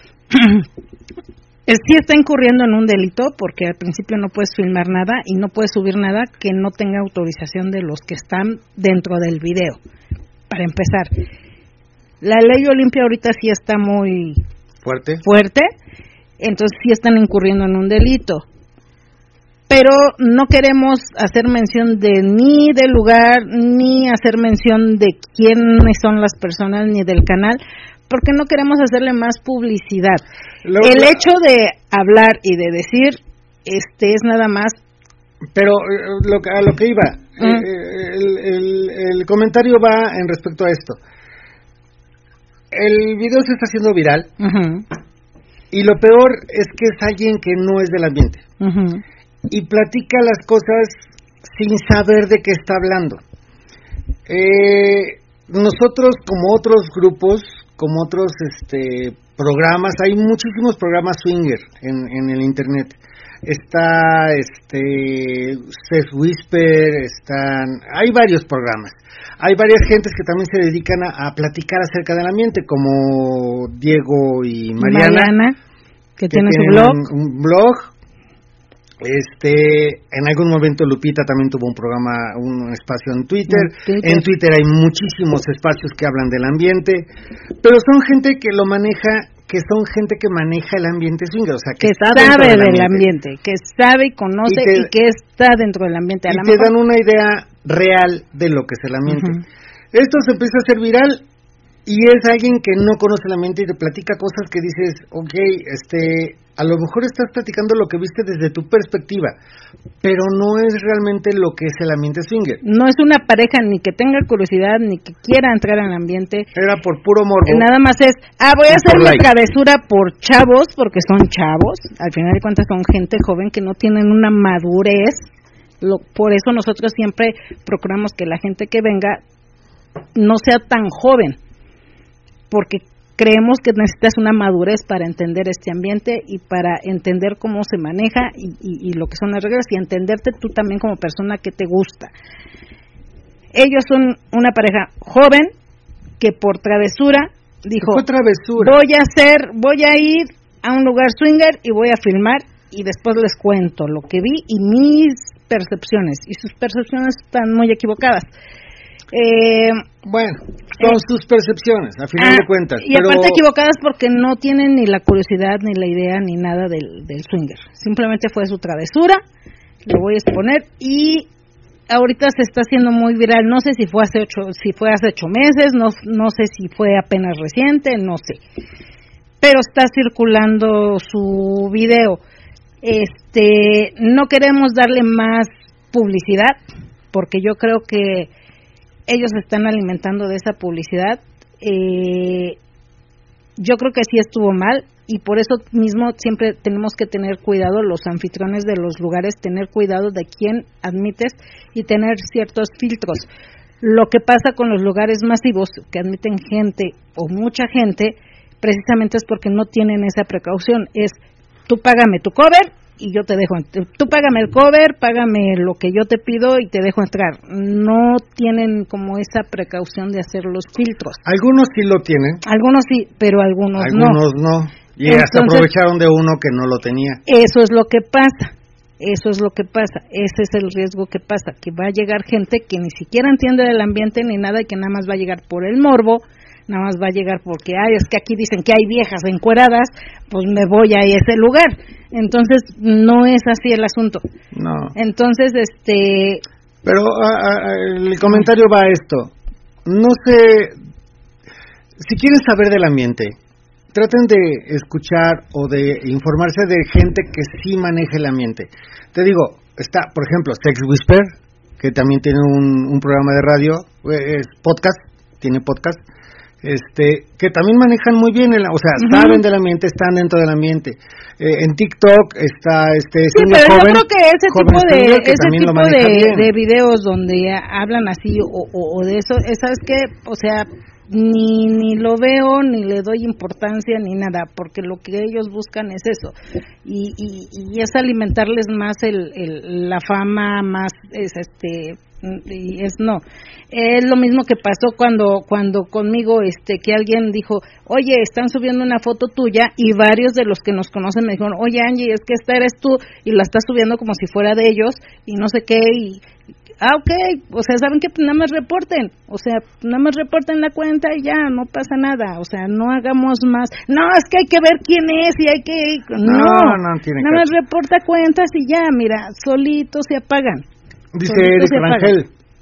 Él sí está incurriendo en un delito porque al principio no puedes filmar nada y no puedes subir nada que no tenga autorización de los que están dentro del video. Para empezar, la ley Olimpia ahorita sí está muy fuerte, fuerte, entonces sí están incurriendo en un delito. Pero no queremos hacer mención de ni del lugar, ni hacer mención de quiénes son las personas, ni del canal, porque no queremos hacerle más publicidad. Lo, el lo, hecho de hablar y de decir, este es nada más. Pero lo, a lo que iba, ¿Mm? el, el, el comentario va en respecto a esto. El video se está haciendo viral, uh-huh. y lo peor es que es alguien que no es del ambiente. Uh-huh. Y platica las cosas sin saber de qué está hablando. Eh, nosotros, como otros grupos, como otros este, programas, hay muchísimos programas swinger en, en el internet. Está este Seth Whisper, están, hay varios programas. Hay varias gentes que también se dedican a, a platicar acerca del ambiente, como Diego y Mariana, Mariana que, que tiene su blog. Un, un blog. Este, en algún momento Lupita también tuvo un programa, un espacio en Twitter. Twitter. En Twitter hay muchísimos espacios que hablan del ambiente, pero son gente que lo maneja, que son gente que maneja el ambiente swinger, o sea, que, que está sabe del, del ambiente. ambiente, que sabe y conoce y, te, y que está dentro del ambiente. A y la te mejor... dan una idea real de lo que es el ambiente. Uh-huh. Esto se empieza a hacer viral y es alguien que no conoce el ambiente y te platica cosas que dices, okay, este, a lo mejor estás platicando lo que viste desde tu perspectiva, pero no es realmente lo que es el ambiente swinger. No es una pareja ni que tenga curiosidad, ni que quiera entrar al ambiente. Era por puro morbo. Nada más es, ah, voy a hacer una like. travesura por chavos, porque son chavos, al final de cuentas son gente joven que no tienen una madurez. Lo, por eso nosotros siempre procuramos que la gente que venga no sea tan joven, porque creemos que necesitas una madurez para entender este ambiente y para entender cómo se maneja y, y, y lo que son las reglas, y entenderte tú también como persona que te gusta. Ellos son una pareja joven que por travesura dijo, ¿qué travesura? voy a hacer, voy a ir a un lugar swinger y voy a filmar y después les cuento lo que vi y mis percepciones, y sus percepciones están muy equivocadas. Eh, bueno, son eh, sus percepciones, a final ah, de cuentas. Y pero... aparte equivocadas porque no tienen ni la curiosidad, ni la idea, ni nada del, del swinger. Simplemente fue su travesura, lo voy a exponer, y ahorita se está haciendo muy viral. No sé si fue hace ocho, si fue hace ocho meses, no, no sé si fue apenas reciente, no sé. Pero está circulando su video. Este, no queremos darle más publicidad, porque yo creo que ellos están alimentando de esa publicidad. Eh, yo creo que sí estuvo mal, y por eso mismo siempre tenemos que tener cuidado, los anfitriones de los lugares, tener cuidado de quién admites y tener ciertos filtros. Lo que pasa con los lugares masivos que admiten gente o mucha gente, precisamente es porque no tienen esa precaución. Es, tú págame tu cover y yo te dejo, tú págame el cover, págame lo que yo te pido y te dejo entrar. No tienen como esa precaución de hacer los filtros. Algunos sí lo tienen. Algunos sí, pero algunos, algunos no. no. Y Entonces, hasta aprovecharon de uno que no lo tenía. Eso es lo que pasa. Eso es lo que pasa. Ese es el riesgo que pasa, que va a llegar gente que ni siquiera entiende del ambiente ni nada, y que nada más va a llegar por el morbo. Nada más va a llegar porque, ay, es que aquí dicen que hay viejas encueradas, pues me voy a ese lugar. Entonces, no es así el asunto. No. Entonces, este... Pero a, a, el comentario va a esto. No sé, si quieren saber del ambiente, traten de escuchar o de informarse de gente que sí maneja el ambiente. Te digo, está, por ejemplo, Sex Whisper, que también tiene un, un programa de radio, es podcast, tiene podcast, este que también manejan muy bien el, o sea, uh-huh. saben del ambiente, están dentro del ambiente. Eh, en TikTok está este sí, pero joven, yo creo que ese tipo de ese tipo de, de videos donde hablan así o, o, o de eso, ¿sabes qué? O sea, ni ni lo veo, ni le doy importancia ni nada, porque lo que ellos buscan es eso, y y, y es alimentarles más el, el la fama, más es este y es no es lo mismo que pasó cuando cuando conmigo este que alguien dijo, oye, están subiendo una foto tuya, y varios de los que nos conocen me dijeron, oye, Angie, es que esta eres tú y la estás subiendo como si fuera de ellos y no sé qué, y ah, ok, o sea, ¿saben qué? Nada más reporten, o sea, nada más reporten la cuenta y ya, no pasa nada, o sea, no hagamos más, no, es que hay que ver quién es y hay que, no, no, no tiene nada más reporta cuentas y ya, mira, solitos se apagan. Dice Eric Rangel,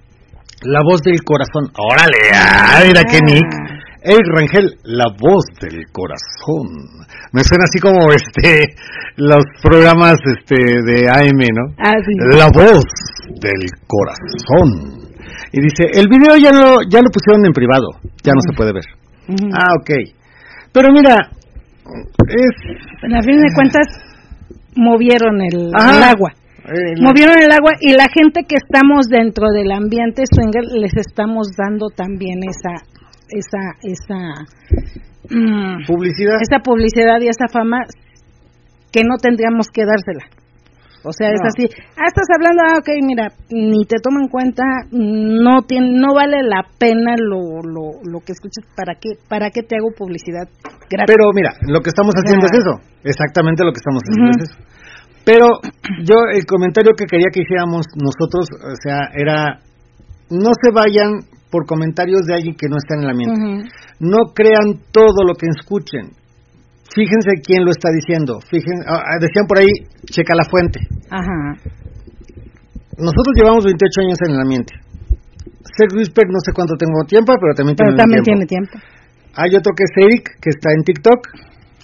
la voz del corazón, órale, ah, mira ah. qué nick. Eric Rangel, la voz del corazón. Me suena así como este los programas este de A M, ¿no? Ah, sí. La voz del corazón. Y dice, el video ya lo ya lo pusieron en privado, ya no uh-huh. se puede ver. Uh-huh. Ah, ok. Pero mira, es a fin de cuentas movieron el, el agua. Eh, movieron el agua, y la gente que estamos dentro del ambiente swinger les estamos dando también esa esa esa mm, publicidad esa publicidad y esa fama que no tendríamos que dársela. O sea, no. Es así, ah, estás hablando, ah, ok, mira, ni te toman en cuenta, no tiene, no vale la pena lo lo lo que escuchas, ¿para qué para qué te hago publicidad gratis? Pero mira, lo que estamos haciendo o sea, es eso, exactamente lo que estamos haciendo uh-huh. es eso. Pero yo, el comentario que quería que hiciéramos nosotros, o sea, era, no se vayan por comentarios de alguien que no está en el ambiente. Uh-huh. No crean todo lo que escuchen. Fíjense quién lo está diciendo. Fíjense, ah, decían por ahí, checa la fuente. Ajá. Nosotros llevamos veintiocho años en el ambiente. Sex Whisper no sé cuánto tengo tiempo, pero también, pero tiene, también tiempo. tiene tiempo. Hay otro que es Eric, que está en TikTok.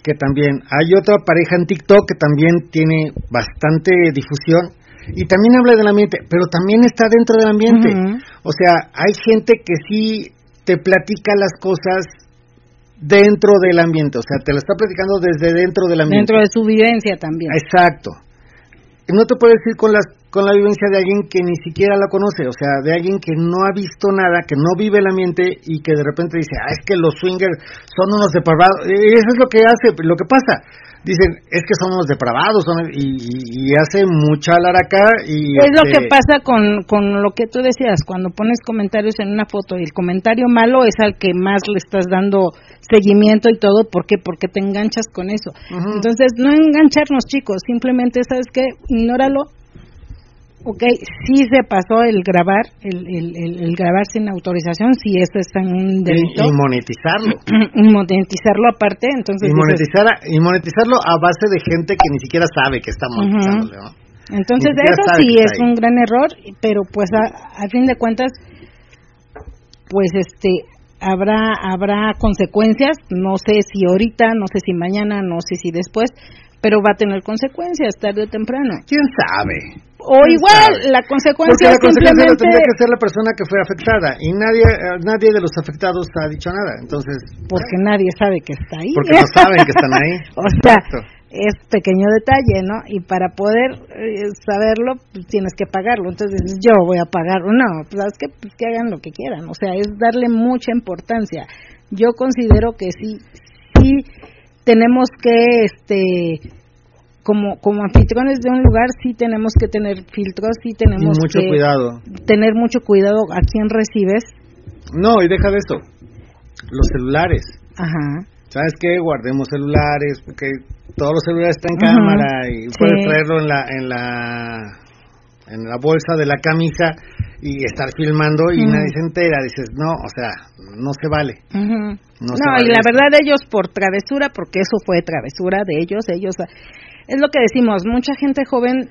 que también hay otra pareja en TikTok que también tiene bastante difusión y también habla del ambiente, pero también está dentro del ambiente. Uh-huh. O sea, hay gente que sí te platica las cosas dentro del ambiente, o sea, te lo está platicando desde dentro del ambiente. Dentro de su vivencia también. Exacto. No te puedes ir con las con la vivencia de alguien que ni siquiera la conoce, o sea, de alguien que no ha visto nada, que no vive el ambiente y que de repente dice, ah, es que los swingers son unos depravados. Y eso es lo que hace, lo que pasa. Dicen, es que son unos depravados, son, y, y, y hace mucha laraca. Y es este... lo que pasa con, con lo que tú decías, cuando pones comentarios en una foto y el comentario malo es al que más le estás dando seguimiento y todo. ¿Por qué? Porque te enganchas con eso. Uh-huh. Entonces, no engancharnos, chicos, simplemente, ¿sabes qué? Ignóralo. Ok, sí se pasó el grabar, el, el, el, el grabar sin autorización, si esto está en un delito. Y, y monetizarlo. Y monetizarlo aparte, entonces. Y, monetizar, y monetizarlo a base de gente que ni siquiera sabe que está monetizándole, ¿no? Entonces eso sí es ahí. Un gran error, pero pues a, a fin de cuentas, pues este, habrá, habrá consecuencias, no sé si ahorita, no sé si mañana, no sé si después, pero va a tener consecuencias tarde o temprano. ¿Quién sabe? O igual, sabe? La consecuencia Porque la simplemente... consecuencia tendría que ser la persona que fue afectada, y nadie nadie de los afectados ha dicho nada, entonces... Porque ¿eh? Nadie sabe que está ahí. Porque no saben que están ahí. O sea, exacto. Es pequeño detalle, ¿no? Y para poder eh, saberlo, pues, tienes que pagarlo. Entonces, yo voy a pagarlo. No, pues, ¿sabes qué? Pues que hagan lo que quieran. O sea, es darle mucha importancia. Yo considero que sí, sí tenemos que, este... como como anfitriones de un lugar sí tenemos que tener filtros, sí tenemos mucho que cuidado. tener mucho cuidado a quién recibes. No, y deja de eso, los celulares. Ajá. ¿Sabes qué? Guardemos celulares, porque todos los celulares están en uh-huh. cámara y sí. Puedes traerlo en la en la en la bolsa de la camisa y estar filmando y uh-huh. nadie se entera. Dices, no, o sea, no se vale. Uh-huh. No, no vale y la eso. Verdad ellos por travesura, porque eso fue travesura de ellos, ellos... Es lo que decimos, mucha gente joven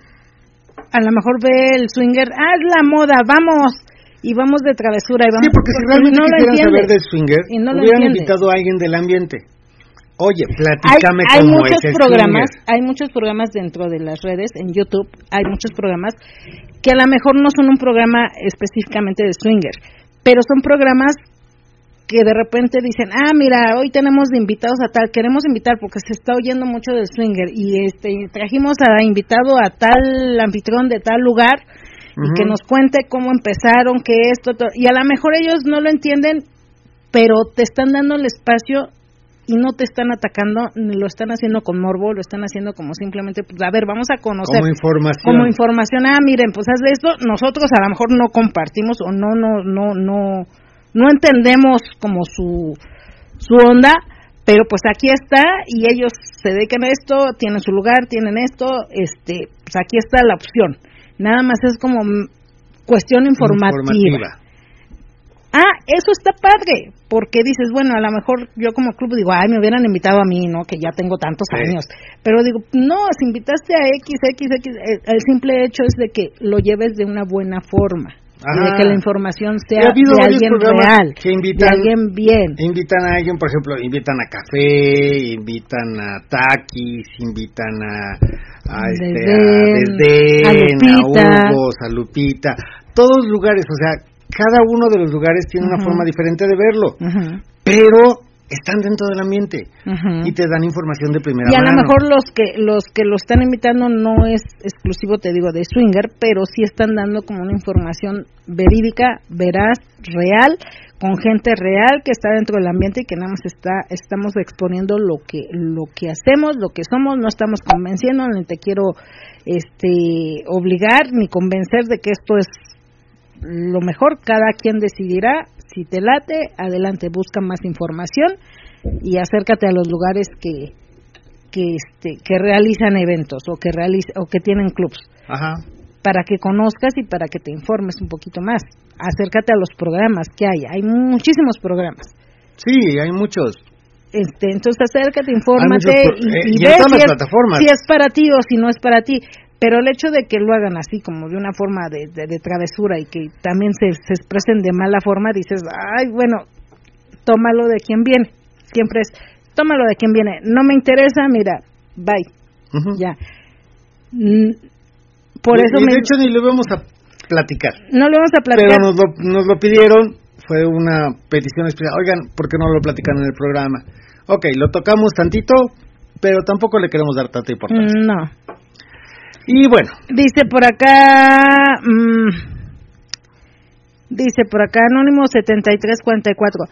a lo mejor ve el swinger, ah, es la moda, vamos, y vamos de travesura. Y vamos, sí, porque si realmente no quisieran saber del swinger, no hubieran invitado a alguien del ambiente. Oye, platícame hay, hay cómo muchos es el programas, swinger. Hay muchos programas dentro de las redes, en YouTube, hay muchos programas que a lo mejor no son un programa específicamente de swinger, pero son programas que de repente dicen, ah, mira, hoy tenemos de invitados a tal, queremos invitar porque se está oyendo mucho del swinger y este trajimos a invitado a tal anfitrión de tal lugar uh-huh. y que nos cuente cómo empezaron, que esto, todo. Y a lo mejor ellos no lo entienden, pero te están dando el espacio y no te están atacando, ni lo están haciendo con morbo, lo están haciendo como simplemente, pues a ver, vamos a conocer. Como información. Como información, ah, miren, pues haz de esto, nosotros a lo mejor no compartimos o no, no, no, no... no entendemos como su su onda, pero pues aquí está y ellos se dedican a esto, tienen su lugar, tienen esto, este, pues aquí está la opción. Nada más es como cuestión informativa. informativa. Ah, eso está padre, porque dices, bueno, a lo mejor yo como club digo, ay, me hubieran invitado a mí, ¿no? Que ya tengo tantos sí. años. Pero digo, no, si invitaste a X, X, X, el simple hecho es de que lo lleves de una buena forma. Ajá. De que la información sea de alguien real, que invitan, de alguien bien. Invitan a alguien, por ejemplo, invitan a café, invitan a taquis, invitan a a, este, Desdén, a Desdén, a, a Hugo, a Lupita, todos lugares, o sea, cada uno de los lugares tiene uh-huh. una forma diferente de verlo, uh-huh. pero están dentro del ambiente uh-huh. y te dan información de primera mano. Y a mano. lo mejor los que los que lo están invitando no es exclusivo, te digo, de swinger, pero sí están dando como una información verídica, veraz, real, con gente real que está dentro del ambiente y que nada más está estamos exponiendo lo que lo que hacemos, lo que somos, no estamos convenciendo, ni te quiero este obligar ni convencer de que esto es lo mejor, cada quien decidirá. Si te late, adelante, busca más información y acércate a los lugares que que este que realizan eventos o que realiza, o que tienen clubs. Ajá. Para que conozcas y para que te informes un poquito más. Acércate a los programas que hay, hay muchísimos programas. Sí, hay muchos. Este, entonces acércate, infórmate pro- y, eh, y, y ve en si es, plataformas. si es para ti o si no es para ti. Pero el hecho de que lo hagan así, como de una forma de, de, de travesura y que también se, se expresen de mala forma, dices, ay, bueno, tómalo de quien viene. Siempre es, tómalo de quien viene. No me interesa, mira, bye. Uh-huh. Ya. Mm, por y, eso y me... de hecho ni lo vamos a platicar. No lo vamos a platicar. Pero nos lo, nos lo pidieron, fue una petición especial. Oigan, ¿por qué no lo platican en el programa? Ok, lo tocamos tantito, pero tampoco le queremos dar tanta importancia. No. Y bueno. Dice por acá... Mmm, dice por acá, Anónimo setenta y tres cuarenta y cuatro.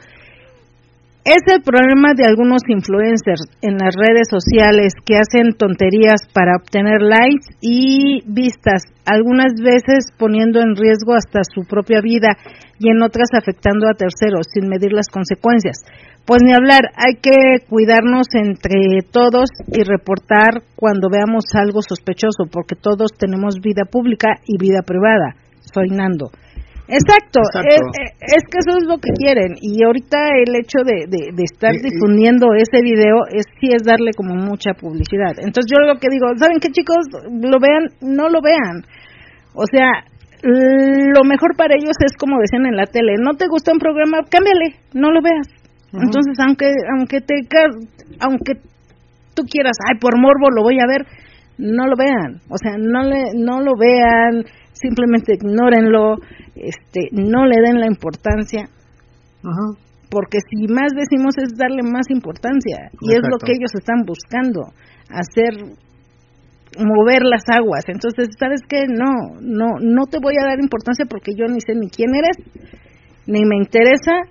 Es el problema de algunos influencers en las redes sociales que hacen tonterías para obtener likes y vistas, algunas veces poniendo en riesgo hasta su propia vida y en otras afectando a terceros sin medir las consecuencias. Pues ni hablar, hay que cuidarnos entre todos y reportar cuando veamos algo sospechoso, porque todos tenemos vida pública y vida privada. Soy Nando. Exacto, Exacto. Es, es que eso es lo que quieren, y ahorita el hecho de, de, de estar y, difundiendo y... ese video es sí es darle como mucha publicidad. Entonces yo lo que digo, ¿saben qué, chicos? Lo vean, no lo vean. O sea, lo mejor para ellos es como decían en la tele, no te gusta un programa, cámbiale, no lo veas. Uh-huh. Entonces, aunque aunque te aunque tú quieras, ay, por morbo lo voy a ver, no lo vean. O sea, no le no lo vean. Simplemente ignórenlo, este, no le den la importancia, uh-huh. porque si más decimos es darle más importancia, y Exacto. es lo que ellos están buscando, hacer, mover las aguas. Entonces, ¿sabes qué? No, no, no te voy a dar importancia porque yo ni sé ni quién eres, ni me interesa,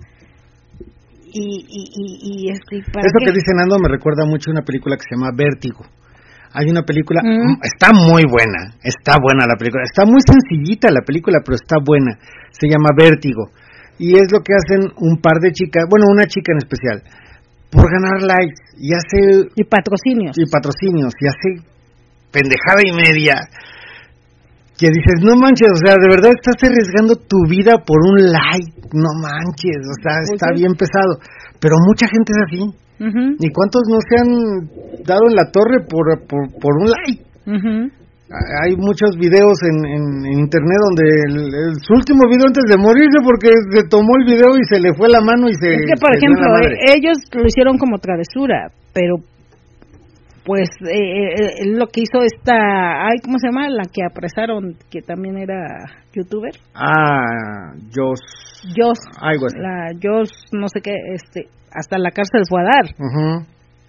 y, y, y, y este, ¿para Eso qué? que dice Nando me recuerda mucho a una película que se llama Vértigo. Hay una película, mm. está muy buena, está buena la película, está muy sencillita la película, pero está buena, se llama Vértigo, y es lo que hacen un par de chicas, bueno, una chica en especial, por ganar likes, y hace... Y patrocinios. Y patrocinios, y hace pendejada y media, que dices, no manches, o sea, de verdad estás arriesgando tu vida por un like, no manches, o sea, está bien pesado, pero mucha gente es así. Uh-huh. ¿Y cuántos no se han dado en la torre por por, por un like? Uh-huh. Hay muchos videos en, en, en internet donde el, el, su último video antes de morirse porque se tomó el video y se le fue la mano y se... Es que, por ejemplo, ellos lo hicieron como travesura, pero pues eh, eh, lo que hizo esta... Ay, ¿cómo se llama? La que apresaron, que también era youtuber. Ah, Jos... Jos, algo así. La Jos, no sé qué, este... hasta la cárcel fue a dar. Uh-huh.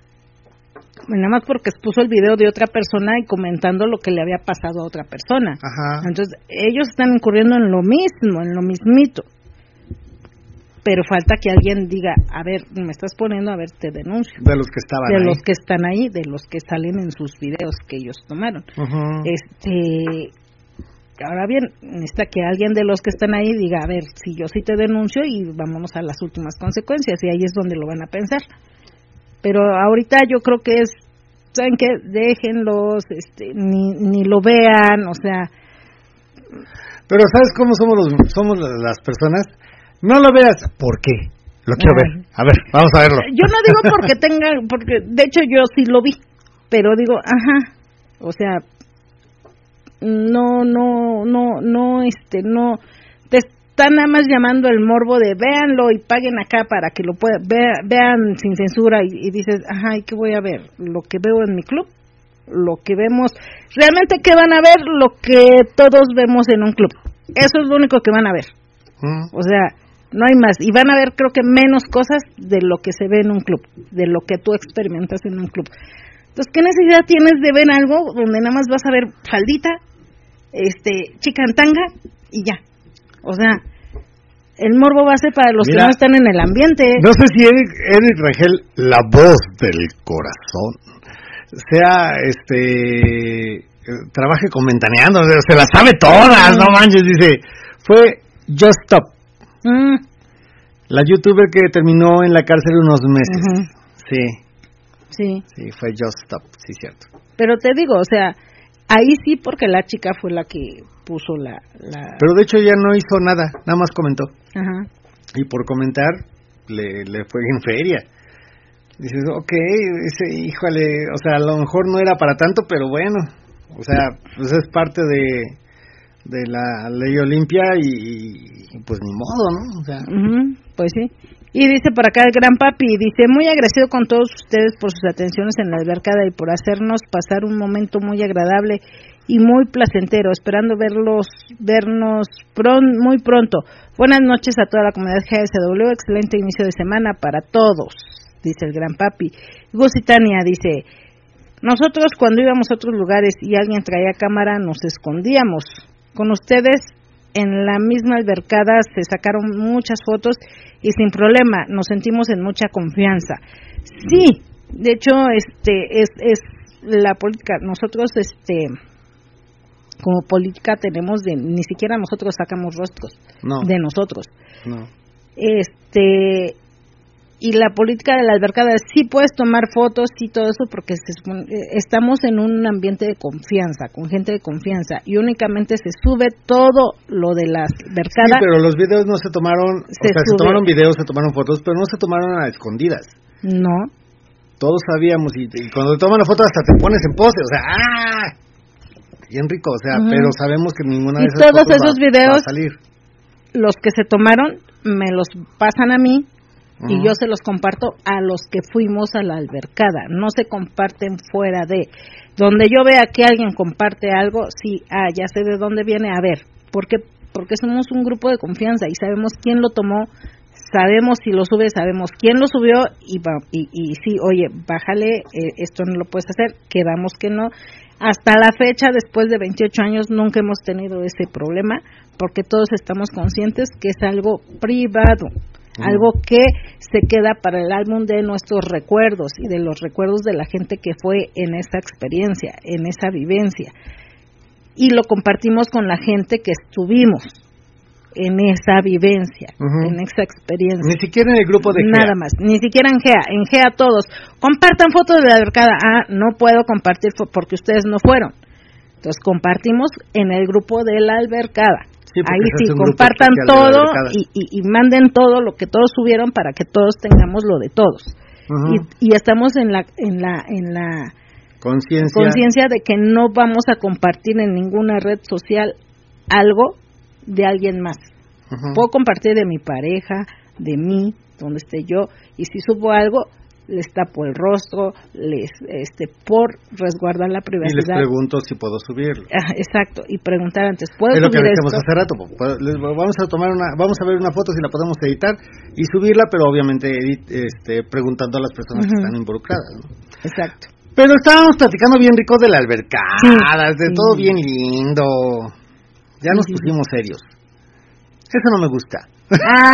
Nada más porque expuso el video de otra persona y comentando lo que le había pasado a otra persona. Uh-huh. Entonces, ellos están incurriendo en lo mismo, en lo mismito. Pero falta que alguien diga, a ver, me estás poniendo, a ver, te denuncio. De los que estaban de ahí. De los que están ahí, de los que salen en sus videos que ellos tomaron. Uh-huh. Este... Ahora bien, necesita que alguien de los que están ahí diga, a ver, si yo sí te denuncio y vámonos a las últimas consecuencias, y ahí es donde lo van a pensar. Pero ahorita yo creo que es, ¿saben qué? Déjenlos, este, ni ni lo vean, o sea... Pero ¿sabes cómo somos los somos las personas? No lo veas, ¿por qué? Lo quiero ah. ver, a ver, vamos a verlo. Yo no digo porque tenga, porque de hecho yo sí lo vi, pero digo, ajá, o sea... no, no, no, no, este, no, te están nada más llamando el morbo de véanlo y paguen acá para que lo puedan, vea, vean sin censura, y, y dices, ajá, ¿y qué voy a ver? Lo que veo en mi club, lo que vemos, realmente ¿qué van a ver? Lo que todos vemos en un club, eso es lo único que van a ver, mm. o sea, no hay más, y van a ver creo que menos cosas de lo que se ve en un club, de lo que tú experimentas en un club. Entonces, ¿qué necesidad tienes de ver algo donde nada más vas a ver faldita, este, chica en tanga y ya? O sea, el morbo va a ser para los Mira, que no están en el ambiente. No sé si Eric, Eric Rangel, la voz del corazón, sea, este, trabaje comentaneando, se las sabe todas, mm. no manches, dice, fue Just Stop, mm. la youtuber que terminó en la cárcel unos meses, uh-huh. sí. Sí. Sí, fue Just Stop, sí, cierto. Pero te digo, o sea, ahí sí porque la chica fue la que puso la... la... Pero de hecho ya no hizo nada, nada más comentó. Ajá. Y por comentar, le, le fue en feria. Dices, ok, ese, híjole, o sea, a lo mejor no era para tanto, pero bueno. O sea, pues es parte de, de la ley Olimpia y, y pues ni modo, ¿no? O sea... Uh-huh, pues sí. Y dice por acá el Gran Papi, dice, muy agradecido con todos ustedes por sus atenciones en la albercada y por hacernos pasar un momento muy agradable y muy placentero, esperando verlos, vernos pron, muy pronto. Buenas noches a toda la comunidad G S W, excelente inicio de semana para todos, dice el Gran Papi. Gusitania dice, nosotros cuando íbamos a otros lugares y alguien traía cámara nos escondíamos. Con ustedes en la misma albercada se sacaron muchas fotos y sin problema, nos sentimos en mucha confianza. Sí, de hecho, este es, es la política. Nosotros, este, como política tenemos de, ni siquiera nosotros sacamos rostros no. de nosotros. No. Este, y la política de la albercada es sí puedes tomar fotos y todo eso porque se, estamos en un ambiente de confianza, con gente de confianza y únicamente se sube todo lo de la albercada. Sí, pero los videos no se tomaron, se o sea, sube. se tomaron videos, se tomaron fotos, pero no se tomaron a escondidas. No. Todos sabíamos y, y cuando te toman la foto hasta te pones en pose, o sea, ¡ah! Bien rico, o sea, uh-huh. pero sabemos que ninguna y de esas todos fotos esos va, videos, va a salir. Los que se tomaron me los pasan a mí. Uh-huh. Y yo se los comparto a los que fuimos a la albercada, no se comparten fuera de. Donde yo vea que alguien comparte algo, sí, ah, ya sé de dónde viene, a ver, ¿por qué? Porque somos un grupo de confianza y sabemos quién lo tomó, sabemos si lo sube, sabemos quién lo subió y, y, y sí, oye, bájale, eh, esto no lo puedes hacer, quedamos que no. Hasta la fecha, después de veintiocho años, nunca hemos tenido ese problema porque todos estamos conscientes que es algo privado. Algo que se queda para el álbum de nuestros recuerdos y de los recuerdos de la gente que fue en esa experiencia, en esa vivencia. Y lo compartimos con la gente que estuvimos en esa vivencia, uh-huh. en esa experiencia. Ni siquiera en el grupo de G E A. Nada más, ni siquiera en G E A. En G E A todos. Compartan fotos de la albercada. Ah, no puedo compartir porque ustedes no fueron. Entonces compartimos en el grupo de la albercada. Sí, ahí sí, compartan todo y, y, y manden todo lo que todos subieron para que todos tengamos lo de todos. Uh-huh. y, y estamos en la en la en la conciencia conciencia de que no vamos a compartir en ninguna red social algo de alguien más. Uh-huh. Puedo compartir de mi pareja, de mí, donde esté yo, y si subo algo les tapo el rostro, les este por resguardar la privacidad. Y les pregunto si puedo subirlo. Ah, exacto, y preguntar antes, ¿puedo subir esto? Es lo que decíamos hace rato, vamos a tomar una, vamos a ver una foto si la podemos editar y subirla, pero obviamente edit, este, preguntando a las personas uh-huh. que están involucradas, ¿no? Exacto. Pero estábamos platicando bien rico de la albercada, sí, de sí. todo bien lindo. Ya nos sí, pusimos serios. Eso no me gusta. Ah.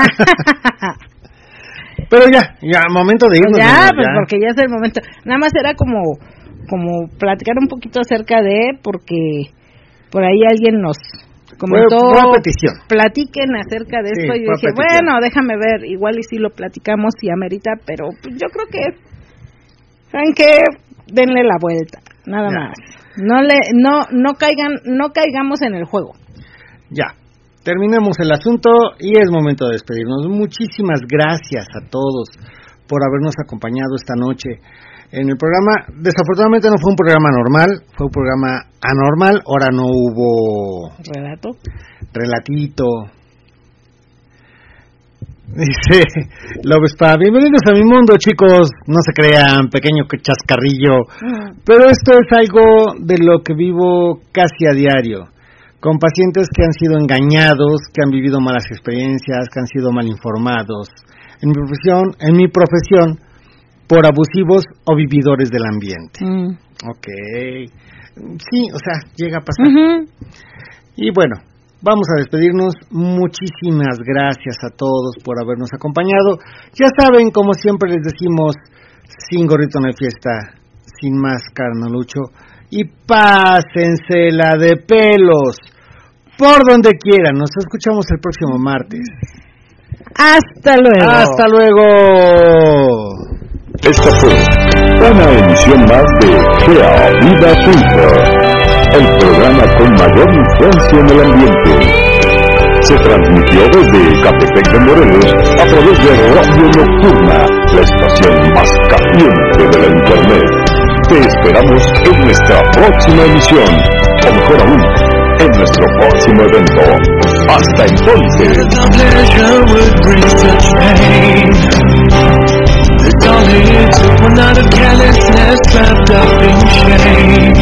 Pero ya, ya, momento de irnos. Ya, pues ya. Porque ya es el momento. Nada más era como, como platicar un poquito acerca de, porque por ahí alguien nos comentó, fue, fue petición. Platiquen acerca de esto, sí, y yo dije, petición. Bueno, déjame ver, igual y si lo platicamos y amerita, pero yo creo que, ¿saben qué? Denle la vuelta, nada ya. más. No le, no, no caigan, no caigamos en el juego. Ya. Terminamos el asunto y es momento de despedirnos. Muchísimas gracias a todos por habernos acompañado esta noche en el programa. Desafortunadamente no fue un programa normal, fue un programa anormal. Ahora no hubo... ¿Relato? Relatito. Dice Lobespa, bienvenidos a mi mundo, chicos. No se crean, pequeño chascarrillo. Uh-huh. Pero esto es algo de lo que vivo casi a diario. Con pacientes que han sido engañados, que han vivido malas experiencias, que han sido mal informados. En mi profesión, en mi profesión, por abusivos o vividores del ambiente. Mm. Okay. Sí, o sea, llega a pasar. Uh-huh. Y bueno, vamos a despedirnos. Muchísimas gracias a todos por habernos acompañado. Ya saben, como siempre les decimos, sin gorrito no hay fiesta, sin máscara no lucho. Y pásensela de pelos por donde quieran. Nos escuchamos el próximo martes. Hasta luego. Hasta luego. Esta fue una emisión más de G E A Vida Swinger, el programa con mayor influencia en el ambiente. Se transmitió desde Catepec de Morelos a través de Radio Nocturna, la estación más caliente de la Internet. Te esperamos en nuestra próxima emisión, o mejor aún, en nuestro próximo evento. Hasta entonces. It's all it is, one out of carelessness wrapped up in shame.